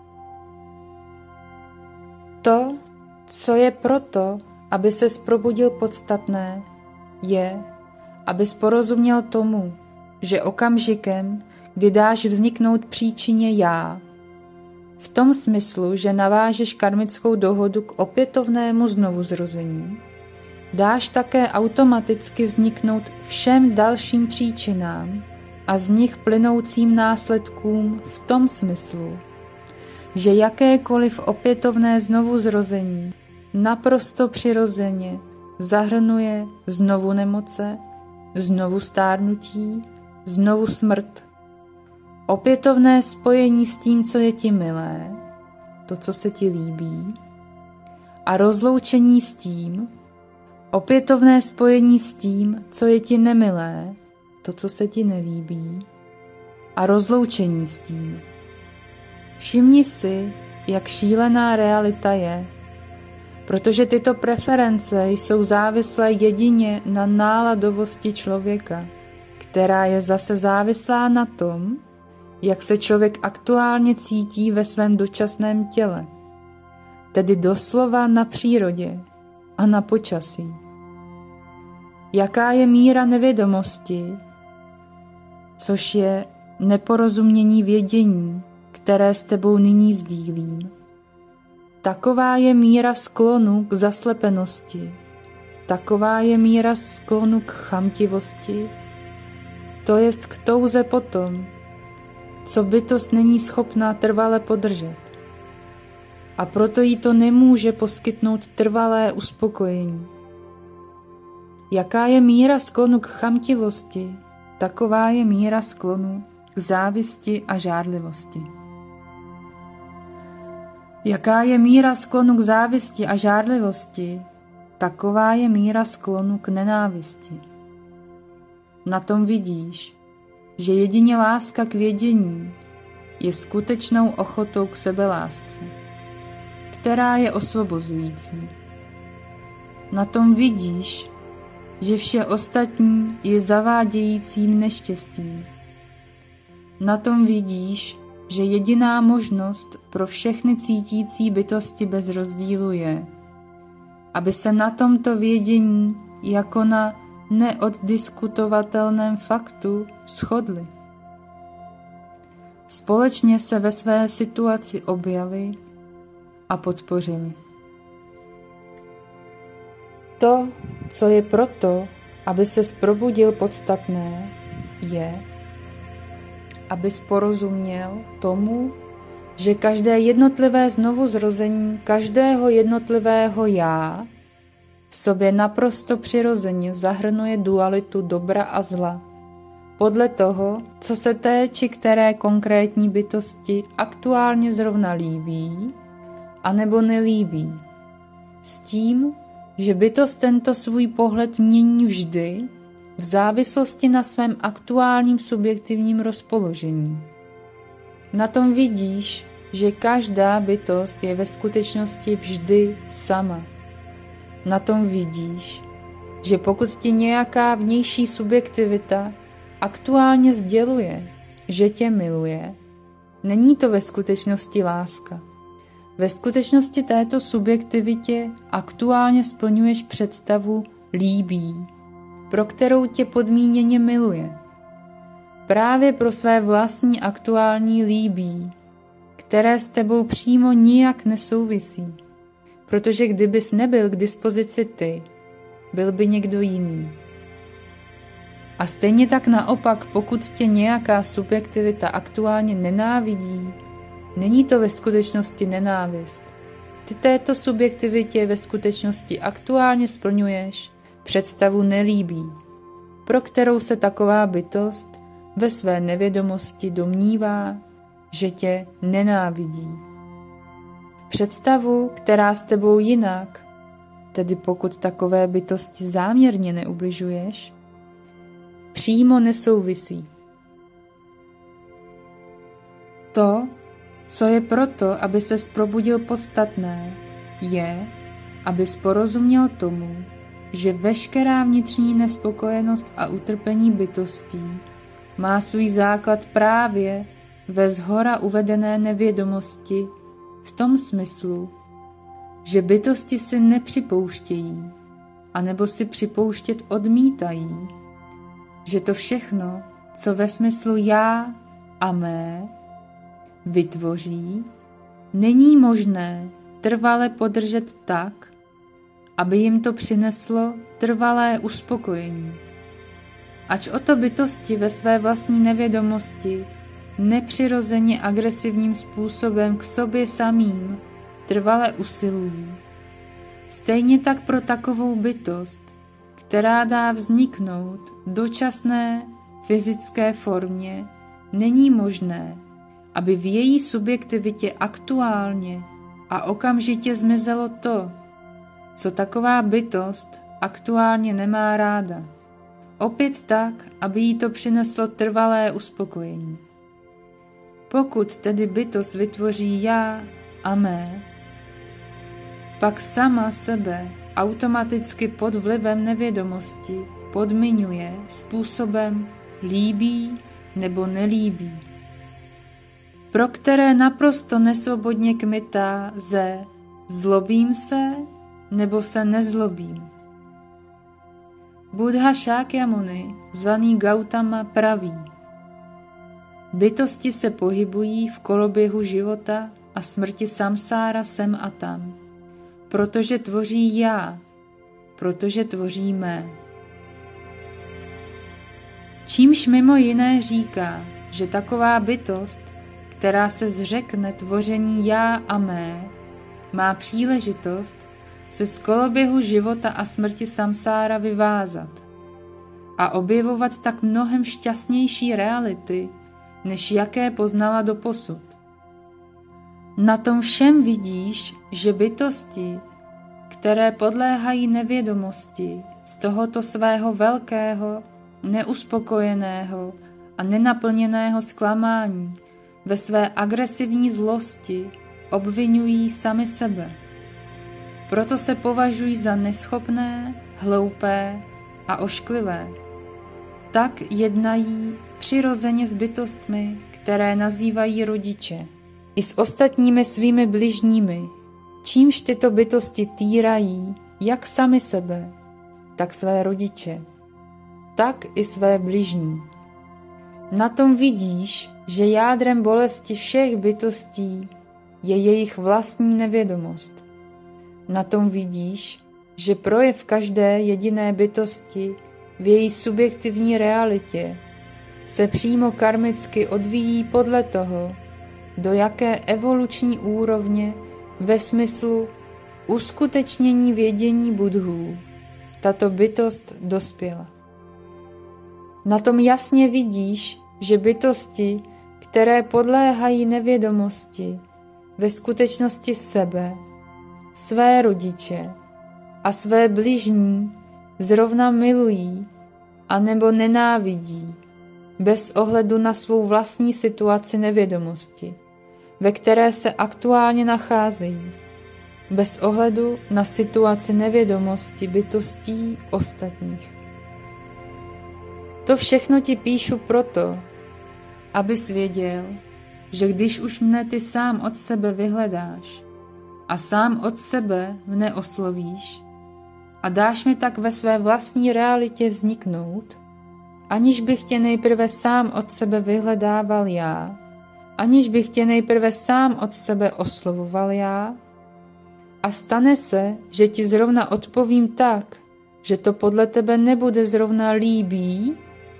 Speaker 5: To, co je proto, aby ses probudil podstatné, je, abys porozuměl tomu, že okamžikem, kdy dáš vzniknout příčině já, v tom smyslu, že navážeš karmickou dohodu k opětovnému znovuzrození, dáš také automaticky vzniknout všem dalším příčinám a z nich plynoucím následkům v tom smyslu, že jakékoliv opětovné znovuzrození naprosto přirozeně zahrnuje znovu nemoce, znovu stárnutí, znovu smrt, opětovné spojení s tím, co je ti milé, to, co se ti líbí, a rozloučení s tím, opětovné spojení s tím, co je ti nemilé, to, co se ti nelíbí, a rozloučení s tím. Všimni si, jak šílená realita je, protože tyto preference jsou závislé jedině na náladovosti člověka, která je zase závislá na tom, jak se člověk aktuálně cítí ve svém dočasném těle, tedy doslova na přírodě a na počasí. Jaká je míra nevědomosti, což je neporozumění vědění, které s tebou nyní sdílím. Taková je míra sklonu k zaslepenosti, taková je míra sklonu k chamtivosti, to jest k touze potom, co bytost není schopná trvale podržet. A proto jí to nemůže poskytnout trvalé uspokojení. Jaká je míra sklonu k chamtivosti, taková je míra sklonu k závisti a žárlivosti. Jaká je míra sklonu k závisti a žárlivosti, taková je míra sklonu k nenávisti. Na tom vidíš, že jedině láska k vědění je skutečnou ochotou k sebelásce, která je osvobozující. Na tom vidíš, že vše ostatní je zavádějícím neštěstím. Na tom vidíš, že jediná možnost pro všechny cítící bytosti bez rozdílu je, aby se na tomto vědění jako na neoddiskutovatelném faktu shodli. Společně se ve své situaci objali a podpořili. To, co je proto, aby ses probudil podstatné, je, abys porozuměl tomu, že každé jednotlivé znovuzrození každého jednotlivého já v sobě naprosto přirozeně zahrnuje dualitu dobra a zla, podle toho, co se té či které konkrétní bytosti aktuálně zrovna líbí, anebo nelíbí, s tím, že bytost tento svůj pohled mění vždy v závislosti na svém aktuálním subjektivním rozpoložení. Na tom vidíš, že každá bytost je ve skutečnosti vždy sama. Na tom vidíš, že pokud ti nějaká vnější subjektivita aktuálně sděluje, že tě miluje, není to ve skutečnosti láska. Ve skutečnosti této subjektivitě aktuálně splňuješ představu líbí, pro kterou tě podmíněně miluje. Právě pro své vlastní aktuální líbí, které s tebou přímo nijak nesouvisí, protože kdybys nebyl k dispozici ty, byl by někdo jiný. A stejně tak naopak, pokud tě nějaká subjektivita aktuálně nenávidí, není to ve skutečnosti nenávist. Ty této subjektivitě ve skutečnosti aktuálně splňuješ představu nelíbí, pro kterou se taková bytost ve své nevědomosti domnívá, že tě nenávidí. Představu, která s tebou jinak, tedy pokud takové bytosti záměrně neubližuješ, přímo nesouvisí. To, co je proto, aby ses probudil podstatné, je, abys porozuměl tomu, že veškerá vnitřní nespokojenost a utrpení bytostí má svůj základ právě ve shora uvedené nevědomosti v tom smyslu, že bytosti si nepřipouštějí, anebo si připouštět odmítají, že to všechno, co ve smyslu já a mé vytvoří, není možné trvale podržet tak, aby jim to přineslo trvalé uspokojení. Ač o to bytosti ve své vlastní nevědomosti nepřirozeně agresivním způsobem k sobě samým trvale usilují, stejně tak pro takovou bytost, která dá vzniknout dočasné fyzické formě, není možné, aby v její subjektivitě aktuálně a okamžitě zmizelo to, co taková bytost aktuálně nemá ráda. Opět tak, aby jí to přineslo trvalé uspokojení. Pokud tedy bytost vytvoří já a mé, pak sama sebe automaticky pod vlivem nevědomosti podmiňuje způsobem líbí nebo nelíbí, pro které naprosto nesvobodně kmitá ze zlobím se nebo se nezlobím. Buddha Šákyamuni, zvaný Gautama, praví: bytosti se pohybují v koloběhu života a smrti samsára sem a tam, protože tvoří já, protože tvoří mé. Čímž mimo jiné říká, že taková bytost, která se zřekne tvoření já a mé, má příležitost se z koloběhu života a smrti samsára vyvázat a objevovat tak mnohem šťastnější reality, než jaké poznala doposud. Na tom všem vidíš, že bytosti, které podléhají nevědomosti z tohoto svého velkého, neuspokojeného a nenaplněného zklamání, ve své agresivní zlosti obvinují sami sebe. Proto se považují za neschopné, hloupé a ošklivé. Tak jednají přirozeně s bytostmi, které nazývají rodiče, i s ostatními svými bližními, čímž tyto bytosti týrají jak sami sebe, tak své rodiče, tak i své bližní. Na tom vidíš, že jádrem bolesti všech bytostí je jejich vlastní nevědomost. Na tom vidíš, že projev každé jediné bytosti v její subjektivní realitě se přímo karmicky odvíjí podle toho, do jaké evoluční úrovně ve smyslu uskutečnění vědění Buddhů tato bytost dospěla. Na tom jasně vidíš, že bytosti, které podléhají nevědomosti, ve skutečnosti sebe, své rodiče a své bližní zrovna milují anebo nenávidí, bez ohledu na svou vlastní situaci nevědomosti, ve které se aktuálně nacházejí, bez ohledu na situaci nevědomosti bytostí ostatních. To všechno ti píšu proto, abys věděl, že když už mne ty sám od sebe vyhledáš a sám od sebe mne oslovíš a dáš mi tak ve své vlastní realitě vzniknout, aniž bych tě nejprve sám od sebe vyhledával já, aniž bych tě nejprve sám od sebe oslovoval já, a stane se, že ti zrovna odpovím tak, že to podle tebe nebude zrovna líbí,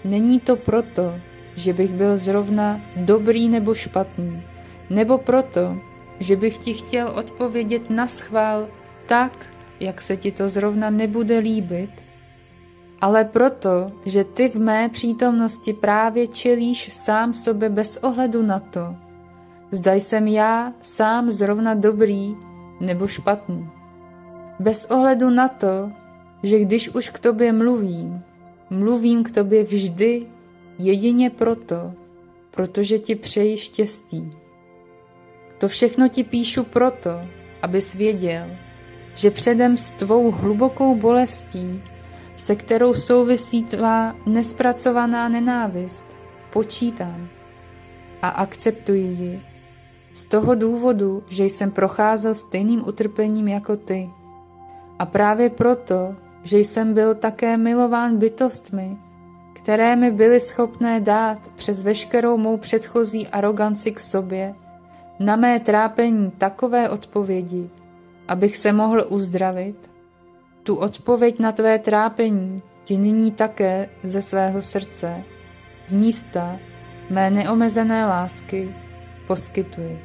Speaker 5: není to proto, že bych byl zrovna dobrý nebo špatný, nebo proto, že bych ti chtěl odpovědět naschvál tak, jak se ti to zrovna nebude líbit, ale proto, že ty v mé přítomnosti právě čelíš sám sobě bez ohledu na to, zda jsem já sám zrovna dobrý nebo špatný. Bez ohledu na to, že když už k tobě mluvím, mluvím k tobě vždy jedině proto, protože ti přeji štěstí. To všechno ti píšu proto, abys věděl, že předem s tvou hlubokou bolestí, se kterou souvisí tvá nespracovaná nenávist, počítám a akceptuji ji. Z toho důvodu, že jsem procházel stejným utrpením jako ty. A právě proto, že jsem byl také milován bytostmi, které mi byly schopné dát přes veškerou mou předchozí aroganci k sobě na mé trápení takové odpovědi, abych se mohl uzdravit, tu odpověď na tvé trápení ti nyní také ze svého srdce, z místa mé neomezené lásky poskytuji.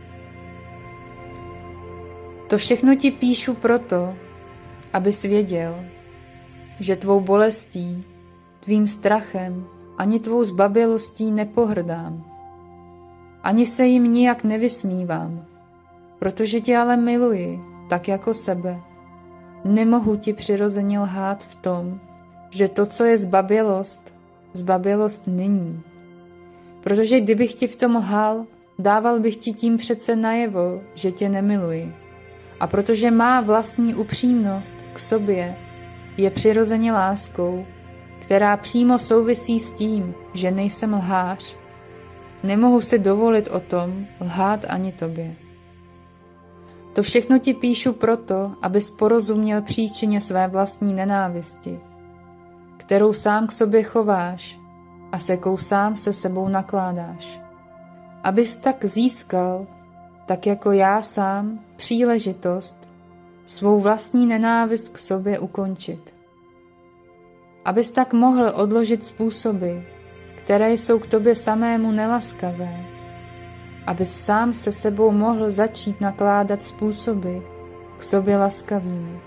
Speaker 5: To všechno ti píšu proto, abys věděl, že tvou bolestí, tvým strachem ani tvou zbabělostí nepohrdám. Ani se jim nijak nevysmívám, protože tě ale miluji, tak jako sebe. Nemohu ti přirozeně lhát v tom, že to, co je zbabělost, zbabělost není. Protože kdybych ti v tom lhal, dával bych ti tím přece najevo, že tě nemiluji. A protože má vlastní upřímnost k sobě je přirozeně láskou, která přímo souvisí s tím, že nejsem lhář, nemohu si dovolit o tom lhát ani tobě. To všechno ti píšu proto, abys porozuměl příčině své vlastní nenávisti, kterou sám k sobě chováš a se jakou sám se sebou nakládáš. Abys tak získal, tak jako já sám, příležitost svou vlastní nenávist k sobě ukončit. Abys tak mohl odložit způsoby, které jsou k tobě samému nelaskavé, abys sám se sebou mohl začít nakládat způsoby k sobě laskavými.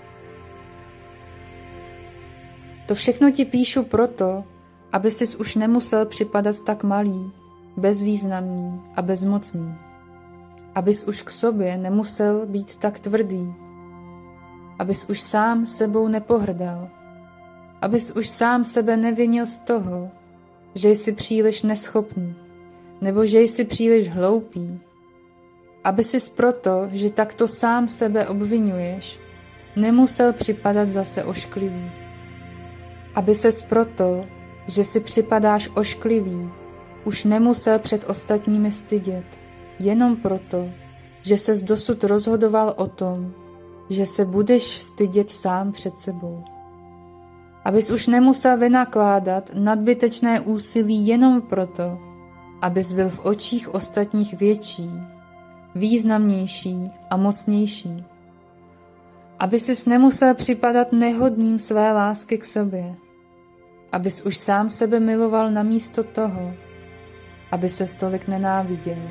Speaker 5: To všechno ti píšu proto, aby sis už nemusel připadat tak malý, bezvýznamný a bezmocný. Abys už k sobě nemusel být tak tvrdý. Abys už sám sebou nepohrdal. Abys už sám sebe nevinil z toho, že jsi příliš neschopný, nebo že jsi příliš hloupý. Aby sis proto, že takto sám sebe obvinuješ, nemusel připadat zase ošklivý. Aby ses proto, že si připadáš ošklivý, už nemusel před ostatními stydět, jenom proto, že ses dosud rozhodoval o tom, že se budeš stydět sám před sebou. Abys už nemusel vynakládat nadbytečné úsilí jenom proto, abys byl v očích ostatních větší, významnější a mocnější. Aby sis nemusel připadat nehodným své lásky k sobě. Abys už sám sebe miloval namísto toho, aby se tolik nenáviděl.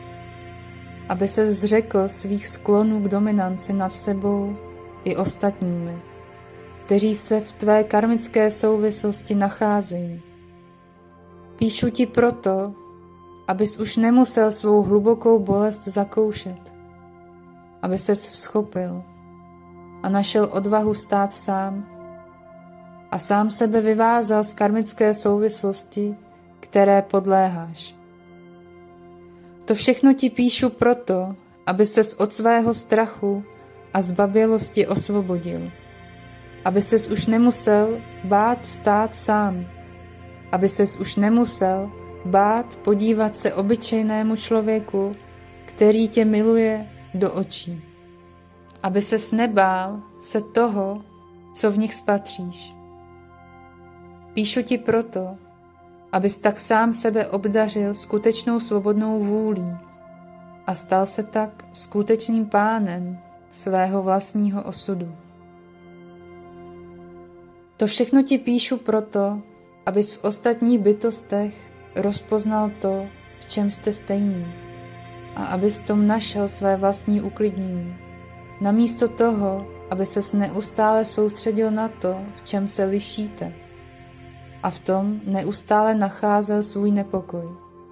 Speaker 5: Aby se zřekl svých sklonů k dominanci nad sebou i ostatními, kteří se v tvé karmické souvislosti nacházejí. Píšu ti proto, abys už nemusel svou hlubokou bolest zakoušet, aby ses vzchopil a našel odvahu stát sám a sám sebe vyvázal z karmické souvislosti, které podléháš. To všechno ti píšu proto, aby ses od svého strachu a zbabělosti osvobodil, aby ses už nemusel bát stát sám, aby ses už nemusel bát podívat se obyčejnému člověku, který tě miluje, do očí. Aby ses nebál se toho, co v nich spatříš. Píšu ti proto, abys tak sám sebe obdařil skutečnou svobodnou vůlí a stal se tak skutečným pánem svého vlastního osudu. To všechno ti píšu proto, abys v ostatních bytostech rozpoznal to, v čem jste stejný, a abys v tom našel své vlastní uklidnění. Namísto toho, aby ses neustále soustředil na to, v čem se lišíte, a v tom neustále nacházel svůj nepokoj.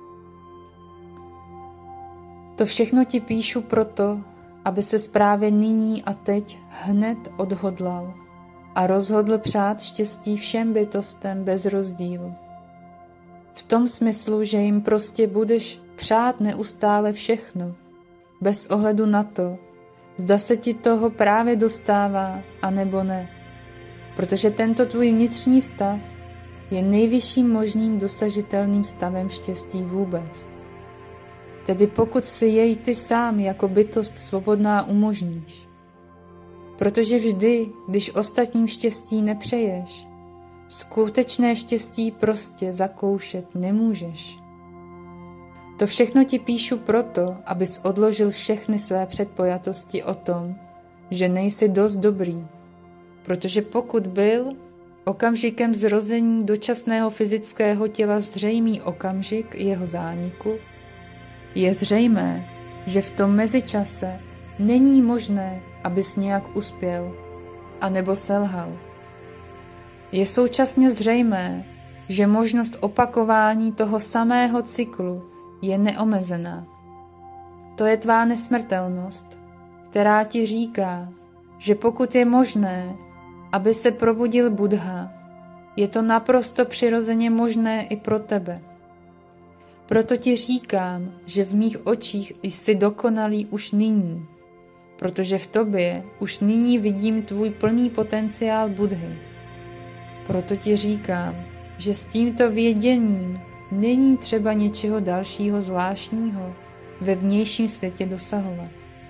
Speaker 5: To všechno ti píšu proto, aby ses právě nyní a teď hned odhodlal a rozhodl přát štěstí všem bytostem bez rozdílu. V tom smyslu, že jim prostě budeš přát neustále všechno, bez ohledu na to, zda se ti toho právě dostává, anebo ne. Protože tento tvůj vnitřní stav je nejvyšším možným dosažitelným stavem štěstí vůbec. Tedy pokud si jej ty sám jako bytost svobodná umožníš. Protože vždy, když ostatním štěstí nepřeješ, skutečné štěstí prostě zakoušet nemůžeš. To všechno ti píšu proto, abys odložil všechny své předpojatosti o tom, že nejsi dost dobrý. Protože pokud byl okamžikem zrození dočasného fyzického těla zřejmý okamžik jeho zániku, je zřejmé, že v tom mezičase není možné, abys nějak uspěl, anebo selhal. Je současně zřejmé, že možnost opakování toho samého cyklu je neomezená. To je tvá nesmrtelnost, která ti říká, že pokud je možné, aby se probudil Buddha, je to naprosto přirozeně možné i pro tebe. Proto ti říkám, že v mých očích jsi dokonalý už nyní, protože v tobě už nyní vidím tvůj plný potenciál Buddhy. Proto ti říkám, že s tímto věděním není třeba něčeho dalšího zvláštního ve vnějším světě dosahovat.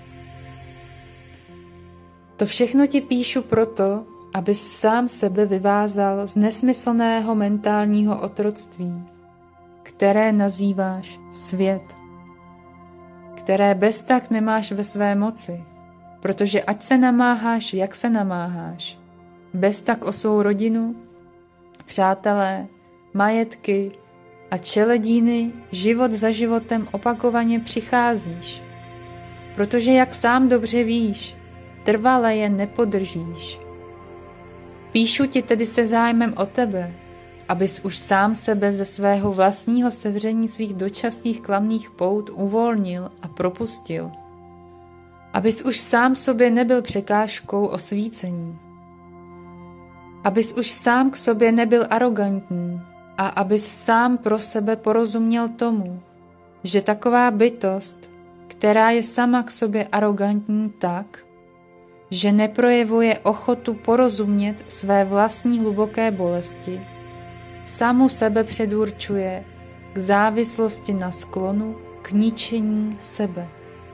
Speaker 5: To všechno ti píšu proto, abys sám sebe vyvázal z nesmyslného mentálního otroctví, které nazýváš svět, které bez tak nemáš ve své moci, protože ať se namáháš, jak se namáháš, bez tak o svou rodinu, přátelé, majetky a čeledíny život za životem opakovaně přicházíš, protože jak sám dobře víš, trvale je nepodržíš. Píšu ti tedy se zájmem o tebe, abys už sám sebe ze svého vlastního sevření svých dočasných klamných pout uvolnil a propustil. Abys už sám sobě nebyl překážkou osvícení. Abys už sám k sobě nebyl arrogantní a abys sám pro sebe porozuměl tomu, že taková bytost, která je sama k sobě arrogantní tak, že neprojevuje ochotu porozumět své vlastní hluboké bolesti, samu sebe předurčuje k závislosti na sklonu k ničení sebe.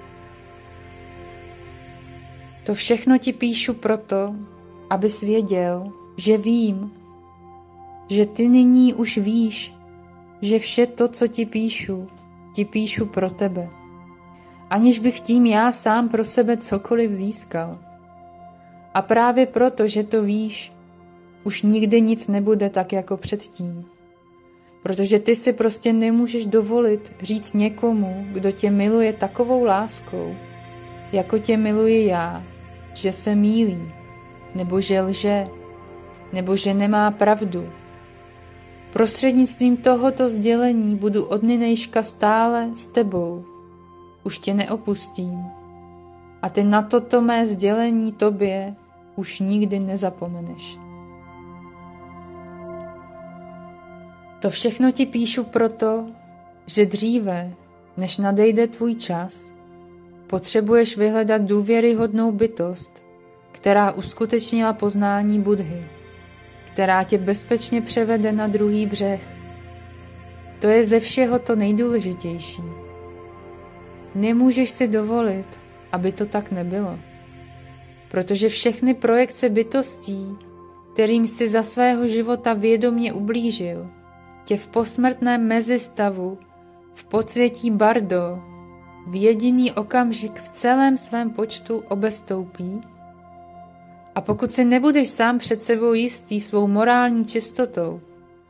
Speaker 5: To všechno ti píšu proto, abys věděl, že vím, že ty nyní už víš, že vše to, co ti píšu, ti píšu pro tebe, aniž bych tím já sám pro sebe cokoliv získal. A právě proto, že to víš, už nikdy nic nebude tak jako předtím. Protože ty si prostě nemůžeš dovolit říct někomu, kdo tě miluje takovou láskou, jako tě miluji já, že se mýlí, nebo že lže, nebo že nemá pravdu. Prostřednictvím tohoto sdělení budu od nynějška stále s tebou. Už tě neopustím. A ty na toto mé sdělení tobě už nikdy nezapomeneš. To všechno ti píšu proto, že dříve, než nadejde tvůj čas, potřebuješ vyhledat důvěryhodnou bytost, která uskutečnila poznání Buddhy, která tě bezpečně převede na druhý břeh. To je ze všeho to nejdůležitější. Nemůžeš si dovolit, aby to tak nebylo, protože všechny projekce bytostí, kterým si za svého života vědomě ublížil, tě v posmrtném mezistavu, v podsvětí Bardo, v jediný okamžik v celém svém počtu obestoupí. A pokud si nebudeš sám před sebou jistý svou morální čistotou,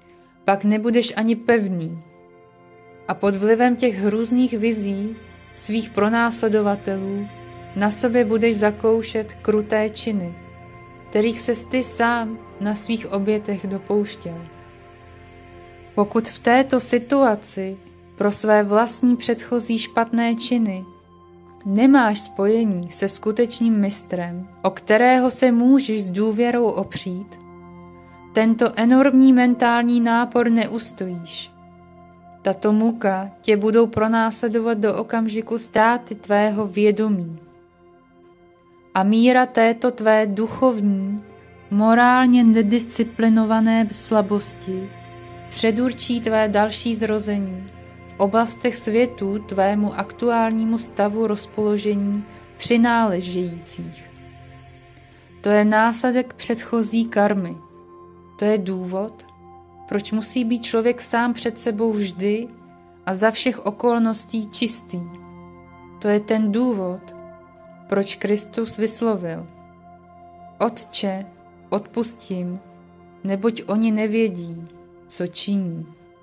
Speaker 5: pak nebudeš ani pevný. A pod vlivem těch hrůzných vizí svých pronásledovatelů na sobě budeš zakoušet kruté činy, kterých ses ty sám na svých obětech dopouštěl. Pokud v této situaci pro své vlastní předchozí špatné činy nemáš spojení se skutečným mistrem, o kterého se můžeš s důvěrou opřít, tento enormní mentální nápor neustojíš. Tato muka tě budou pronásledovat do okamžiku ztráty tvého vědomí. A míra této tvé duchovní, morálně nedisciplinované slabosti předurčí tvé další zrození v oblastech světů tvému aktuálnímu stavu rozpoložení přináležejících. To je následek předchozí karmy. To je důvod, proč musí být člověk sám před sebou vždy a za všech okolností čistý. To je ten důvod, proč Kristus vyslovil: Otče, odpustím, neboť oni nevědí, co činí.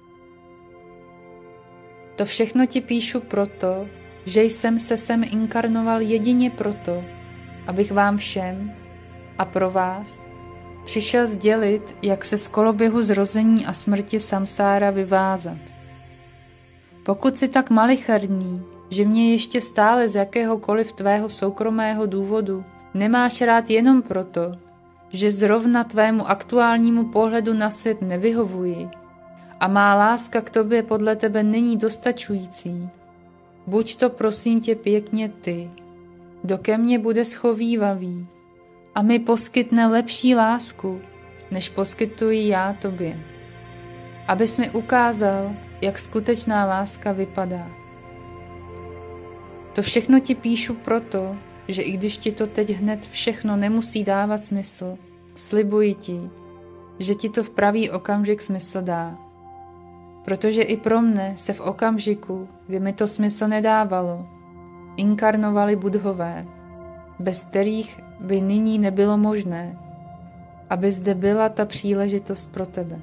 Speaker 5: To všechno ti píšu proto, že jsem se sem inkarnoval jedině proto, abych vám všem a pro vás přišel sdělit, jak se z koloběhu zrození a smrti samsára vyvázat. Pokud jsi tak malicherný, že mě ještě stále z jakéhokoliv tvého soukromého důvodu nemáš rád jenom proto, že zrovna tvému aktuálnímu pohledu na svět nevyhovuji a má láska k tobě podle tebe není dostačující, buď to prosím tě pěkně ty, kdo ke mně bude schovívavý a mi poskytne lepší lásku, než poskytuji já tobě, abys mi ukázal, jak skutečná láska vypadá. To všechno ti píšu proto, že i když ti to teď hned všechno nemusí dávat smysl, slibuji ti, že ti to v pravý okamžik smysl dá. Protože i pro mne se v okamžiku, kdy mi to smysl nedávalo, inkarnovali Budhové, bez kterých by nyní nebylo možné, aby zde byla ta příležitost pro tebe.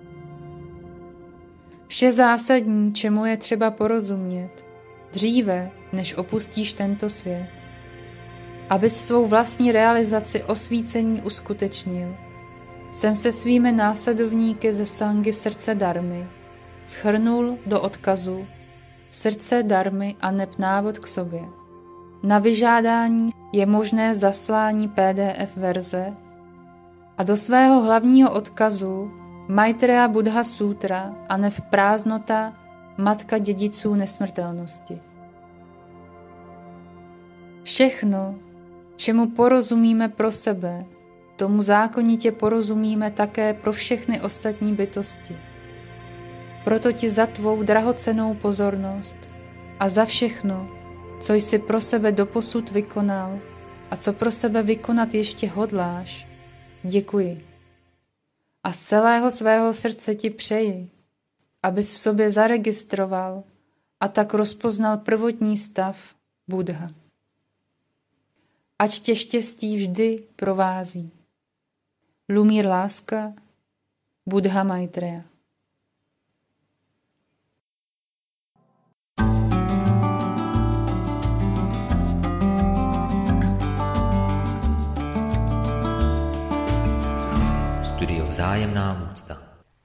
Speaker 5: Vše zásadní, čemu je třeba porozumět, dříve, než opustíš tento svět, abys svou vlastní realizaci osvícení uskutečnil, jsem se svými následovníky ze sangy srdce Dharmy shrnul do odkazu srdce Dharmy a neb návod k sobě. Na vyžádání je možné zaslání P D F verze a do svého hlavního odkazu Maitreya Buddha Sutra a neb prázdnota matka dědiců nesmrtelnosti. Všechno, čemu porozumíme pro sebe, tomu zákonitě porozumíme také pro všechny ostatní bytosti. Proto ti za tvou drahocennou pozornost a za všechno, co jsi pro sebe doposud vykonal a co pro sebe vykonat ještě hodláš, děkuji. A z celého svého srdce ti přeji, abys v sobě zaregistroval a tak rozpoznal prvotní stav Buddha. Ať tě štěstí vždy provází. Lumír Láska, Buddha Maitreya.
Speaker 1: Studio Vzájemná úcta.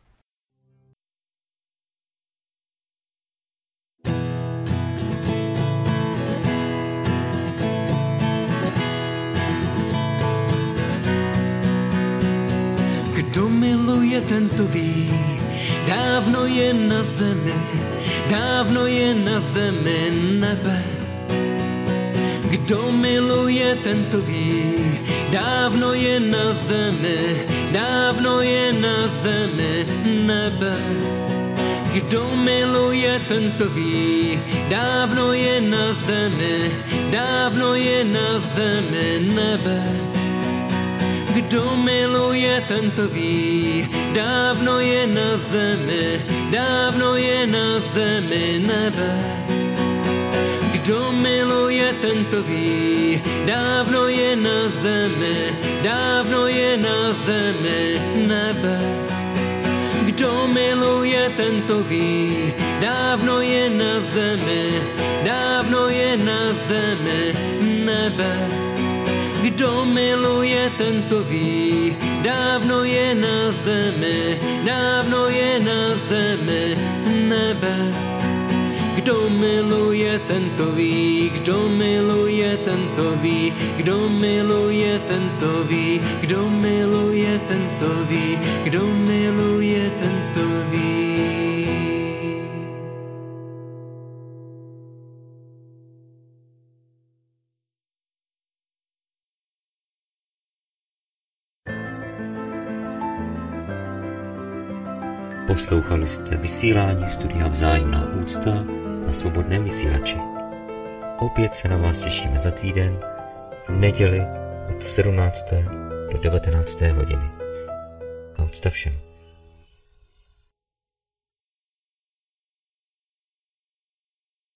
Speaker 6: Kdo miluje, ten to ví, dávno je na zemi, dávno je na zemi nebe. Kdo miluje, ten to ví, dávno je na zemi, dávno je na zemi nebe. Kdo miluje, ten to ví, dávno je na zemi, dávno je na zemi nebe. Kdo miluje, ten to ví, dávno je na zemi, dávno je na zemi nebe. Kdo miluje, ten to ví, dávno je na zemi, dávno je na zemi nebe. Kdo Kdo miluje, tento ví, dávno je na zemi, dávno je na zemi nebe. Kdo miluje, tento ví, dávno je na zemi, dávno je na zemi nebe. Kdo miluje, tento ví, kdo miluje, tento ví, kdo miluje, tento ví, kdo miluje, tento ví, kdo miluje, tento ví.
Speaker 1: Poslouchali jste vysílání Studia Vzájemná úcta na svobodném vysílači. Opět se na vás těšíme za týden, v neděli od sedmnácté do devatenácté hodiny. A úcta všem.